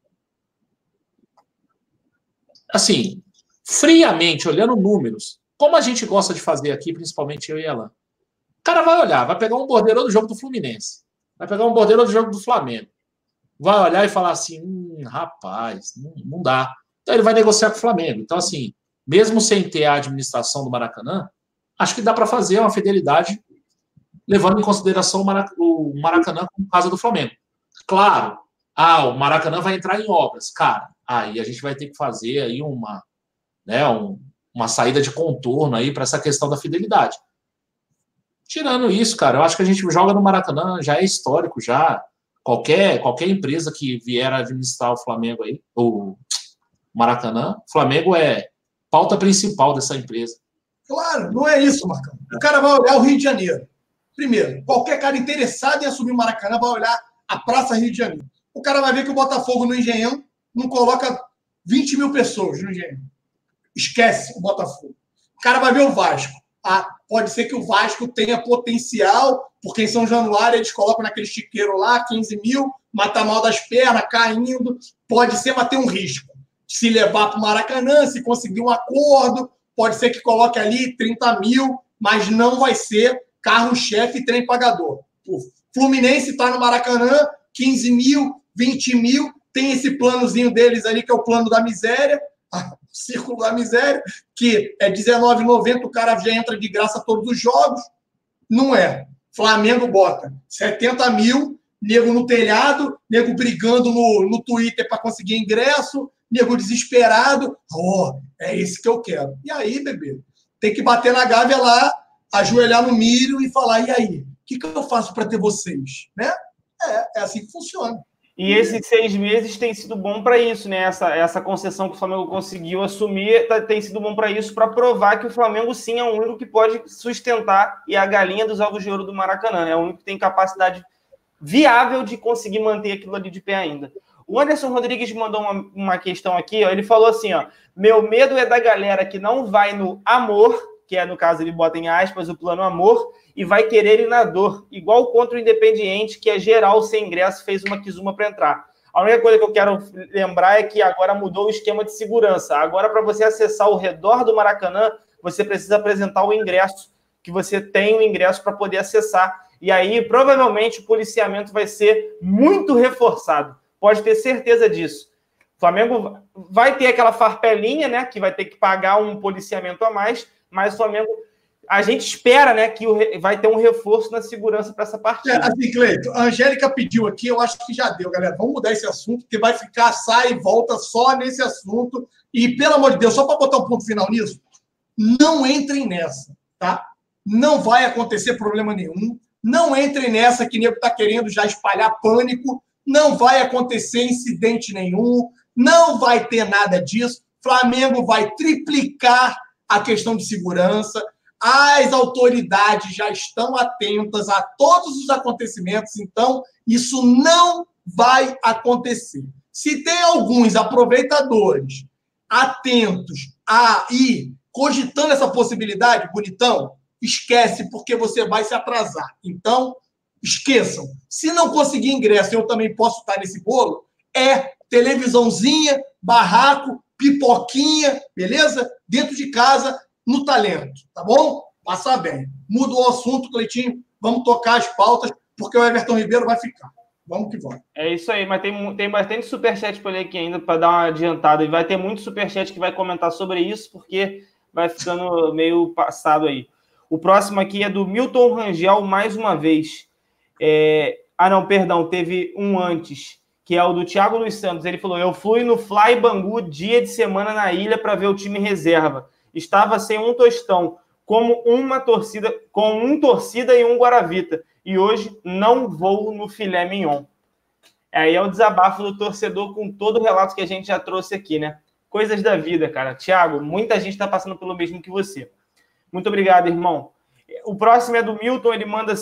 Assim, friamente, olhando números, como a gente gosta de fazer aqui, principalmente eu e ela, o cara vai olhar, vai pegar um bordeiro do jogo do Fluminense, vai pegar um bordeiro do jogo do Flamengo, vai olhar e falar assim, hum, rapaz, não, não dá. Então ele vai negociar com o Flamengo. Então, assim, mesmo sem ter a administração do Maracanã, acho que dá para fazer uma fidelidade levando em consideração o Maracanã como casa do Flamengo. Claro, ah, o Maracanã vai entrar em obras. Cara, aí a gente vai ter que fazer aí uma, né, um, uma saída de contorno aí para essa questão da fidelidade. Tirando isso, cara, eu acho que a gente joga no Maracanã, já é histórico, já. Qualquer, qualquer empresa que vier a administrar o Flamengo aí, o Maracanã, o Flamengo é pauta principal dessa empresa. Claro, não é isso, Marcão. O cara vai olhar o Rio de Janeiro. Primeiro, qualquer cara interessado em assumir o Maracanã vai olhar a Praça Rio de Janeiro. O cara vai ver que o Botafogo no Engenhão não coloca vinte mil pessoas no Engenhão. Esquece o Botafogo. O cara vai ver o Vasco. Ah, pode ser que o Vasco tenha potencial, porque em São Januário eles colocam naquele chiqueiro lá, quinze mil, mata mal das pernas, caindo. Pode ser, mas tem um risco. Se levar para o Maracanã, se conseguir um acordo, pode ser que coloque ali trinta mil, mas não vai ser carro-chefe e trem pagador. O Fluminense está no Maracanã, quinze mil, vinte mil, tem esse planozinho deles ali, que é o plano da miséria, o círculo da miséria, que é dezenove reais e noventa centavos, o cara já entra de graça todos os jogos. Não é. Flamengo bota setenta mil, nego no telhado, nego brigando no, no Twitter para conseguir ingresso, nego desesperado. Oh, é esse que eu quero. E aí, bebê, tem que bater na gávea lá, ajoelhar no milho e falar, e aí, o que, que eu faço para ter vocês? Né? É, é assim que funciona. E esses seis meses tem sido bom para isso, né? Essa, essa concessão que o Flamengo conseguiu assumir tá, tem sido bom para isso, para provar que o Flamengo sim é o único que pode sustentar e a galinha dos ovos de ouro do Maracanã. É o único que tem capacidade viável de conseguir manter aquilo ali de pé ainda. O Anderson Rodrigues mandou uma, uma questão aqui, ó, ele falou assim, ó, meu medo é da galera que não vai no amor, que é, no caso, ele bota em aspas o plano amor, e vai querer ir na dor, igual contra o Independiente, que é geral sem ingresso, fez uma quizuma para entrar. A única coisa que eu quero lembrar é que agora mudou o esquema de segurança. Agora, para você acessar o redor do Maracanã, você precisa apresentar o ingresso, que você tem o ingresso para poder acessar. E aí, provavelmente, o policiamento vai ser muito reforçado. Pode ter certeza disso. O Flamengo vai ter aquela farpelinha, né, que vai ter que pagar um policiamento a mais, mas o Flamengo... A gente espera, né, que vai ter um reforço na segurança para essa partida. É, assim, Cleiton, a Angélica pediu aqui, eu acho que já deu, galera. Vamos mudar esse assunto, porque vai ficar, sai e volta só nesse assunto. E, pelo amor de Deus, só para botar um ponto final nisso, não entrem nessa, tá? Não vai acontecer problema nenhum. Não entrem nessa que o nego está querendo já espalhar pânico. Não vai acontecer incidente nenhum. Não vai ter nada disso. Flamengo vai triplicar a questão de segurança. As autoridades já estão atentas a todos os acontecimentos, então isso não vai acontecer. Se tem alguns aproveitadores atentos a ir cogitando essa possibilidade, bonitão, esquece, porque você vai se atrasar. Então, esqueçam. Se não conseguir ingresso, eu também posso estar nesse bolo, é televisãozinha, barraco, pipoquinha, beleza? Dentro de casa, no talento, tá bom? Passar bem. Muda o assunto, Cleitinho. Vamos tocar as pautas, porque o Everton Ribeiro vai ficar. Vamos que vamos. É isso aí, mas tem, tem bastante superchat por aqui ainda para dar uma adiantada. E vai ter muito superchat que vai comentar sobre isso, porque vai ficando meio passado aí. O próximo aqui é do Milton Rangel, mais uma vez. É... Ah, não, perdão, teve um antes, que é o do Thiago Luiz Santos. Ele falou, eu fui no Fly Bangu dia de semana na ilha para ver o time reserva. Estava sem um tostão, como uma torcida, com um torcida e um Guaravita. E hoje não vou no filé mignon. Aí é o desabafo do torcedor com todo o relato que a gente já trouxe aqui, né? Coisas da vida, cara. Thiago, muita gente está passando pelo mesmo que você. Muito obrigado, irmão. O próximo é do Milton, ele manda assim,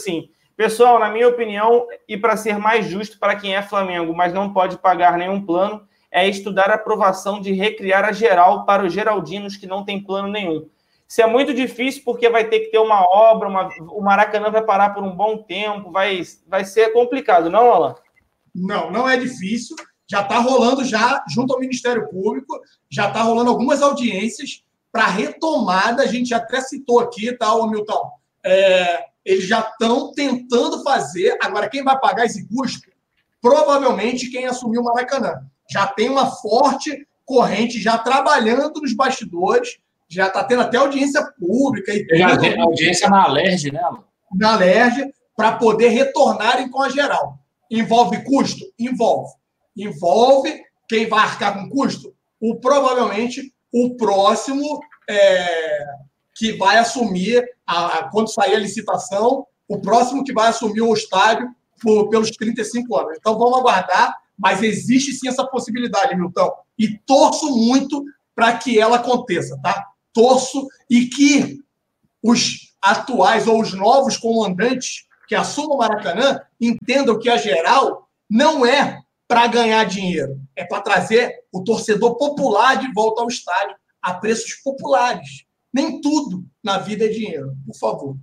Pessoal, na minha opinião, e para ser mais justo para quem é Flamengo, mas não pode pagar nenhum plano, é estudar a aprovação de recriar a geral para os geraldinos que não tem plano nenhum. Isso é muito difícil porque vai ter que ter uma obra, uma, o Maracanã vai parar por um bom tempo, vai, vai ser complicado, não, Alan? Não, não é difícil. Já está rolando, já junto ao Ministério Público, já está rolando algumas audiências para retomada. A gente já até citou aqui, tá, Hamilton? É, eles já estão tentando fazer. Agora, quem vai pagar esse custo? Provavelmente quem assumiu o Maracanã. Já tem uma forte corrente já trabalhando nos bastidores, já está tendo até audiência pública. E já tem audiência na Alerj, né, Alan? Na Alerj, para poder retornarem com a geral. Envolve custo? Envolve. Envolve quem vai arcar com custo? O, provavelmente o próximo é, que vai assumir, a, quando sair a licitação, o próximo que vai assumir o estádio por, pelos trinta e cinco anos. Então vamos aguardar, mas existe sim essa possibilidade, Milton. E torço muito para que ela aconteça, tá? Torço e que os atuais ou os novos comandantes que assumam o Maracanã entendam que a geral não é para ganhar dinheiro, é para trazer o torcedor popular de volta ao estádio a preços populares. Nem tudo na vida é dinheiro, por favor.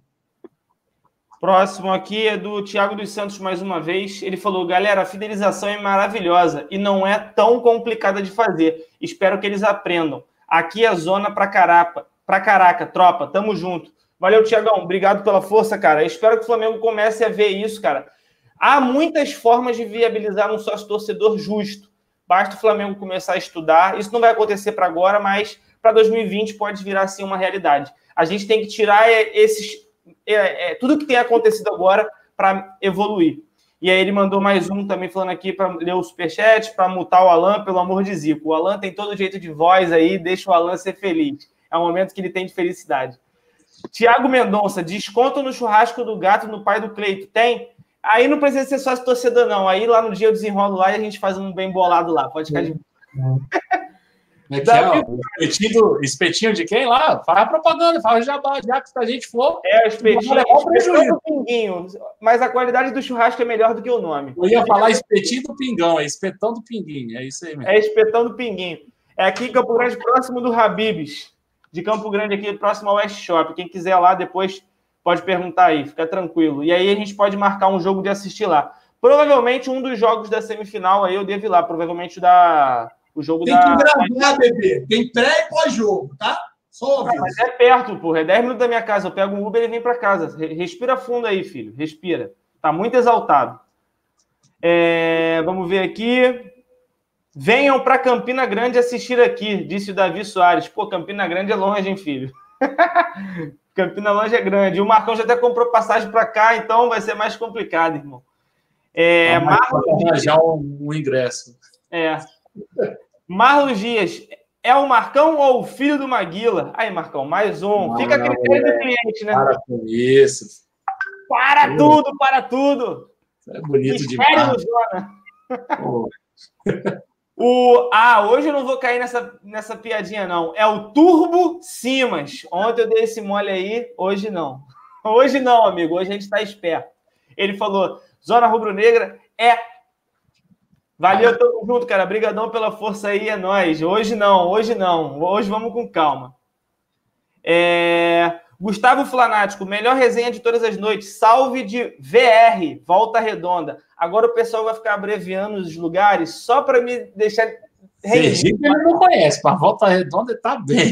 Próximo aqui é do Thiago dos Santos, mais uma vez. Ele falou, galera, a fidelização é maravilhosa e não é tão complicada de fazer. Espero que eles aprendam. Aqui é zona pra caraca, pra caraca, tropa, tamo junto. Valeu, Thiagão, obrigado pela força, cara. Eu espero que o Flamengo comece a ver isso, cara. Há muitas formas de viabilizar um sócio-torcedor justo. Basta o Flamengo começar a estudar. Isso não vai acontecer para agora, mas para dois mil e vinte pode virar, sim, uma realidade. A gente tem que tirar esses, é, é, tudo que tem acontecido agora para evoluir. E aí ele mandou mais um também falando aqui para ler o superchat, para mutar o Alan, pelo amor de Zico. O Alan tem todo jeito de voz aí, deixa o Alan ser feliz. É um momento que ele tem de felicidade. Tiago Mendonça, desconto no churrasco do gato no pai do Cleito. Tem? Aí não precisa ser sócio torcedor, não. Aí lá no dia eu desenrolo lá e a gente faz um bem bolado lá. Pode ficar de é que é, o espetinho, espetinho de quem lá? Faz a propaganda, faz o jabá, já que se a gente for. É, o espetinho, espetinho do Pinguinho. Mas a qualidade do churrasco é melhor do que o nome. Eu ia falar espetinho do Pingão, é espetão do Pinguinho. É isso aí mesmo. É espetão do Pinguinho. É aqui em Campo Grande, próximo do Habib's. De Campo Grande, aqui próximo ao West Shop. Quem quiser lá, depois pode perguntar aí, fica tranquilo. E aí a gente pode marcar um jogo de assistir lá. Provavelmente um dos jogos da semifinal aí eu devo ir lá. Provavelmente da... o jogo tem da... que gravar, bebê. Tem pré e pós-jogo, tá? Só ah, mas é perto, porra. É dez minutos da minha casa. Eu pego um Uber e vem para casa. Respira fundo aí, filho. Respira. Tá muito exaltado. É... Vamos ver aqui. Venham para Campina Grande assistir aqui, disse o Davi Soares. Pô, Campina Grande é longe, hein, filho? Campina longe é grande. E o Marcão já até comprou passagem para cá, então vai ser mais complicado, irmão. É, ah, Marlon já um, um ingresso. É. Marlon Dias, é o Marcão ou o filho do Maguila? Aí, Marcão, mais um. Não, Fica a critério do cliente, né? Para com isso. Para Pô. tudo, para tudo. É bonito demais. Pô. O, ah, hoje eu não vou cair nessa, nessa piadinha, não. É o Turbo Simas. Ontem eu dei esse mole aí, hoje não. Hoje não, amigo. Hoje a gente está esperto. Ele falou, Zona Rubro-Negra é... Valeu, tamo junto, cara. Brigadão pela força aí, é nóis. Hoje não, hoje não. Hoje vamos com calma. É... Gustavo Flanático, melhor resenha de todas as noites. Salve de V R, Volta Redonda. Agora o pessoal vai ficar abreviando os lugares só para me deixar... Sergipe ele não conhece, mas Volta Redonda ele tá bem.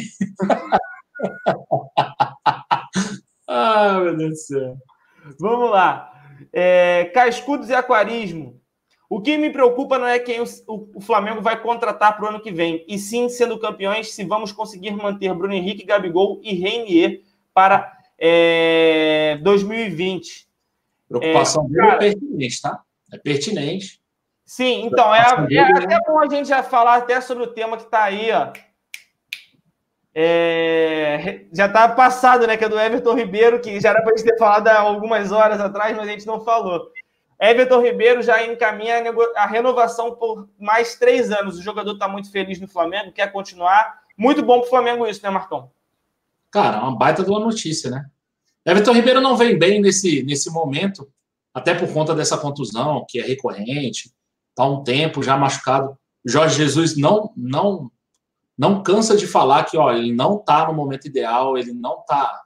Ah, meu Deus do céu. Vamos lá. É... Cascudos e Aquarismo. O que me preocupa não é quem o Flamengo vai contratar para o ano que vem, e sim, sendo campeões, se vamos conseguir manter Bruno Henrique, Gabigol e Reinier para é, dois mil e vinte. Preocupação é, dele cara, é pertinente, tá? É pertinente. Sim, então, é, é até bom a gente já falar até sobre o tema que está aí, ó. É, já está passado, né? Que é do Everton Ribeiro, que já era para a gente ter falado há algumas horas atrás, mas a gente não falou. Everton Ribeiro já encaminha a renovação por mais três anos. O jogador está muito feliz no Flamengo, quer continuar. Muito bom para o Flamengo isso, né, Marcão? Cara, uma baita de uma notícia, né? Everton Ribeiro não vem bem nesse, nesse momento, até por conta dessa contusão, que é recorrente, está há um tempo já machucado. Jorge Jesus não, não, não cansa de falar que ó, ele não está no momento ideal, ele não está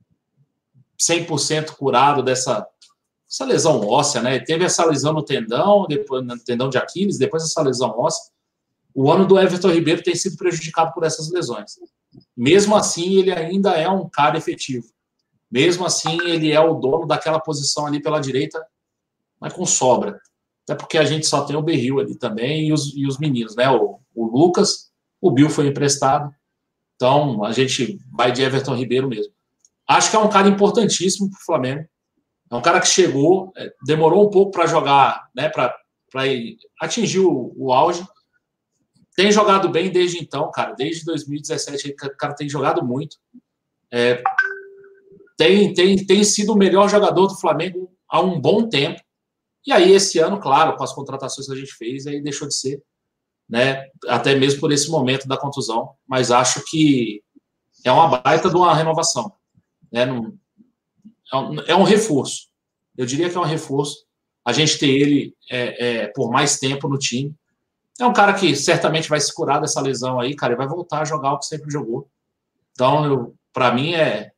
cem por cento curado dessa essa lesão óssea, né? Ele teve essa lesão no tendão, depois no tendão de Aquiles, depois essa lesão óssea. O ano do Everton Ribeiro tem sido prejudicado por essas lesões. Mesmo assim, ele ainda é um cara efetivo. Mesmo assim, ele é o dono daquela posição ali pela direita, mas com sobra. Até porque a gente só tem o Berril ali também e os, e os meninos, né? O, o Lucas, o Bill foi emprestado. Então, a gente vai de Everton Ribeiro mesmo. Acho que é um cara importantíssimo para o Flamengo. É um cara que chegou, demorou um pouco para jogar, né? Para atingir o, o auge. Tem jogado bem desde então, cara. Desde dois mil e dezessete, o cara tem jogado muito. É, tem, tem, tem sido o melhor jogador do Flamengo há um bom tempo. E aí, esse ano, claro, com as contratações que a gente fez, aí deixou de ser, né? Até mesmo por esse momento da contusão. Mas acho que é uma baita de uma renovação. Né? Não, é, um, é um reforço. Eu diria que é um reforço. A gente ter ele é, é, por mais tempo no time. É um cara que certamente vai se curar dessa lesão aí, cara, e vai voltar a jogar o que sempre jogou. Então, para mim, é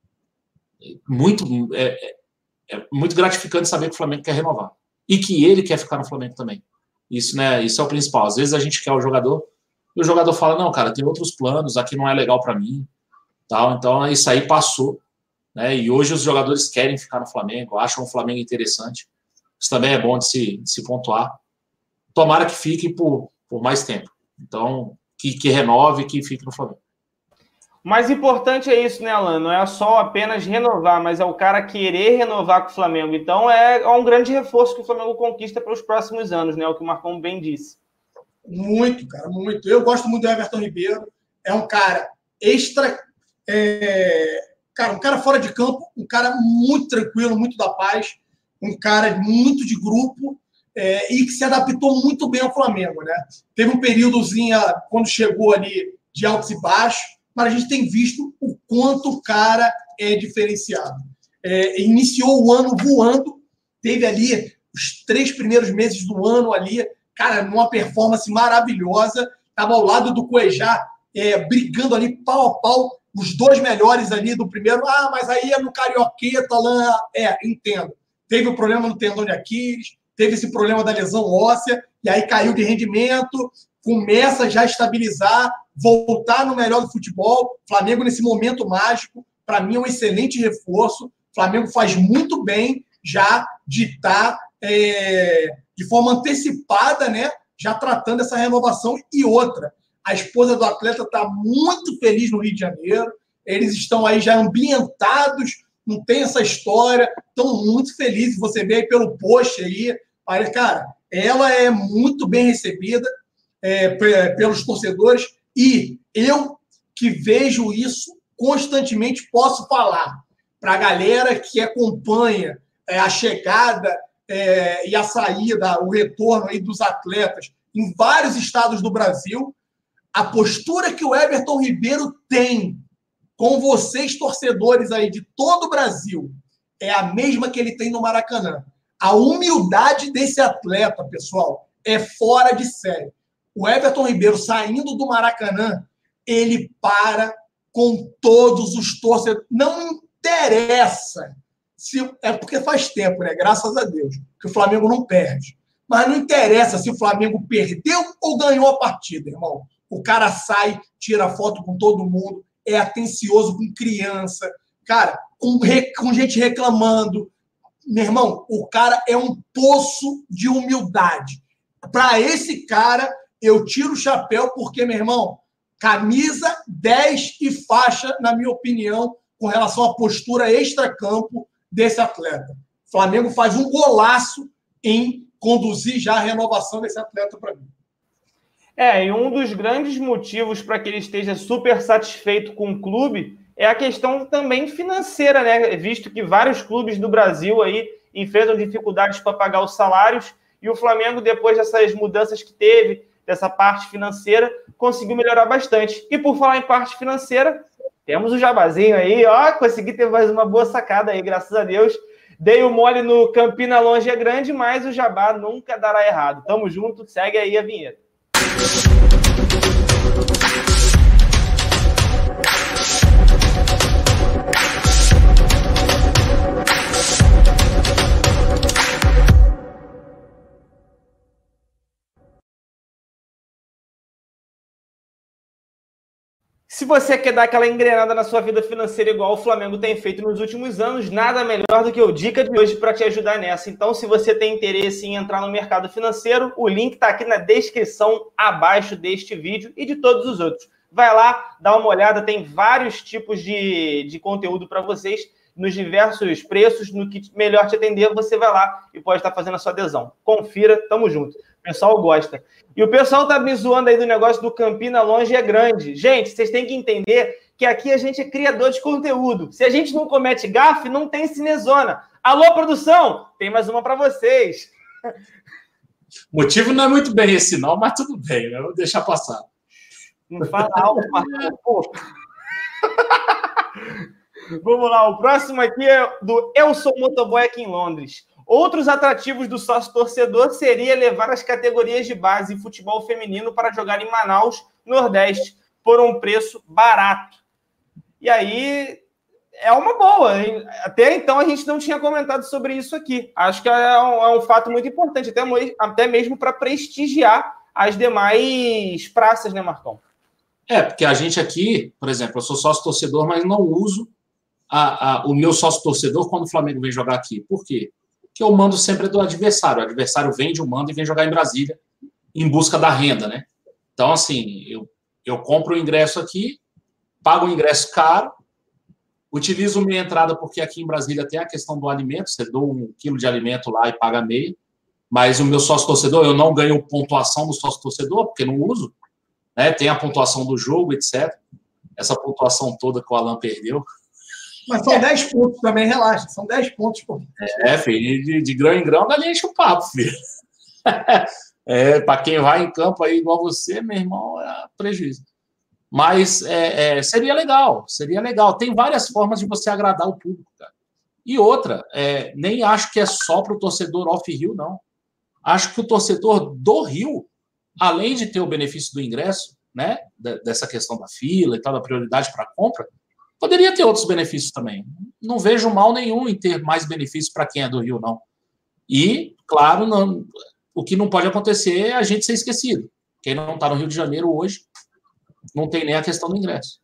muito, é, é muito gratificante saber que o Flamengo quer renovar. E que ele quer ficar no Flamengo também. Isso, né, isso é o principal. Às vezes a gente quer o jogador, e o jogador fala, não, cara, tem outros planos, aqui não é legal para mim. Tal. Então, isso aí passou. Né, e hoje os jogadores querem ficar no Flamengo, acham o Flamengo interessante. Isso também é bom de se, de se pontuar. Tomara que fique por, por mais tempo. Então, que, que renove, que fique no Flamengo. O mais importante é isso, né, Alan? Não é só apenas renovar, mas é o cara querer renovar com o Flamengo. Então, é um grande reforço que o Flamengo conquista para os próximos anos, né? O que o Marcão bem disse. Muito, cara, muito. Eu gosto muito do Everton Ribeiro. É um cara extra... É... Cara, um cara fora de campo, um cara muito tranquilo, muito da paz, um cara muito de grupo, É, e que se adaptou muito bem ao Flamengo, né? Teve um períodozinho, quando chegou ali, de altos e baixos, mas a gente tem visto o quanto o cara é diferenciado. É, iniciou o ano voando, teve ali os três primeiros meses do ano ali, cara, numa performance maravilhosa, estava ao lado do Cuejá, é, brigando ali pau a pau, os dois melhores ali do primeiro. Ah, mas aí é no Carioqueta, lá... É, entendo. Teve o problema no tendão de Aquiles, teve esse problema da lesão óssea, e aí caiu de rendimento, começa já a estabilizar, voltar no melhor do futebol. Flamengo, nesse momento mágico, para mim é um excelente reforço. Flamengo faz muito bem já de estar é, de forma antecipada, né, já tratando essa renovação. E outra, a esposa do atleta está muito feliz no Rio de Janeiro, eles estão aí já ambientados, não tem essa história, estão muito felizes. Você vê aí pelo post aí, aí, cara, ela é muito bem recebida é, pelos torcedores, e eu que vejo isso constantemente posso falar para a galera que acompanha é, a chegada é, e a saída, o retorno aí dos atletas em vários estados do Brasil, a postura que o Everton Ribeiro tem com vocês, torcedores aí de todo o Brasil, é a mesma que ele tem no Maracanã. A humildade desse atleta, pessoal, é fora de série. O Everton Ribeiro, saindo do Maracanã, ele para com todos os torcedores. Não interessa. Se, é porque faz tempo, né? Graças a Deus, que o Flamengo não perde. Mas não interessa se o Flamengo perdeu ou ganhou a partida, irmão. O cara sai, tira foto com todo mundo, é atencioso com criança, cara, com, re, com gente reclamando. Meu irmão, o cara é um poço de humildade. Para esse cara, eu tiro o chapéu porque, meu irmão, camisa dez e faixa, na minha opinião, com relação à postura extracampo desse atleta. O Flamengo faz um golaço em conduzir já a renovação desse atleta para mim. É, e um dos grandes motivos para que ele esteja super satisfeito com o clube é a questão também financeira, né? Visto que vários clubes do Brasil aí enfrentam dificuldades para pagar os salários, e o Flamengo, depois dessas mudanças que teve, dessa parte financeira, conseguiu melhorar bastante. E por falar em parte financeira, temos o jabazinho aí, ó, consegui ter mais uma boa sacada aí, graças a Deus. Dei o mole no Campina Longe é Grande, mas o jabá nunca dará errado. Tamo junto, segue aí a vinheta. Se você quer dar aquela engrenada na sua vida financeira igual o Flamengo tem feito nos últimos anos, nada melhor do que o Dica de hoje para te ajudar nessa. Então, se você tem interesse em entrar no mercado financeiro, o link está aqui na descrição abaixo deste vídeo e de todos os outros. Vai lá, dá uma olhada, tem vários tipos de, de conteúdo para vocês, nos diversos preços, no que melhor te atender, você vai lá e pode estar fazendo a sua adesão. Confira, tamo junto. O pessoal gosta. E o pessoal tá me zoando aí do negócio do Campina Longe é Grande. Gente, vocês têm que entender que aqui a gente é criador de conteúdo. Se a gente não comete gafe, não tem cinezona. Alô, produção? Tem mais uma para vocês. O motivo não é muito bem esse não, mas tudo bem, né? Vou deixar passar. Não fala alto, Marcão. Pô. Vamos lá, o próximo aqui é do Eu Sou Motoboy aqui em Londres. Outros atrativos do sócio-torcedor seria levar as categorias de base e futebol feminino para jogar em Manaus, Nordeste, por um preço barato. E aí, é uma boa. Hein? Até então, a gente não tinha comentado sobre isso aqui. Acho que é um, é um fato muito importante, até, até mesmo para prestigiar as demais praças, né, Marcão? É, porque a gente aqui, por exemplo, eu sou sócio-torcedor, mas não uso a, a, o meu sócio-torcedor quando o Flamengo vem jogar aqui. Por quê? Que eu mando sempre do adversário. O adversário vende o mando e vem jogar em Brasília em busca da renda, né? Então, assim, eu, eu compro o ingresso aqui, pago o ingresso caro, utilizo minha entrada porque aqui em Brasília tem a questão do alimento, você dá um quilo de alimento lá e paga meio, mas o meu sócio-torcedor, eu não ganho pontuação do sócio-torcedor, porque não uso, né? Tem a pontuação do jogo, etcétera. Essa pontuação toda que o Alan perdeu. Mas são dez pontos também, relaxa. São dez pontos por É, filho, de, de grão em grão, dali enche o papo, filho. É, para quem vai em campo aí igual você, meu irmão, é prejuízo. Mas é, é, seria legal, seria legal. Tem várias formas de você agradar o público, cara. E outra, é, nem acho que é só para o torcedor off-Rio, não. Acho que o torcedor do Rio, além de ter o benefício do ingresso, né, dessa questão da fila e tal, da prioridade para a compra, poderia ter outros benefícios também. Não vejo mal nenhum em ter mais benefícios para quem é do Rio, não. E, claro, não, o que não pode acontecer é a gente ser esquecido. Quem não está no Rio de Janeiro hoje não tem nem a questão do ingresso.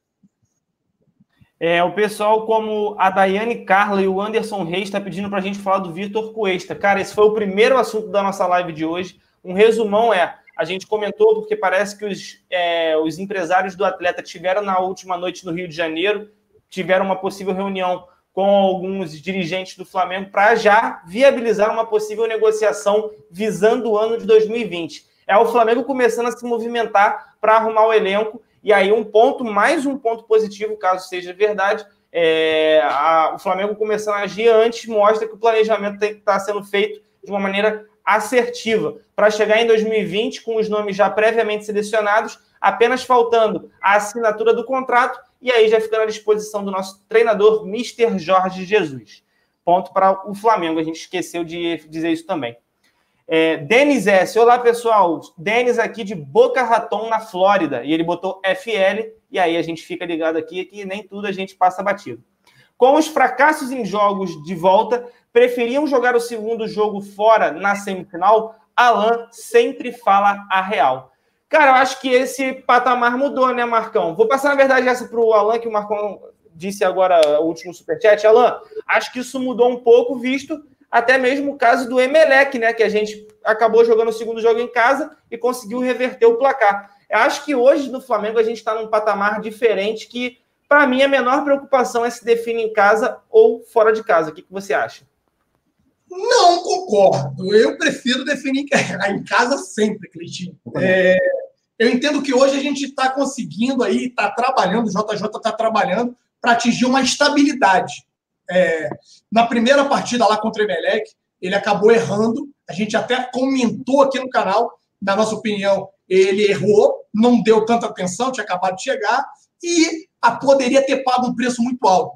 É, o pessoal como a Daiane Carla e o Anderson Reis está pedindo para a gente falar do Vitor Cuesta. Cara, esse foi o primeiro assunto da nossa live de hoje. Um resumão é, a gente comentou porque parece que os, é, os empresários do atleta tiveram na última noite no Rio de Janeiro, tiveram uma possível reunião com alguns dirigentes do Flamengo para já viabilizar uma possível negociação visando o ano de dois mil e vinte. É o Flamengo começando a se movimentar para arrumar o elenco, e aí um ponto, mais um ponto positivo, caso seja verdade, é, a, o Flamengo começando a agir antes mostra que o planejamento está sendo feito de uma maneira assertiva, para chegar em dois mil e vinte com os nomes já previamente selecionados, apenas faltando a assinatura do contrato, e aí já ficando à disposição do nosso treinador, mister Jorge Jesus. Ponto para o Flamengo, a gente esqueceu de dizer isso também. É, Denis S. Olá, pessoal. Denis aqui de Boca Raton, na Flórida. E ele botou F L, e aí a gente fica ligado aqui que nem tudo a gente passa batido. Com os fracassos em jogos de volta, preferiam jogar o segundo jogo fora na semifinal? Alan sempre fala a real. Cara, eu acho que esse patamar mudou, né, Marcão? Vou passar, na verdade, essa para o Alan, que o Marcão disse agora, o último superchat. Alan, acho que isso mudou um pouco, visto até mesmo o caso do Emelec, né, que a gente acabou jogando o segundo jogo em casa e conseguiu reverter o placar. Eu acho que hoje, no Flamengo, a gente está num patamar diferente que, para mim, a menor preocupação é se definir em casa ou fora de casa. O que, que você acha? Não concordo. Eu prefiro definir em casa sempre, Cleitinho. É, eu entendo que hoje a gente está conseguindo aí, está trabalhando, o J J está trabalhando para atingir uma estabilidade. É, na primeira partida lá contra o Emelec, ele acabou errando. A gente até comentou aqui no canal, na nossa opinião, ele errou, não deu tanta atenção, tinha acabado de chegar, e a, poderia ter pago um preço muito alto.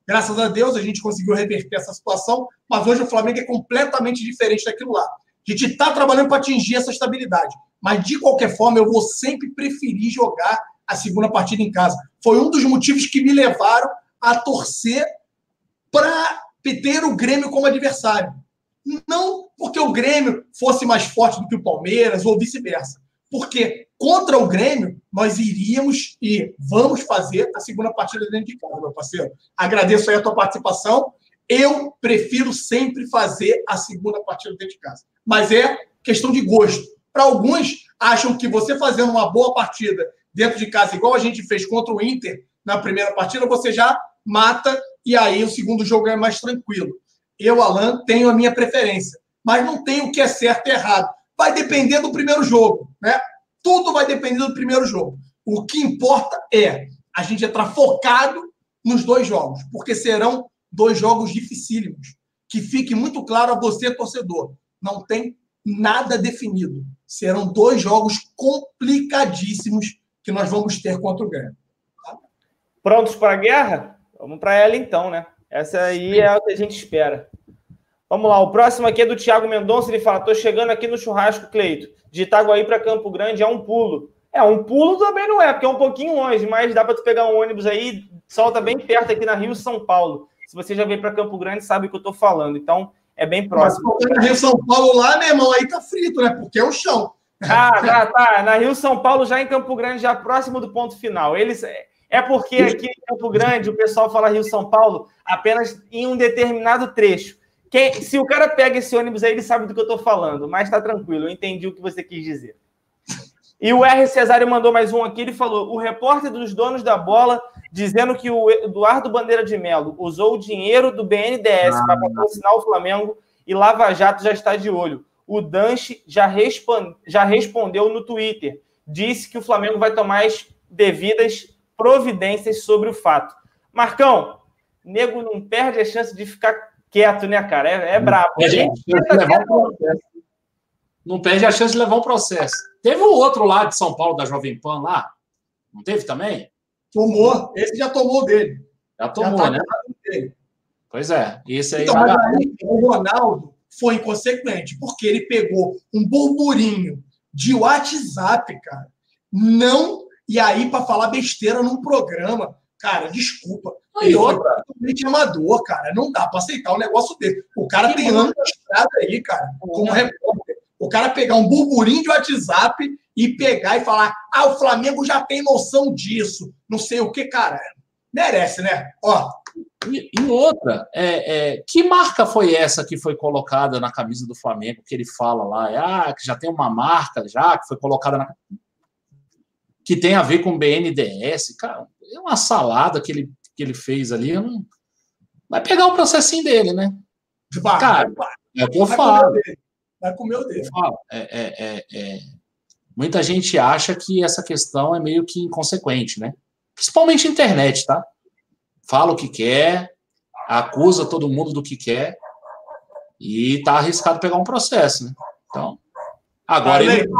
Graças a Deus a gente conseguiu reverter essa situação, mas hoje o Flamengo é completamente diferente daquilo lá. A gente está trabalhando para atingir essa estabilidade, mas de qualquer forma eu vou sempre preferir jogar a segunda partida em casa. Foi um dos motivos que me levaram a torcer para ter o Grêmio como adversário. Não porque o Grêmio fosse mais forte do que o Palmeiras ou vice-versa. Porque contra o Grêmio, nós iríamos e vamos fazer a segunda partida dentro de casa, meu parceiro. Agradeço aí a tua participação. Eu prefiro sempre fazer a segunda partida dentro de casa. Mas é questão de gosto. Para alguns, acham que você fazendo uma boa partida dentro de casa, igual a gente fez contra o Inter na primeira partida, você já mata e aí o segundo jogo é mais tranquilo. Eu, Alan, tenho a minha preferência, mas não tenho o que é certo e errado. Vai depender do primeiro jogo, né? Tudo vai depender do primeiro jogo. O que importa é a gente entrar focado nos dois jogos, porque serão dois jogos dificílimos. Que fique muito claro a você, torcedor. Não tem nada definido. Serão dois jogos complicadíssimos que nós vamos ter contra o Grêmio. Tá? Prontos para a guerra? Vamos para ela então, né? Essa aí é o que a gente espera. Vamos lá, o próximo aqui é do Thiago Mendonça, ele fala, tô chegando aqui no churrasco, Cleito, de Itaguaí para Campo Grande é um pulo. É, um pulo também não é, porque é um pouquinho longe, mas dá para tu pegar um ônibus aí, solta bem perto aqui na Rio São Paulo. Se você já veio para Campo Grande, sabe o que eu tô falando, então é bem próximo. Mas na Rio São Paulo lá, meu irmão, aí tá frito, né? Porque é o chão. Ah, tá, tá, na Rio São Paulo, já em Campo Grande, já próximo do ponto final. Eles... É porque aqui em Campo Grande o pessoal fala Rio São Paulo apenas em um determinado trecho. Quem, se o cara pega esse ônibus aí, ele sabe do que eu estou falando, mas tá tranquilo, eu entendi o que você quis dizer. E o R. Cesário mandou mais um aqui, ele falou, o repórter dos donos da bola dizendo que o Eduardo Bandeira de Melo usou o dinheiro do B N D E S ah, para patrocinar o Flamengo e Lava Jato já está de olho. O Danche já, respond, já respondeu no Twitter, disse que o Flamengo vai tomar as devidas providências sobre o fato. Marcão, nego não perde a chance de ficar quieto, né, cara? É, é brabo. Não perde, um não perde a chance de levar um processo. Teve o outro lá de São Paulo, da Jovem Pan lá? Não teve também? Tomou. Esse já tomou dele. Já tomou, já tá, né? Dele. Pois é. Esse aí... Então, mas aí, o Ronaldo foi inconsequente, porque ele pegou um burburinho de WhatsApp, cara. Não... E aí, para falar besteira num programa, cara, desculpa. Ele é totalmente amador, cara. Não dá para aceitar um negócio dele. O cara que tem anos de estrada aí, cara, como repórter. O cara pegar um burburinho de WhatsApp e pegar e falar, ah, o Flamengo já tem noção disso. Não sei o que, cara. Merece, né? Ó. E, e outra, é, é, que marca foi essa que foi colocada na camisa do Flamengo, que ele fala lá, ah, que já tem uma marca já, que foi colocada na... que tem a ver com o B N D E S, cara, é uma salada que ele, que ele fez ali, não... vai pegar o processinho dele, né? Vai, cara, vai, é o que eu vai falo. Comer vai comer o dele. É, é, é, é... Muita gente acha que essa questão é meio que inconsequente, né? Principalmente a internet, tá? Fala o que quer, acusa todo mundo do que quer e tá arriscado pegar um processo, né? Então, agora ah, ele...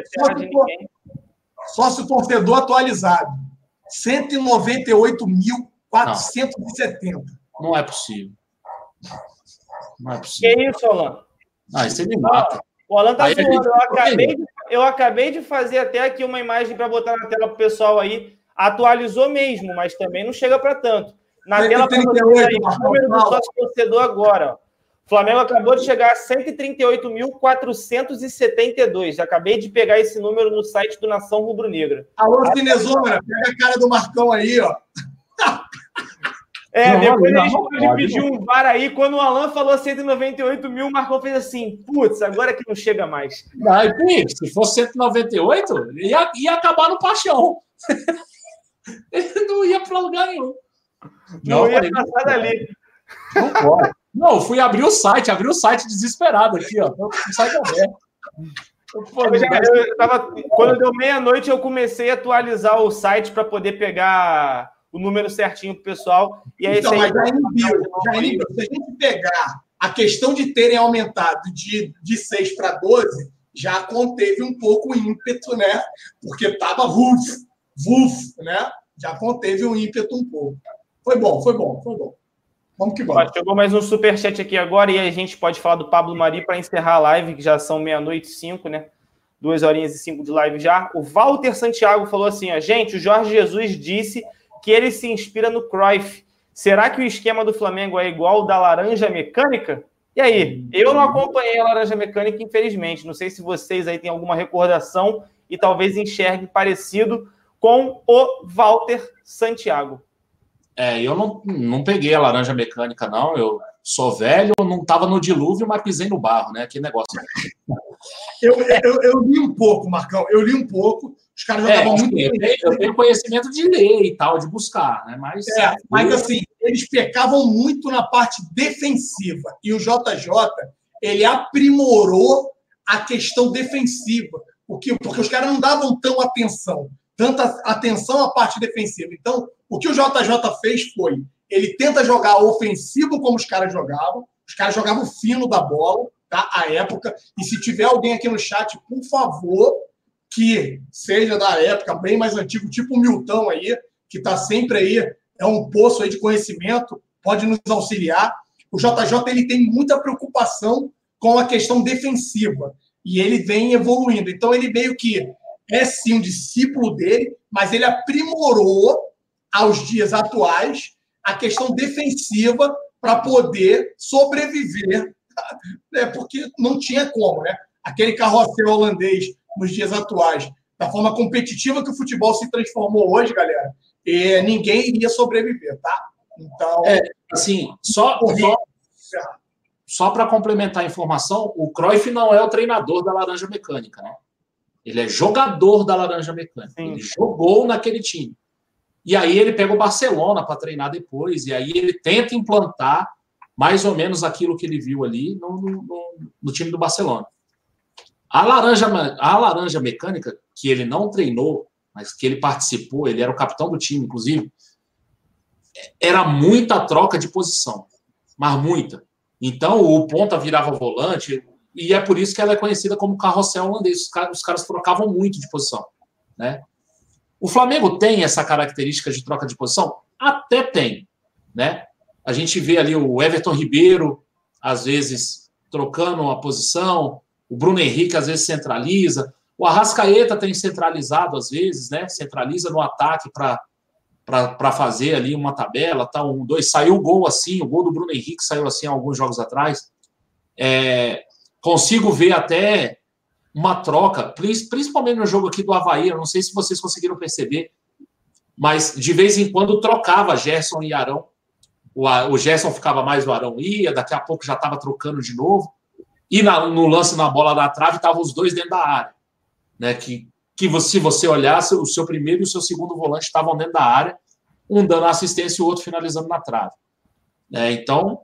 Sócio torcedor atualizado. cento e noventa e oito mil quatrocentos e setenta. Não, não é possível. Não é possível. Que isso, Alan? Ah, isso ele mata. O Alan tá zoando. Eu acabei, de, eu acabei de fazer até aqui uma imagem para botar na tela pro pessoal aí. Atualizou mesmo, mas também não chega para tanto. Na tela para vocês aí, o número do sócio torcedor agora, ó. O Flamengo acabou de chegar a cento e trinta e oito mil quatrocentos e setenta e dois. Acabei de pegar esse número no site do Nação Rubro-Negra. Alô, Cinezona, pega a cara do Marcão aí, ó. É, não, depois a gente pode pedir um V A R aí. Quando o Alan falou cento e noventa e oito mil, o Marcão fez assim, putz, agora que não chega mais. Não, se fosse cento e noventa e oito, ia, ia acabar no paixão. Ele não ia para lugar nenhum. Não, não ia passar dali. Não pode. Não, fui abrir o site, abri o site desesperado aqui, ó. O site aberto. Eu já, eu tava, quando deu meia-noite, eu comecei a atualizar o site para poder pegar o número certinho pro pessoal. E aí, então, aí, mas já inibiu, já inibiu. Se a gente pegar a questão de terem aumentado de, de seis para doze, já conteve um pouco o ímpeto, né? Porque tava ruf, vuf, né? Já conteve o ímpeto um pouco. Foi bom, foi bom, foi bom. Vamos que vamos. Chegou mais um superchat aqui agora e a gente pode falar do Pablo Mari para encerrar a live, que já são meia-noite e cinco, né? Duas horinhas e cinco de live já. O Walter Santiago falou assim, ó, gente, o Jorge Jesus disse que ele se inspira no Cruyff. Será que o esquema do Flamengo é igual ao da Laranja Mecânica? E aí? Eu não acompanhei a Laranja Mecânica, infelizmente. Não sei se vocês aí têm alguma recordação e talvez enxerguem parecido com o Walter Santiago. É, eu não, não peguei a Laranja Mecânica, não. Eu sou velho, não estava no dilúvio, mas pisei no barro, né? Que negócio. Eu, eu, eu li um pouco, Marcão. Eu li um pouco. Os caras jogavam é, muito eu, bem. tenho, eu tenho conhecimento de ler e tal, de buscar, né? Mas, é, mas assim, eles pecavam muito na parte defensiva. E o J J, ele aprimorou a questão defensiva. Porque, porque os caras não davam tão atenção. Tanta atenção à parte defensiva. Então, o que o J J fez foi, ele tenta jogar ofensivo como os caras jogavam, os caras jogavam fino da bola, tá? À época, e se tiver alguém aqui no chat, por favor, que seja da época, bem mais antigo, tipo o Milton aí, que está sempre aí, é um poço aí de conhecimento, pode nos auxiliar. O J J, ele tem muita preocupação com a questão defensiva, e ele vem evoluindo. Então, ele meio que é sim um discípulo dele, mas ele aprimorou aos dias atuais a questão defensiva para poder sobreviver, né? Porque não tinha como, né? Aquele carrossel holandês nos dias atuais, da forma competitiva que o futebol se transformou hoje, galera, e ninguém iria sobreviver, tá? Então, é, assim, só, só, só para complementar a informação, o Cruyff não é o treinador da Laranja Mecânica, né? Ele é jogador da Laranja Mecânica. Sim. Ele jogou naquele time. E aí ele pega o Barcelona para treinar depois, e aí ele tenta implantar mais ou menos aquilo que ele viu ali no, no, no time do Barcelona. A Laranja, a Laranja Mecânica, que ele não treinou, mas que ele participou, ele era o capitão do time, inclusive, era muita troca de posição, mas muita. Então, o ponta virava volante, e é por isso que ela é conhecida como carrossel holandês. Os caras, os caras trocavam muito de posição, né? O Flamengo tem essa característica de troca de posição? Até tem, né? A gente vê ali o Everton Ribeiro, às vezes, trocando uma posição, o Bruno Henrique, às vezes, centraliza, o Arrascaeta tem centralizado, às vezes, né? Centraliza no ataque para fazer ali uma tabela, tá? Um, dois, saiu o gol assim, o gol do Bruno Henrique saiu assim há alguns jogos atrás. É, consigo ver até uma troca, principalmente no jogo aqui do Avaí, eu não sei se vocês conseguiram perceber, mas de vez em quando trocava Gerson e Arão. O, o Gerson ficava mais, o Arão ia, daqui a pouco já estava trocando de novo. E na, no lance na bola da trave, estavam os dois dentro da área. Né? Que, que se você olhasse, o seu primeiro e o seu segundo volante estavam dentro da área, um dando assistência e o outro finalizando na trave. É, então,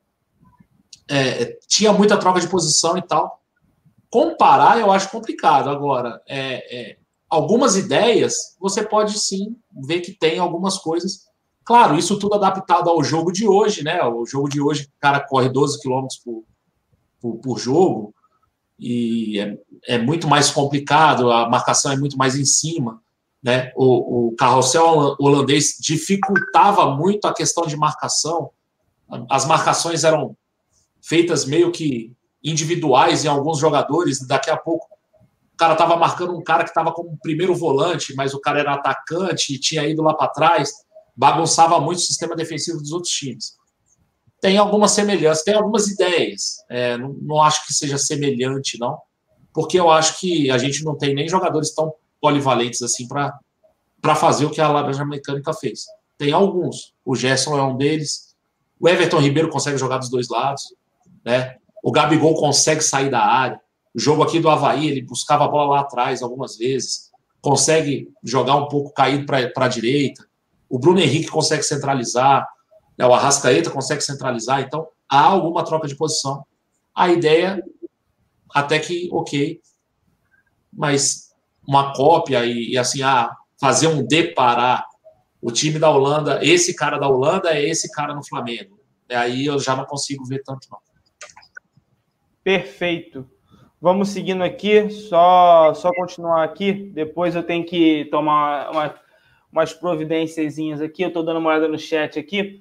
é, tinha muita troca de posição e tal. Comparar, eu acho complicado. Agora, é, é, algumas ideias, você pode sim ver que tem algumas coisas. Claro, isso tudo adaptado ao jogo de hoje, né? O jogo de hoje, o cara corre doze quilômetros por, por, por jogo e é, é muito mais complicado, a marcação é muito mais em cima, né? O, o carrossel holandês dificultava muito a questão de marcação. As marcações eram feitas meio que individuais em alguns jogadores, daqui a pouco o cara estava marcando um cara que estava como primeiro volante, mas o cara era atacante e tinha ido lá para trás, bagunçava muito o sistema defensivo dos outros times. Tem algumas semelhanças, tem algumas ideias, é, não, não acho que seja semelhante, não, porque eu acho que a gente não tem nem jogadores tão polivalentes assim para fazer o que a Laranja Mecânica fez. Tem alguns, o Gerson é um deles, o Everton Ribeiro consegue jogar dos dois lados, né? O Gabigol consegue sair da área. O jogo aqui do Avaí, ele buscava a bola lá atrás algumas vezes. Consegue jogar um pouco caído para a direita. O Bruno Henrique consegue centralizar. O Arrascaeta consegue centralizar. Então, há alguma troca de posição. A ideia, até que, ok. Mas uma cópia e, e assim, ah, fazer um deparar o time da Holanda, esse cara da Holanda é esse cara no Flamengo. Aí eu já não consigo ver tanto, não. Perfeito. Vamos seguindo aqui, só, só continuar aqui, depois eu tenho que tomar uma, umas providenciazinhas aqui, eu estou dando uma olhada no chat aqui,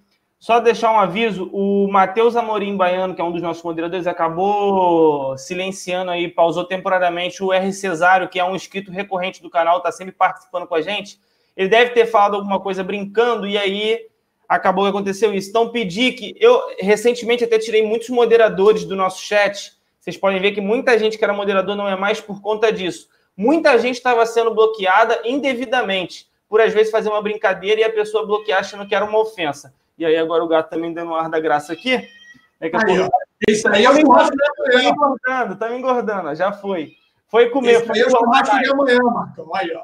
Só deixar um aviso, o Matheus Amorim Baiano, que é um dos nossos moderadores, acabou silenciando aí, pausou temporariamente o R. Cesário, que é um inscrito recorrente do canal, está sempre participando com a gente. Ele deve ter falado alguma coisa brincando, e aí acabou que aconteceu isso. Então, pedi que... Eu, recentemente, até tirei muitos moderadores do nosso chat. Vocês podem ver que muita gente que era moderador não é mais por conta disso. Muita gente estava sendo bloqueada indevidamente, por às vezes fazer uma brincadeira e a pessoa bloquear achando que era uma ofensa. E aí agora o gato também dando um ar da graça aqui. Daqui a Aí, pouco... Isso aí é o churrasco de Tá amanhã. engordando, tá me engordando, já foi. Foi comer. Isso Foi aí é o engordar churrasco de mais. amanhã, Marcão. Aí, ó.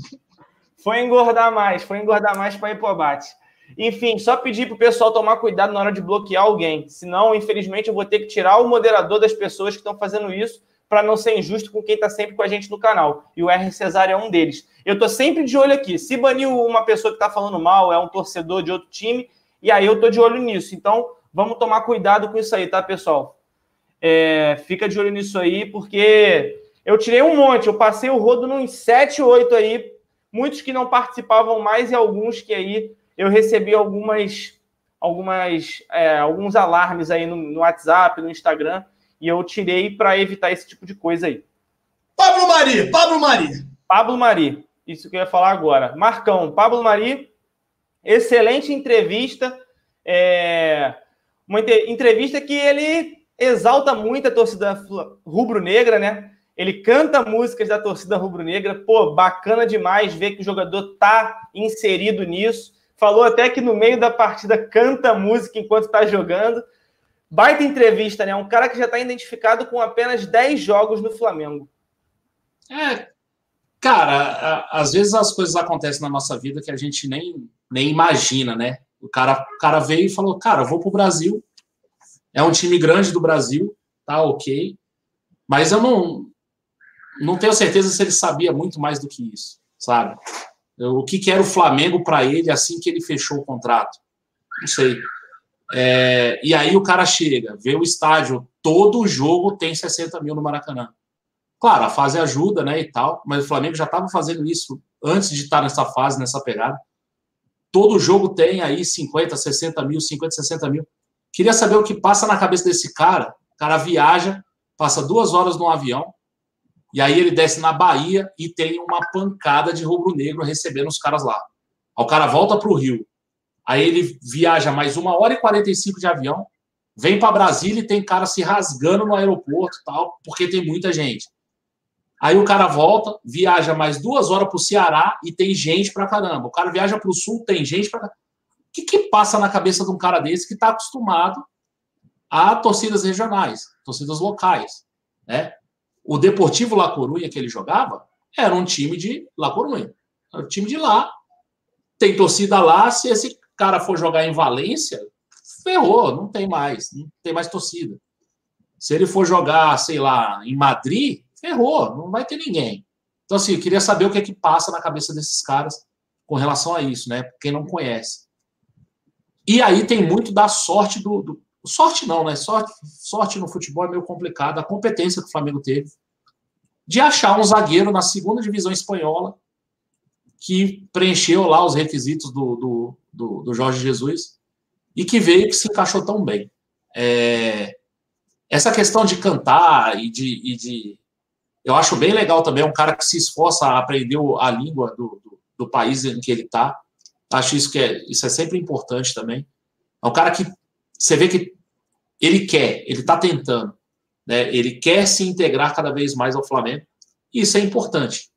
Foi engordar mais, foi engordar mais para ir pro abate. Enfim, só pedir pro pessoal tomar cuidado na hora de bloquear alguém. Senão, infelizmente, eu vou ter que tirar o moderador das pessoas que estão fazendo isso para não ser injusto com quem está sempre com a gente no canal. E o R. Cesário é um deles. Eu tô sempre de olho aqui. Se banir uma pessoa que está falando mal, é um torcedor de outro time, e aí eu tô de olho nisso. Então, vamos tomar cuidado com isso aí, tá, pessoal? É, fica de olho nisso aí, porque eu tirei um monte. Eu passei o rodo nos sete, oito aí, muitos que não participavam mais e alguns que aí eu recebi algumas, algumas, é, alguns alarmes aí no, no WhatsApp, no Instagram, e eu tirei para evitar esse tipo de coisa aí. Pablo Mari, Pablo Mari. Pablo Mari, isso que eu ia falar agora. Marcão, Pablo Mari, excelente entrevista. É, uma entrevista que ele exalta muito a torcida rubro-negra, né? Ele canta músicas da torcida rubro-negra. Pô, bacana demais ver que o jogador tá inserido nisso. Falou até que no meio da partida canta música enquanto tá jogando. Baita entrevista, né? Um cara que já tá identificado com apenas dez jogos no Flamengo. É, cara, a, às vezes as coisas acontecem na nossa vida que a gente nem, nem imagina, né? O cara, o cara veio e falou, cara, eu vou pro Brasil. É um time grande do Brasil, tá ok. Mas eu não... não tenho certeza se ele sabia muito mais do que isso, sabe? O que, que era o Flamengo para ele assim que ele fechou o contrato? Não sei. É, e aí o cara chega, vê o estádio, todo jogo tem sessenta mil no Maracanã. Claro, a fase ajuda, né, e tal, mas o Flamengo já estava fazendo isso antes de estar nessa fase, nessa pegada. Todo jogo tem aí cinquenta, sessenta mil, cinquenta, sessenta mil. Queria saber o que passa na cabeça desse cara. O cara viaja, passa duas horas no avião, e aí ele desce na Bahia e tem uma pancada de rubro-negro recebendo os caras lá. Aí o cara volta para o Rio. Aí ele viaja mais uma hora e quarenta e cinco de avião, vem para Brasília e tem cara se rasgando no aeroporto, tal, porque tem muita gente. Aí o cara volta, viaja mais duas horas para o Ceará e tem gente pra caramba. O cara viaja para o Sul, tem gente pra caramba. O que, que passa na cabeça de um cara desse que está acostumado a torcidas regionais, torcidas locais, né? O Deportivo La Coruña que ele jogava era um time de La Coruña. Era um time de lá. Tem torcida lá. Se esse cara for jogar em Valência, ferrou. Não tem mais. Não tem mais torcida. Se ele for jogar, sei lá, em Madrid, ferrou. Não vai ter ninguém. Então, assim, eu queria saber o que é que passa na cabeça desses caras com relação a isso, né? Quem não conhece. E aí tem muito da sorte do... do sorte não, né? Sorte, sorte no futebol é meio complicado. A competência que o Flamengo teve de achar um zagueiro na segunda divisão espanhola que preencheu lá os requisitos do, do, do, do Jorge Jesus e que veio que se encaixou tão bem. É, essa questão de cantar e de, e de... Eu acho bem legal também um cara que se esforça a aprender a língua do, do, do país em que ele está. Acho isso que é, isso é sempre importante também. É um cara que você vê que ele quer, ele está tentando, né? Ele quer se integrar cada vez mais ao Flamengo, e isso é importante.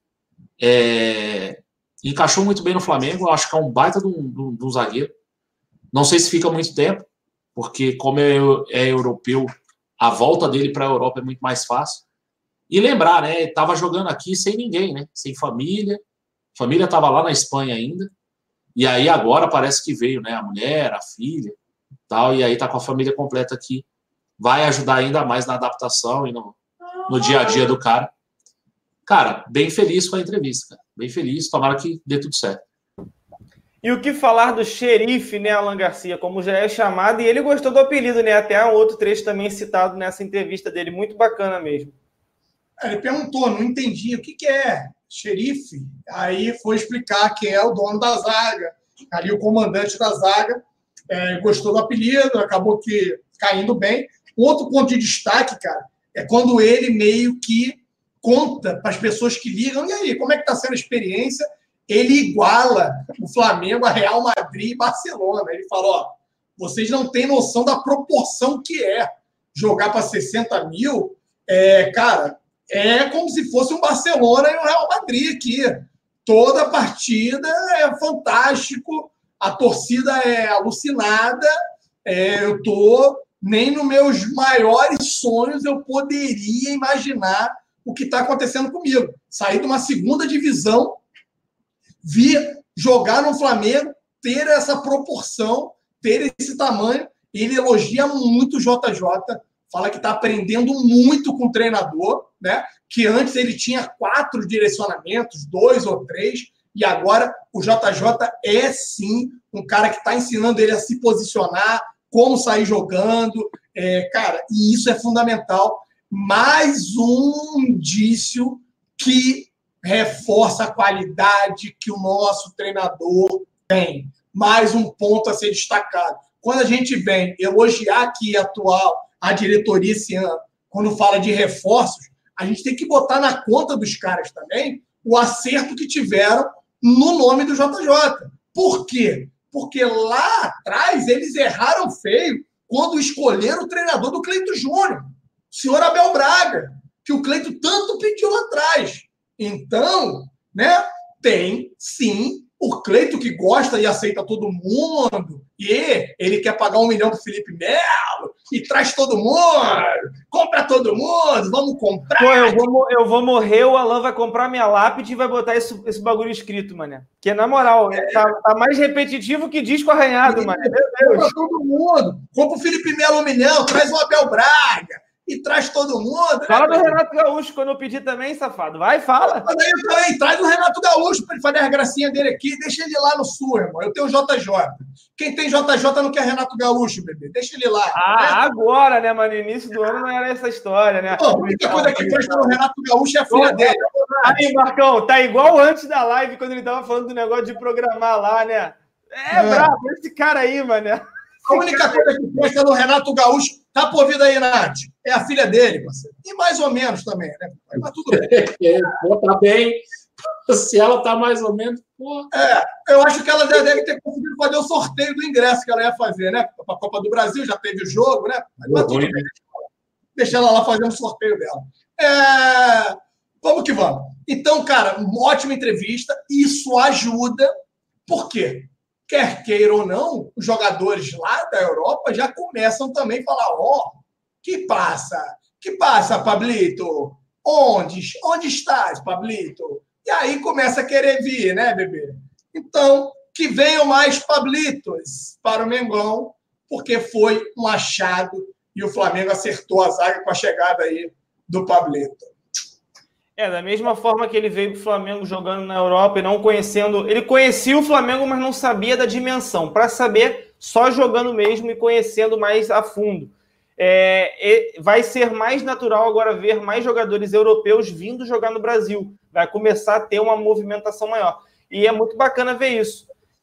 É, encaixou muito bem no Flamengo, eu acho que é um baita de um, de um, de um zagueiro. Não sei se fica muito tempo, porque como é, é europeu, a volta dele para a Europa é muito mais fácil. E lembrar, né? Estava jogando aqui sem ninguém, né? Sem família. A família estava lá na Espanha ainda. E aí agora parece que veio, né? A mulher, a filha, tal, e aí tá com a família completa aqui. Vai ajudar ainda mais na adaptação e no, no dia a dia do cara. Cara, bem feliz com a entrevista, cara. Bem feliz, tomara que dê tudo certo. E o que falar do xerife, né, Alan Garcia, como já é chamado, e ele gostou do apelido, né? Até um outro trecho também citado nessa entrevista dele, muito bacana mesmo. Ele perguntou, não entendi, o que, que é xerife? Aí foi explicar que é o dono da zaga, ali o comandante da zaga, é, gostou do apelido, acabou que caindo bem. Outro ponto de destaque, cara, é quando ele meio que conta para as pessoas que ligam, e aí, como é que está sendo a experiência? Ele iguala o Flamengo a Real Madrid e Barcelona. Ele fala, ó, vocês não têm noção da proporção que é jogar para sessenta mil, é, cara, é como se fosse um Barcelona e um Real Madrid aqui. Toda a partida é fantástico, a torcida é alucinada, é, eu tô, nem nos meus maiores sonhos eu poderia imaginar o que está acontecendo comigo. Sair de uma segunda divisão, vir jogar no Flamengo, ter essa proporção, ter esse tamanho. Ele elogia muito o J J, fala que está aprendendo muito com o treinador, né? Que antes ele tinha quatro direcionamentos, dois ou três, e agora o J J é sim um cara que está ensinando ele a se posicionar, como sair jogando, é, cara, e isso é fundamental. Mais um indício que reforça a qualidade que o nosso treinador tem. Mais um ponto a ser destacado. Quando a gente vem elogiar aqui a atual, a diretoria esse ano, quando fala de reforços, a gente tem que botar na conta dos caras também o acerto que tiveram no nome do J J. Por quê? Porque lá atrás eles erraram feio quando escolheram o treinador do Cleito Júnior, o senhor Abel Braga, que o Cleito tanto pediu lá atrás. Então, né, tem, sim, o Cleito que gosta e aceita todo mundo, e ele quer pagar um milhão pro Felipe Melo, e traz todo mundo, compra todo mundo, vamos comprar. Pô, eu vou, eu vou morrer, o Alan vai comprar minha lápide e vai botar esse, esse bagulho escrito, mané. Que, na moral, é. tá, tá mais repetitivo que disco arranhado, mané. Meu Deus. Compra todo mundo, compra o Felipe Melo um milhão, traz o Abel Braga, e traz todo mundo. Fala né, do Renato Gaúcho quando eu pedi também, safado. Vai, fala. Mas aí também, traz o Renato Gaúcho para ele fazer as gracinhas dele aqui. Deixa ele lá no Sul, irmão. Eu tenho o J J. Quem tem J J não quer Renato Gaúcho, bebê. Deixa ele lá. Ah, né? agora, né, mano? No início do ano não era essa história, né? Pô, a única coisa que presta no Renato Gaúcho é a filha dele. Aí, Marcão, tá igual antes da live, quando ele tava falando do negócio de programar lá, né? É, é. brabo, esse cara aí, mano. A única coisa que presta no Renato Gaúcho, tá por vida aí, Nath, é a filha dele, parceiro. E mais ou menos também, né? Mas tudo bem. É, pô, tá bem. Se ela tá mais ou menos, pô. É, eu acho que ela já deve ter conseguido fazer o sorteio do ingresso que ela ia fazer, né? Para a Copa do Brasil, já teve o jogo, né? Mas, mas tudo bem. Deixa ela lá fazer um sorteio dela. É... Vamos que vamos. Então, cara, uma ótima entrevista. Isso ajuda. Por quê? Quer queira ou não, os jogadores lá da Europa já começam também a falar, ó, oh, que passa? Que passa, Pablito? Onde? Onde estás, Pablito? E aí começa a querer vir, né, bebê? Então, que venham mais Pablitos para o Mengão, porque foi um achado e o Flamengo acertou a zaga com a chegada aí do Pablito. É, da mesma forma que ele veio para o Flamengo jogando na Europa e não conhecendo... Ele conhecia o Flamengo, mas não sabia da dimensão. Para saber, só jogando mesmo e conhecendo mais a fundo. É, vai ser mais natural agora ver mais jogadores europeus vindo jogar no Brasil. Vai começar a ter uma movimentação maior. E é muito bacana ver isso.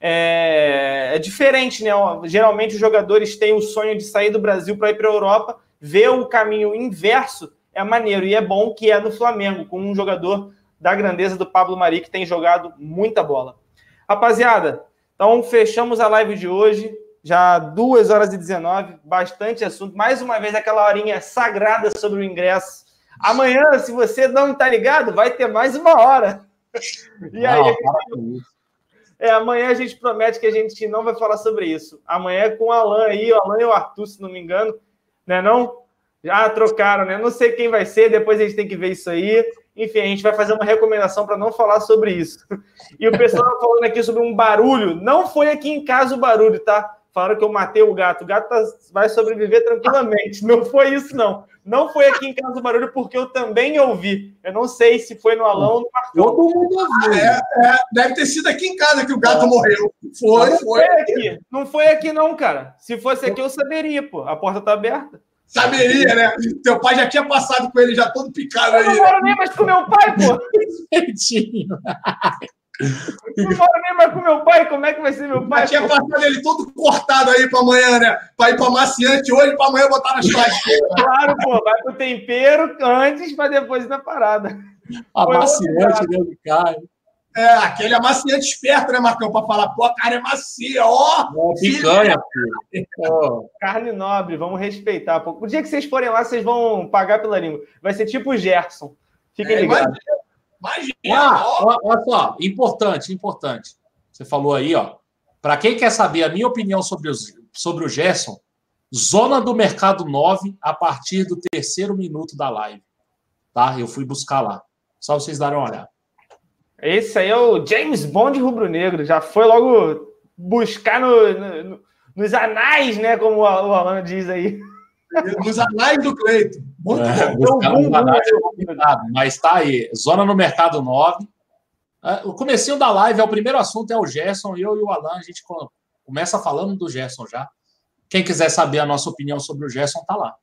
É, é diferente, né? Geralmente os jogadores têm o sonho de sair do Brasil para ir para a Europa. Ver o caminho inverso é maneiro, e é bom que é no Flamengo, com um jogador da grandeza do Pablo Mari, que tem jogado muita bola. Rapaziada, então fechamos a live de hoje, já duas horas e dezenove, bastante assunto. Mais uma vez, aquela horinha sagrada sobre o ingresso. Amanhã, se você não está ligado, vai ter mais uma hora. E aí, não, é, amanhã a gente promete que a gente não vai falar sobre isso. Amanhã é com o Alan aí, o Alan e o Arthur, se não me engano, né não? Já trocaram, né? Não sei quem vai ser, depois a gente tem que ver isso aí. Enfim, a gente vai fazer uma recomendação para não falar sobre isso. E o pessoal tá falando aqui sobre um barulho. Não foi aqui em casa o barulho, tá? Falaram que eu matei o gato. O gato tá, vai sobreviver tranquilamente. Não foi isso, não. Não foi aqui em casa o barulho, porque eu também ouvi. Eu não sei se foi no Alão ou no Marcão. Todo mundo ouviu. É, é, deve ter sido aqui em casa que o gato morreu. Foi, não foi. foi aqui. Não foi aqui, não, cara. Se fosse aqui, eu saberia, pô. A porta tá aberta. Saberia, né? Teu pai já tinha passado com ele, já todo picado aí. Eu não moro nem mais com meu pai, pô. Não moro nem mais com meu pai, como é que vai ser meu pai? Mas tinha passado ele todo cortado aí pra amanhã, né? Pra ir pra maciante hoje, pra amanhã botar na churrasqueira. Claro, pô, vai pro tempero antes pra depois ir na parada. Amaciante, né, do cara? É, aquele amaciante esperto, né, Marcão? Pra falar, pô, a carne é macia, ó! É, picanha, filho. Oh. Carne nobre, vamos respeitar. Pô. O dia que vocês forem lá, vocês vão pagar pela língua. Vai ser tipo o Gerson. Fiquem É, ligados. Imagina, Ah, ó. olha só, importante, importante. Você falou aí, ó. Para quem quer saber a minha opinião sobre, os, sobre o Gerson, Zona do Mercado nove, a partir do terceiro minuto da live. Tá? Eu fui buscar lá. Só vocês darem uma olhada. Esse aí é o James Bond rubro-negro. Já foi logo buscar no, no, nos anais, né? Como o Alan diz aí. Nos anais do Cleito. Muito É, bom. buscar nos anais é complicado, mas tá aí. Zona no Mercado nove. O comecinho da live, é o primeiro assunto, é o Gerson. Eu e o Alan, a gente começa falando do Gerson já. Quem quiser saber a nossa opinião sobre o Gerson, tá lá.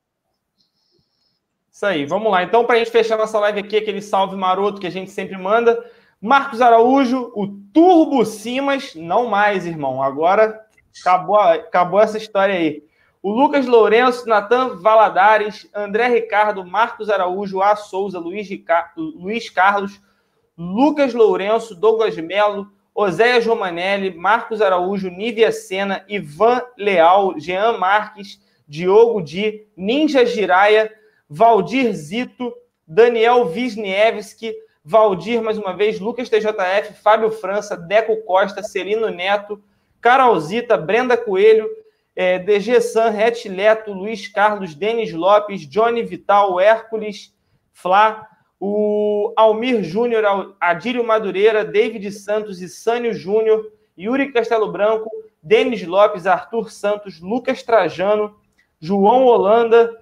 Isso aí, vamos lá. Então, para a gente fechar nossa live aqui, aquele salve maroto que a gente sempre manda. Marcos Araújo, o Turbo Simas, não mais, irmão. Agora acabou, acabou essa história aí. O Lucas Lourenço, Natan Valadares, André Ricardo, Marcos Araújo, A. Souza, Luiz, Rica... Luiz Carlos, Lucas Lourenço, Douglas Melo, Oséias Romanelli, Marcos Araújo, Nívia Sena, Ivan Leal, Jean Marques, Diogo Di, Ninja Giraia, Valdir Zito, Daniel Wisniewski, Valdir, mais uma vez, Lucas T J F, Fábio França, Deco Costa, Celino Neto, Carolzita, Brenda Coelho, é, D G San, Rete Leto, Luiz Carlos, Denis Lopes, Johnny Vital, Hércules, Flá, o Almir Júnior, Adílio Madureira, David Santos e Sânio Júnior, Yuri Castelo Branco, Denis Lopes, Arthur Santos, Lucas Trajano, João Holanda,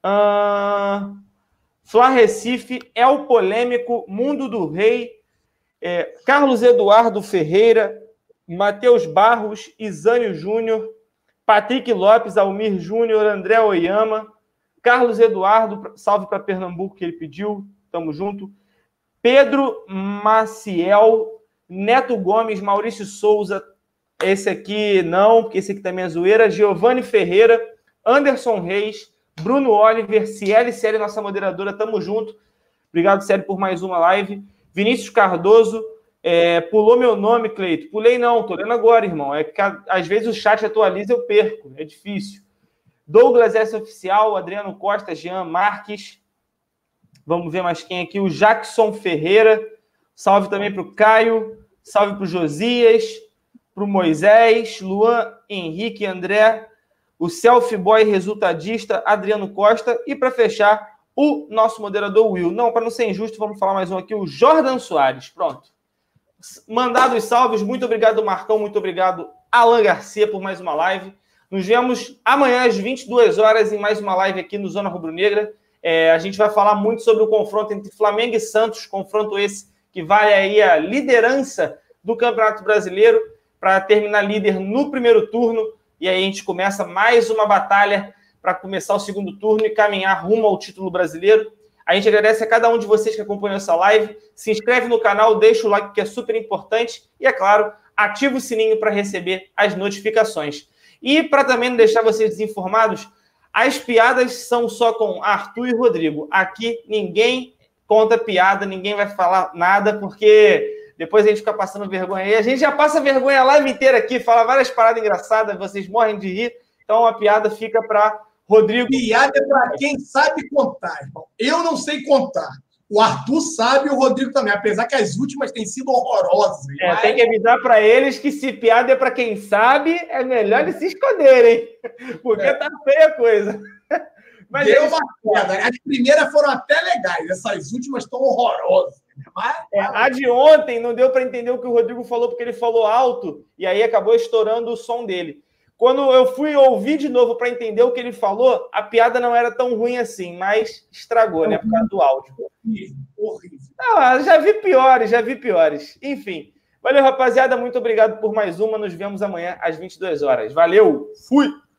uh, Flá Recife, El Polêmico, Mundo do Rei, é, Carlos Eduardo Ferreira, Matheus Barros, Isânio Júnior, Patrick Lopes, Almir Júnior, André Oyama, Carlos Eduardo, salve para Pernambuco que ele pediu, tamo junto, Pedro Maciel, Neto Gomes, Maurício Souza, esse aqui não, porque esse aqui também é zoeira, Giovanni Ferreira, Anderson Reis, Bruno Oliver, Ciele, Ciele, nossa moderadora, tamo junto. Obrigado, Ciele, por mais uma live. Vinícius Cardoso, é, pulou meu nome, Cleito. Pulei não, tô lendo agora, irmão. É que às vezes o chat atualiza e eu perco, é difícil. Douglas S. Oficial, Adriano Costa, Jean Marques. Vamos ver mais quem aqui. O Jackson Ferreira. Salve também para o Caio. Salve para o Josias. Para o Moisés. Luan Henrique André. O Selfie Boy resultadista, Adriano Costa. E para fechar, o nosso moderador Will. Não, para não ser injusto, vamos falar mais um aqui. O Jordan Soares. Pronto. Mandados salves. Muito obrigado, Marcão. Muito obrigado, Alan Garcia, por mais uma live. Nos vemos amanhã às vinte e duas horas em mais uma live aqui no Zona Rubro-Negra. É, a gente vai falar muito sobre o confronto entre Flamengo e Santos, confronto esse que vale aí a liderança do Campeonato Brasileiro para terminar líder no primeiro turno. E aí a gente começa mais uma batalha para começar o segundo turno e caminhar rumo ao título brasileiro. A gente agradece a cada um de vocês que acompanhou essa live. Se inscreve no canal, deixa o like que é super importante. E, é claro, ativa o sininho para receber as notificações. E para também não deixar vocês desinformados, as piadas são só com Arthur e Rodrigo. Aqui ninguém conta piada, ninguém vai falar nada, porque depois a gente fica passando vergonha. E a gente já passa vergonha a live inteira aqui, fala várias paradas engraçadas, vocês morrem de rir. Então a piada fica para Rodrigo. Piada é para quem sabe contar, irmão. Eu não sei contar. O Arthur sabe e o Rodrigo também, apesar que as últimas têm sido horrorosas. É, mas... Tem que avisar para eles que se piada é para quem sabe, é melhor eles se esconderem, porque é. Tá feia a coisa. Mas Deu é uma queda. As primeiras foram até legais, essas últimas estão horrorosas. Mas... É, a de ontem não deu para entender o que o Rodrigo falou, porque ele falou alto e aí acabou estourando o som dele. Quando eu fui ouvir de novo para entender o que ele falou, a piada não era tão ruim assim, mas estragou, né? Por causa do áudio. Horrível. Não, já vi piores, já vi piores. Enfim. Valeu, rapaziada. Muito obrigado por mais uma. Nos vemos amanhã às vinte e duas horas. Valeu. Fui!